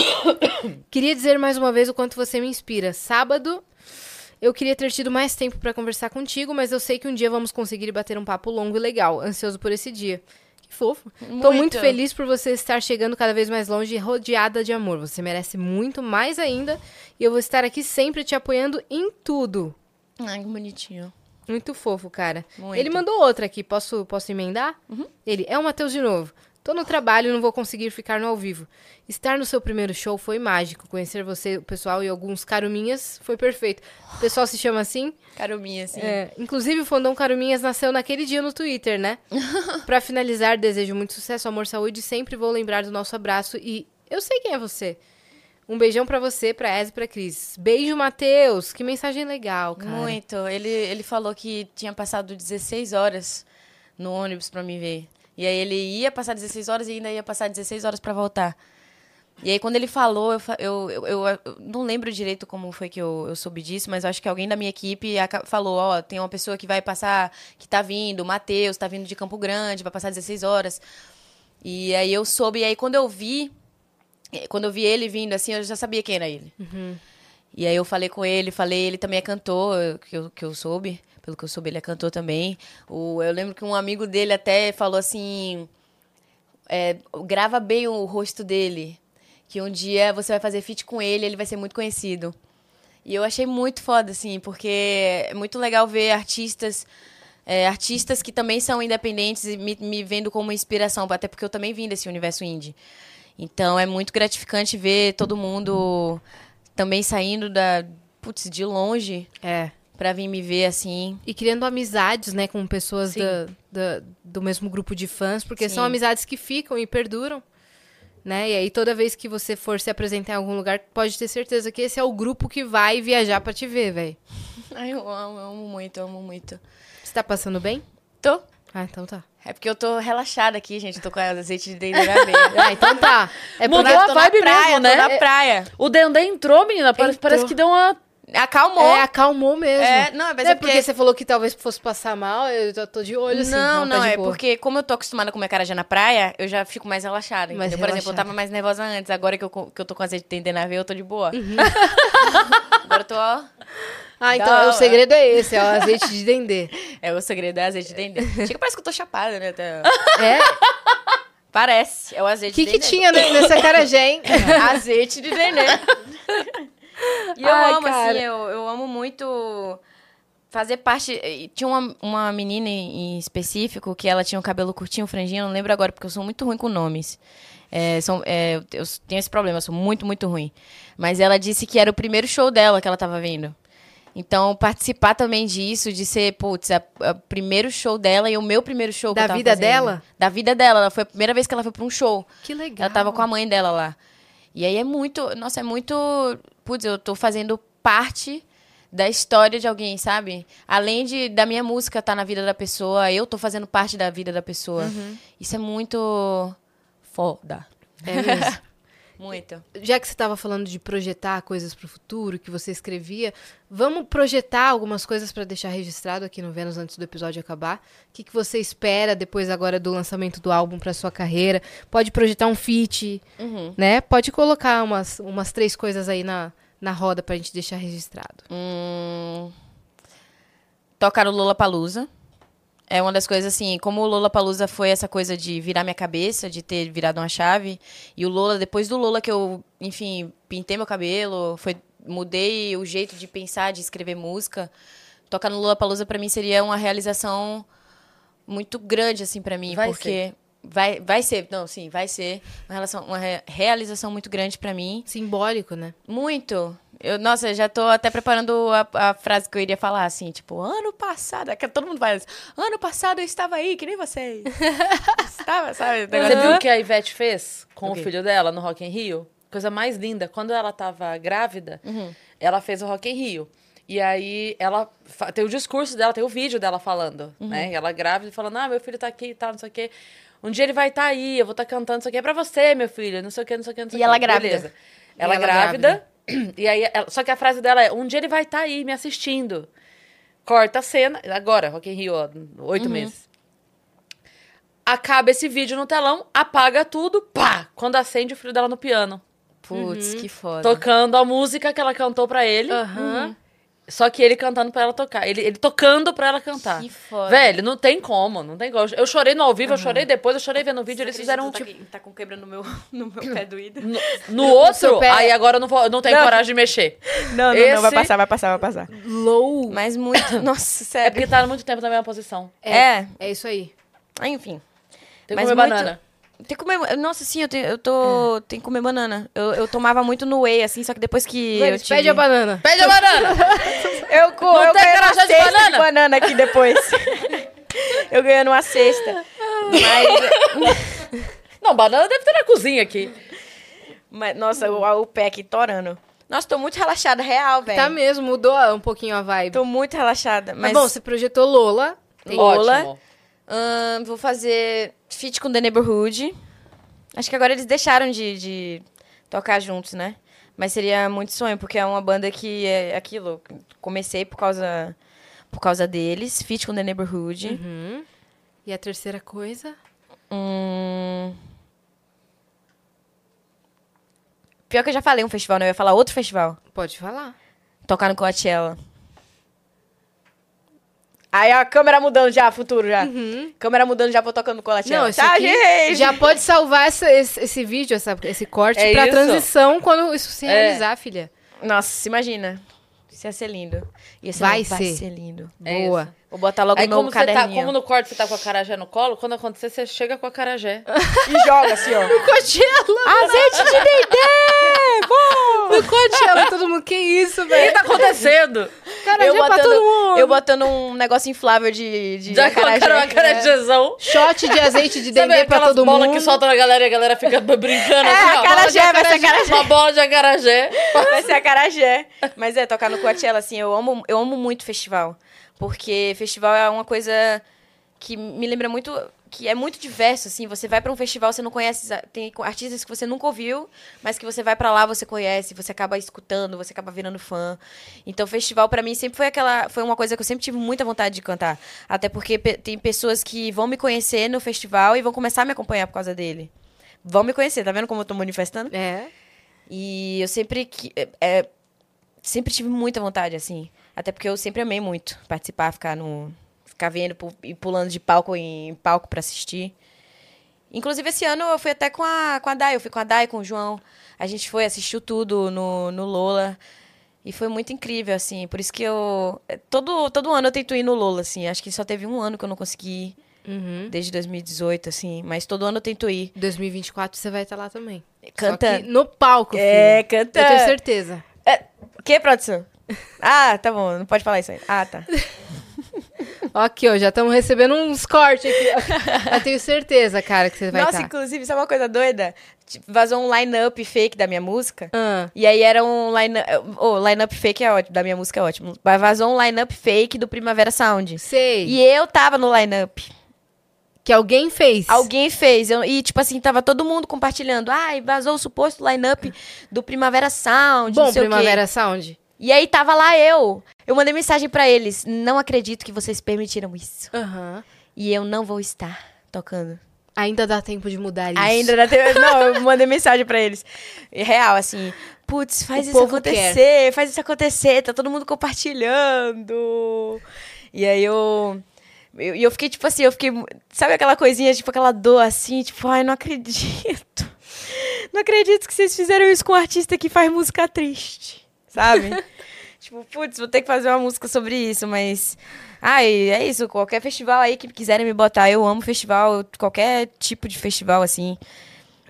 Queria dizer mais uma vez o quanto você me inspira. Sábado, eu queria ter tido mais tempo pra conversar contigo, mas eu sei que um dia vamos conseguir bater um papo longo e legal. Ansioso por esse dia. Que fofo. Tô muito Muito. feliz por você estar chegando cada vez mais longe e rodeada de amor. Você merece muito mais ainda e eu vou estar aqui sempre te apoiando em tudo. Ai, que bonitinho. Muito fofo, cara. Muito. Ele mandou outra aqui. Posso, posso emendar? Ele, é o Matheus de novo. Tô no trabalho e não vou conseguir ficar no ao vivo. Estar no seu primeiro show foi mágico. Conhecer você, o pessoal e alguns caruminhas foi perfeito. O pessoal se chama assim? Caruminha, assim. É, inclusive, o Fandom Caruminhas nasceu naquele dia no Twitter, né? Pra finalizar, desejo muito sucesso, amor, saúde. Sempre vou lembrar do nosso abraço. E eu sei quem é você. Um beijão pra você, pra Ez e pra Cris. Beijo, Matheus. Que mensagem legal, cara. Muito. Ele, ele falou que tinha passado dezesseis horas no ônibus pra me ver. E aí ele ia passar dezesseis horas e ainda ia passar dezesseis horas pra voltar. E aí quando ele falou, eu, fa- eu, eu, eu- eu não lembro direito como foi que eu, eu soube disso, mas eu acho que alguém da minha equipe aca- falou, ó, tem uma pessoa que vai passar, que tá vindo, o Matheus, tá vindo de Campo Grande, vai passar dezesseis horas. E aí eu soube, e aí quando eu vi, eh, quando eu vi ele vindo, assim, eu já sabia quem era ele. E aí eu falei com ele, falei, ele também é cantor, eu- que eu, que eu soube. Pelo que eu soube, ele é cantor também. O, eu lembro que um amigo dele até falou assim, é, grava bem o rosto dele, que um dia você vai fazer feat com ele, ele vai ser muito conhecido. E eu achei muito foda, assim, porque é muito legal ver artistas, é, artistas que também são independentes e me, me vendo como inspiração, até porque eu também vim desse universo indie. Então é muito gratificante ver todo mundo também saindo da, putz, de longe É. pra vir me ver assim. E criando amizades, né, com pessoas Sim. da, da- do mesmo grupo de fãs, porque Sim. são amizades que ficam e perduram, né? E aí toda vez que você for se apresentar em algum lugar, pode ter certeza que esse é o grupo que vai viajar pra te ver, velho. Ai, eu amo, eu amo muito, eu amo muito. Você tá passando bem? Tô. Ah, então tá. É porque eu tô relaxada aqui, gente. Tô com azeite de dendê na veia. Ah, então tá. É Mudou porque a tô vibe na praia, mesmo, né? Tô na praia. O Dendê entrou, menina. Parece, Entrou. parece que deu uma... Acalmou. é, acalmou mesmo. É, não, mas é é porque... porque- você falou que talvez fosse passar mal, eu já tô de olho assim. não, tá não, de é boa. porque como eu tô acostumada a comer acarajé na praia, eu já fico mais relaxada. Mais entendeu? Por exemplo, eu relaxada. tava mais nervosa antes. Agora que eu, co- que eu tô com azeite de dendê na veia, eu tô de boa. Uhum. Agora eu tô, ó... Ah, então Não, o segredo é esse, é o azeite de dendê. É, o segredo é azeite de dendê. Chega que parece que eu tô chapada, né? Até- É? Parece, é o O azeite que de que dendê. tinha ne- nessa acarajé, hein? Azeite de dendê. E eu Ai, amo, cara. assim, eu, eu amo muito fazer parte... e Tinha uma, uma menina em em específico que ela tinha um cabelo curtinho, franjinho, eu não lembro agora, porque eu sou muito ruim com nomes. É, são, é, eu eu tenho esse problema, eu sou muito, muito ruim. Mas ela disse que era o primeiro show dela que ela tava vendo. Então, participar também disso, de ser, putz, a- a- o primeiro show dela e o meu primeiro show que Da eu tava vida fazendo. dela? Da vida dela. Ela foi a primeira vez que ela foi pra um show. Que legal. Ela tava com a mãe dela lá. E aí é muito... Nossa, é muito... Putz, eu tô fazendo parte da história de alguém, sabe? Além de da minha música estar na vida da pessoa, eu tô fazendo parte da vida da pessoa. Isso é muito foda. É mesmo. Muito. Já que você estava falando de projetar coisas para o futuro, que você escrevia, vamos projetar algumas coisas para deixar registrado aqui no Vênus antes do episódio acabar. O que, que você espera depois agora do lançamento do álbum para sua carreira? Pode projetar um feat, Uhum. né? Pode colocar umas, umas três coisas aí na, na roda pra gente deixar registrado. Hum, tocar o Lollapalooza. É uma das coisas assim, como o Lollapalooza foi essa coisa de virar minha cabeça, de ter virado uma chave. E o Lola, depois do Lola que eu, enfim, pintei meu cabelo, foi, mudei o jeito de pensar, de escrever música. Tocar no Lollapalooza pra mim seria uma realização muito grande, assim, pra mim. Vai porque vai, vai ser, não, sim, vai ser uma, relação, uma re- realização muito grande pra mim. Simbólico, né? Muito. Eu, nossa, eu já tô até preparando a, a frase que eu iria falar, assim, tipo, ano passado, é que todo mundo faz, ano passado eu estava aí, que nem vocês. Estava, sabe? Você viu o que a Ivete fez com O o, quê? filho dela no Rock in Rio? Coisa mais linda. Quando ela tava grávida, Uhum. ela fez o Rock in Rio. E aí, ela fa- tem o discurso dela, tem o vídeo dela falando, Uhum. né? Ela grávida, falando, ah, meu filho tá aqui e tal, não sei o quê. Um dia ele vai estar aí, eu vou estar cantando, não sei o quê, é pra você, meu filho, não sei o quê, não sei o quê, não sei o E quê. ela grávida. Beleza. Ela, ela grávida, e aí, ela- só que a frase dela é, um dia ele vai estar aí me assistindo. Corta a cena, agora, Rock in Rio, ó, oito Uhum. meses. Acaba esse vídeo no telão, apaga tudo, pá! Quando acende o filho dela no piano. Putz, que foda. Tocando a música que ela cantou pra ele. Aham. Só que ele cantando pra ela tocar. Ele, ele tocando pra ela cantar. Que foda. Velho, não tem como, não tem como. Eu chorei no ao vivo, eu chorei depois, eu chorei vendo o vídeo, eles fizeram um Tá, tipo. que- tá com quebra no meu, no meu pé doído. No, no outro, seu pé. aí agora eu não, vou, eu não tenho Não. coragem de mexer. Não, não, Esse- não, vai passar, vai passar, vai passar. Low. Mas muito, nossa, É sério. porque tá há muito tempo na mesma posição. É, É isso aí. ah, enfim. Tem que Mas comer muito- banana. Tem que comer, nossa, sim, eu, tenho, eu tô, tenho que comer banana. Eu, eu tomava muito no whey, assim, só que depois que eu Vênus, tive... pede a banana. Pede a banana! Eu, co Não eu tem ganhei uma acarajé de cesta de banana? banana? aqui depois. Eu ganhando uma cesta. Mas, Não, banana deve ter na cozinha aqui. mas nossa, o, o pé aqui torando. Nossa, tô muito relaxada, real, velho. Tá mesmo, mudou um pouquinho a vibe. Tô muito relaxada. Mas Mas, bom, você projetou Lola. tem Ótimo. Lola. Ahn, vou fazer feat com The Neighborhood. Acho que agora eles deixaram de, de tocar juntos, né? Mas seria muito sonho, porque é uma banda que é aquilo. Comecei por causa, por causa deles. Feat com The Neighborhood. Uhum. E a terceira coisa? Hum... Pior que eu já falei um festival, né? Eu ia falar outro festival. Pode falar. Tocar no Coachella. Aí a câmera mudando já, futuro já. Câmera mudando já pra eu tocando no Coachella. Não, isso Tchau, aqui gente! já pode salvar essa- esse, esse vídeo, essa- esse corte É pra isso. transição quando isso se É. realizar, filha. Nossa, se imagina. Isso ia ser lindo. Ia ser, Vai não, vai ser. ser lindo. É Boa. isso. Vou botar logo Aí no como, meu você tá, caderninho. como no corte você tá com a acarajé no colo, quando acontecer, você chega com a acarajé. E joga assim, ó. Coachella! Azeite de dendê! Bom! No Coachella, todo mundo, que isso, O que velho? tá acontecendo? Carajé Eu pra botando, todo mundo. eu botando um negócio inflável de, de Já acarajé. colocaram uma acarajézão. Shot de azeite de Sabe dendê pra aquelas todo bolas mundo. que soltam na galera e a galera fica brincando? É, assim, ó, acarajé, bola de vai ser acarajé. Uma bola de acarajé. Vai ser acarajé. Mas é, tocar no Coachella, assim, eu amo, eu amo muito festival. Porque festival é uma coisa que me lembra muito... Que é muito diverso, assim. Você vai pra um festival, você não conhece... Tem artistas que você nunca ouviu, mas que você vai pra lá, você conhece, você acaba escutando, você acaba virando fã. Então, festival, pra mim, sempre foi aquela... Foi uma coisa que eu sempre tive muita vontade de cantar. Até porque pe- tem pessoas que vão me conhecer no festival e vão começar a me acompanhar por causa dele. Vão me conhecer, tá vendo como eu tô manifestando? É. E eu sempre que é, é, sempre tive muita vontade, assim. Até porque eu sempre amei muito participar, ficar no ficar vendo pu- e pulando de palco em palco pra assistir. Inclusive, esse ano eu fui até com a, com a Dai. Eu fui com a Dai, com o João. A gente foi, assistiu tudo no, no Lola. E foi muito incrível, assim. Por isso que eu... é, Todo, todo ano eu tento ir no Lola, assim. Acho que só teve um ano que eu não consegui ir, Uhum. desde dois mil e dezoito, assim. Mas todo ano eu tento ir. dois mil e vinte e quatro você vai estar lá também. Só Canta. que no palco, filho. É, canta. Eu tenho certeza. O que, produção? Ah, tá bom. Não pode falar isso aí. Ah, tá. Ó, aqui, ó, já estamos recebendo uns cortes aqui. ó. Eu tenho certeza, cara, que você vai Nossa, estar. inclusive, sabe uma coisa doida? Tipo, vazou um line-up fake da minha música. Ah, E aí era um line-up... Oh, line-up fake é ótimo, da minha música é ótimo. Mas vazou um line-up fake do Primavera Sound. sei. E eu tava no line-up. Que alguém fez. Alguém fez. Eu- e, tipo assim, tava todo mundo compartilhando. Ai, vazou o suposto line-up do Primavera Sound, Bom, não sei o quê. Primavera Sound. E aí tava lá eu. Eu mandei mensagem pra eles. Não acredito que vocês permitiram isso. Aham. E eu não vou estar tocando. Ainda dá tempo de mudar isso. Ainda dá tempo. Não, eu mandei mensagem pra eles. E real, assim. Putz, faz O isso povo acontecer. Faz isso acontecer. Tá todo mundo compartilhando. E aí eu... E eu, eu fiquei, tipo assim, eu fiquei... Sabe aquela coisinha, tipo aquela dor assim? Tipo, ai, não acredito. Não acredito que vocês fizeram isso com um artista que faz música triste. Sabe? Tipo, putz, vou ter que fazer uma música sobre isso, mas... Ai, é isso. Qualquer festival aí que quiserem me botar, eu amo festival. Qualquer tipo de festival, assim.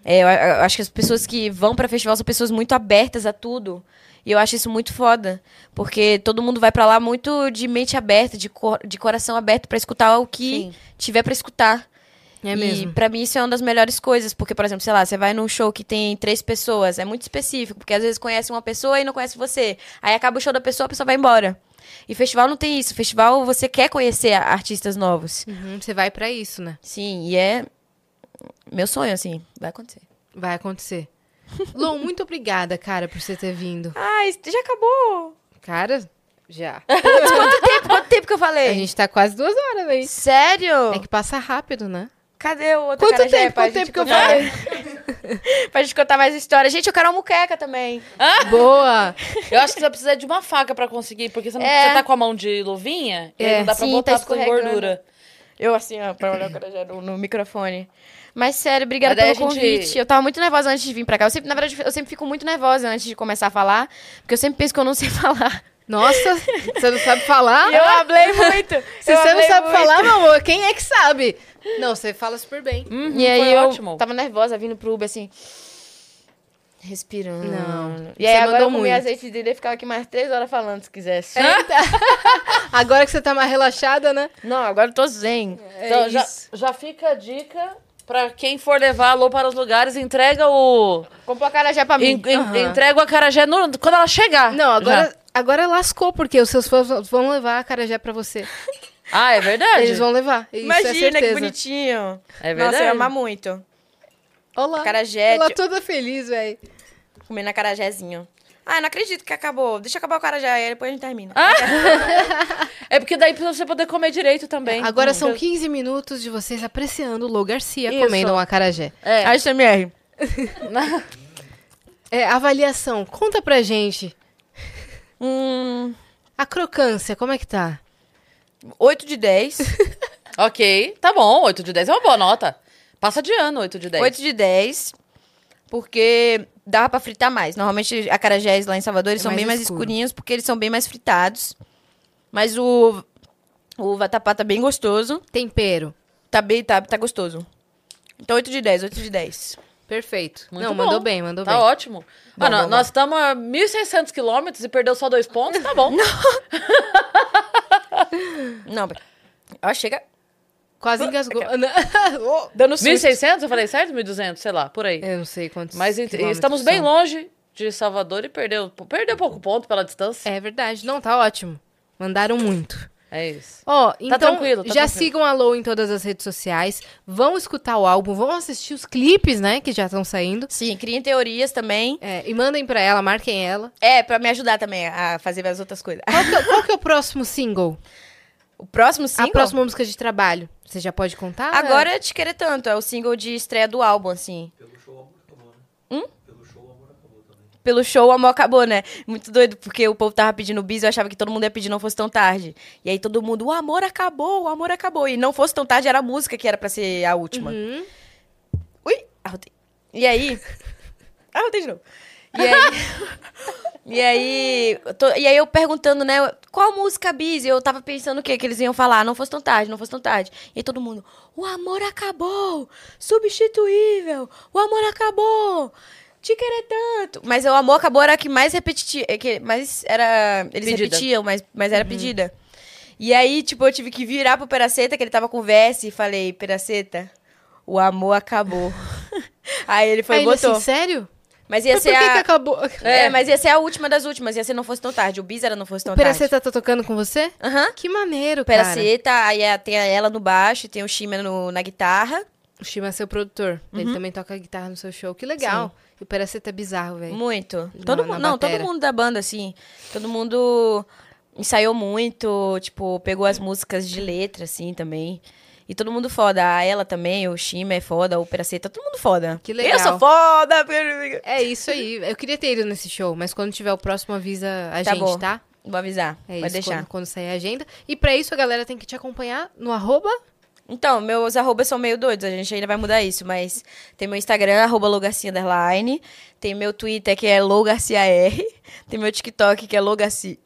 É, eu, eu acho que as pessoas que vão pra festival são pessoas muito abertas a tudo. E eu acho isso muito foda. Porque todo mundo vai pra lá muito de mente aberta, de, cor, de coração aberto pra escutar o que Sim. tiver pra escutar. É e mesmo. pra mim isso é uma das melhores coisas. Porque, por exemplo, sei lá, você vai num show que tem três pessoas. É muito específico. Porque às vezes conhece uma pessoa e não conhece você. Aí acaba o show da pessoa, a pessoa vai embora. E festival não tem isso. Festival você quer conhecer artistas novos. Uhum, você vai pra isso, né? Sim, e é meu sonho, assim. Vai acontecer. Vai acontecer. Lou, muito obrigada, cara, por você ter vindo. Ai, já acabou. Cara, já. Quanto tempo, quanto tempo que eu falei? A gente tá quase duas horas aí. Sério? É que passa rápido, né? Cadê o outro Quanto acarajé tempo? pra Quanto gente tempo que eu contar? falei? Pra gente contar mais história. Gente, eu quero uma muqueca também. Boa! Eu acho que você precisa de uma faca pra conseguir, porque você, não, É. você tá com a mão de luvinha e aí É. não dá pra Sim, botar tá porque tem escorregando. gordura. Eu assim, ó, pra olhar o acarajé no, no microfone. Mas sério, obrigada Mas daí pelo a gente- convite. Eu tava muito nervosa antes de vir pra cá. Eu sempre, na verdade, eu sempre fico muito nervosa antes de começar a falar, porque eu sempre penso que eu não sei falar. Nossa, você não sabe falar? E eu hablei muito. Se eu você não hablei sabe muito. falar, meu amor, quem é que sabe? Não, você fala super bem. Uhum, E aí foi eu ótimo. tava nervosa vindo pro Uber, assim, respirando. Não, E aí você agora mandou eu comi muito. azeite de dele e ficava aqui mais três horas falando, se quisesse. Agora que você tá mais relaxada, né? Não, agora eu tô zen. Então, É já, isso. já fica a dica pra quem for levar a Lô para os lugares, entrega o... Comprou acarajé pra mim. en- en- Aham. Entrega o acarajé no- quando ela chegar. Não, agora, Já. agora lascou, porque os seus fãs vão levar a acarajé pra você. Ah, é verdade? Eles vão levar. Isso é Imagina, que certeza. bonitinho. É Nossa, eu verdade? ia amar muito. Olá. Acarajé, Ela tipo- toda feliz, velho. Comendo acarajézinho. Ah, eu não acredito que acabou. Deixa eu acabar o acarajé, aí depois a gente termina. É porque daí pra você poder comer direito também. Agora Hum. são quinze minutos de vocês apreciando o Lô Garcia Isso. comendo um acarajé. É. A S M R. É, avaliação. Conta pra gente. Hum, A crocância, como é que tá? oito de dez. Ok, tá bom. oito de dez é uma boa nota. Passa de ano, oito de dez. oito de dez. Porque dava pra fritar mais. Normalmente, acarajés lá em Salvador, eles É são mais bem mais escuro. escurinhos, porque eles são bem mais fritados. Mas o, o vatapá tá bem gostoso. Tempero. Tá bem, tá, tá gostoso. Então, oito de dez, oito de dez. Perfeito. Muito Não, bom. mandou bem, mandou Tá bem. ótimo. Bom, Mano, bom, nós estamos a mil e seiscentos quilômetros e perdeu só dois pontos, tá bom. Não, ó, chega Quase engasgou. dando mil e susto. seiscentos, eu falei certo? mil e duzentos, sei lá, por aí. Eu não sei quantos Mas ent- quilômetros estamos bem são. longe de Salvador e perdeu, perdeu pouco ponto pela distância. É verdade. Não, tá ótimo. Mandaram muito. É, isso. Ó, então tranquilo, tá já tranquilo. sigam a Lô em todas as redes sociais. Vão escutar o álbum, vão assistir os clipes, né, que já estão saindo. Sim, criem teorias também. É, e mandem pra ela, marquem ela. É, pra me ajudar também a fazer as outras coisas. Qual que, é- qual que é o próximo single? O próximo single? A próxima música de trabalho. Você já pode contar? Agora é Te Querer Tanto. É o single de estreia do álbum, assim. Pelo show, o amor acabou, né? Hum? Pelo show, o amor acabou também. Pelo show, o amor acabou, né? Muito doido, porque o povo tava pedindo bis, eu achava que todo mundo ia pedir Não Fosse Tão Tarde. E aí todo mundo, o amor acabou, o amor acabou. E Não Fosse Tão Tarde era a música que era pra ser a última. Uhum. Ui, arrotei. E aí... Arrotei de novo. E aí... e aí... eu tô- e aí eu perguntando, né? Qual música bis? E eu tava pensando o quê? Que eles iam falar, Não Fosse Tão Tarde, Não Fosse Tão Tarde. E aí todo mundo, o amor acabou, substituível, o amor acabou, Te Querer Tanto. Mas o amor acabou era a que mais repetia, que mais era... Eles Pedida. repetiam, mas, mas era pedida. E aí, tipo, eu tive que virar pro Peraceta, que ele tava com verse, e falei, Peraceta, o amor acabou. Aí ele foi Aí e ele botou. assim, sério? Mas ia Mas ser por que, a... que acabou? É, mas ia ser a última das últimas, ia ser Não Fosse Tão Tarde. O bis era Não Fosse Tão O Tarde. Peraceta tá tocando com você? Aham. Que maneiro, cara. Peraceta, aí é- tem ela no baixo, tem o Shima no, na guitarra. O Shima é seu produtor. Uhum. Ele também toca guitarra no seu show. Que legal. E o Peraceta é bizarro, velho. Muito. Na- Todo na mundo, não, todo batera. mundo da banda, assim. Todo mundo ensaiou muito, tipo, pegou as músicas de letra, assim, também. E todo mundo foda. A ela também, o Shima é foda, o Peraceta, todo mundo foda. Que legal. Eu sou foda! É isso aí. Eu queria ter ido nesse show, mas quando tiver o próximo, avisa a Tá gente, bom. tá? Vou avisar, É pode isso, deixar. Quando, quando sair a agenda. E pra isso, a galera tem que te acompanhar no arroba. Então, meus arrobas são meio doidos, a gente ainda vai mudar isso, mas tem meu Instagram, arroba Logarcia underline, tem meu Twitter, que é logarciar, tem meu TikTok, que é logarcia,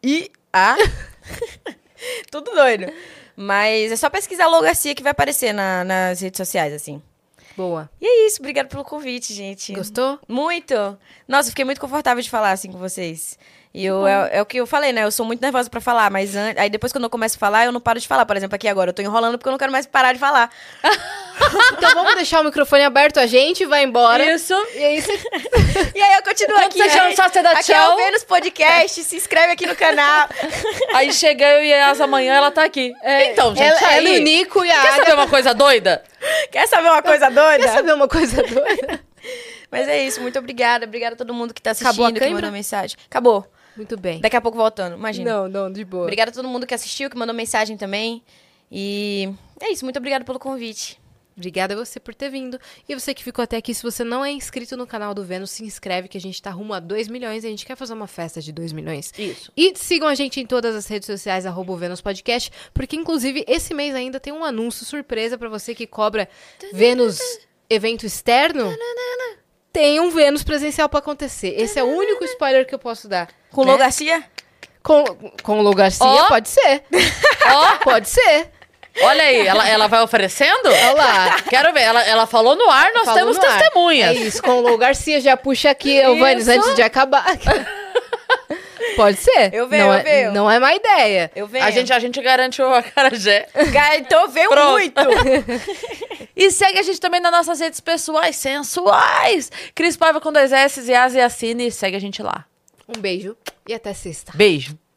tudo doido. Mas é só pesquisar Logarcia que vai aparecer na- nas redes sociais, assim. Boa. E é isso, obrigada pelo convite, gente. Gostou? Muito. Nossa, eu fiquei muito confortável de falar assim com vocês. E eu, é, é o que eu falei, né? Eu sou muito nervosa pra falar, mas an... aí depois quando eu começo a falar, eu não paro de falar. Por exemplo, aqui agora, eu tô enrolando porque eu não quero mais parar de falar. Então vamos deixar o microfone aberto, a gente vai embora. Isso. E aí você... E aí eu continuo Quando aqui. você chama só, você dá Aqui é o tchau. Vênus Podcast, se inscreve aqui no canal. Aí chega eu e a Asa amanhã, ela tá aqui. Então, gente, ela, aí... ela e o Nico e a Quer Agatha... saber uma coisa doida? Quer saber uma coisa doida? Quer saber uma coisa doida? Mas é isso, muito obrigada. Obrigada a todo mundo que tá Acabou a assistindo, que cãibra? mandou mensagem. Acabou. Muito bem. Daqui a pouco voltando, imagina. Não, não, de boa. Obrigada a todo mundo que assistiu, que mandou mensagem também. E é isso, muito obrigada pelo convite. Obrigada a você por ter vindo. E você que ficou até aqui, se você não é inscrito no canal do Vênus, se inscreve que a gente tá rumo a dois milhões e a gente quer fazer uma festa de dois milhões. Isso. E sigam a gente em todas as redes sociais, arroba o Vênus Podcast, porque inclusive esse mês ainda tem um anúncio surpresa pra você que cobra Vênus evento externo. Tem um Vênus presencial pra acontecer. Esse é o único spoiler que eu posso dar. Com o né? Lô Garcia? Com, com o Lô Garcia, Ó. pode ser. Ó, Pode ser. olha aí, ela, ela vai oferecendo? Olha lá. Quero ver, ela, ela falou no ar, nós Falou temos no ar. testemunhas. É isso, com o Lô Garcia, já puxa aqui, o Vânis, Isso. antes de acabar. Pode ser. Eu venho, não eu é, venho. Não é má ideia. Eu venho. A gente, a gente garante o acarajé. Então veio Pronto. muito. E segue a gente também nas nossas redes pessoais sensuais. Cris Paiva com dois S e Asi Assine. Segue a gente lá. Um beijo e até sexta. Beijo.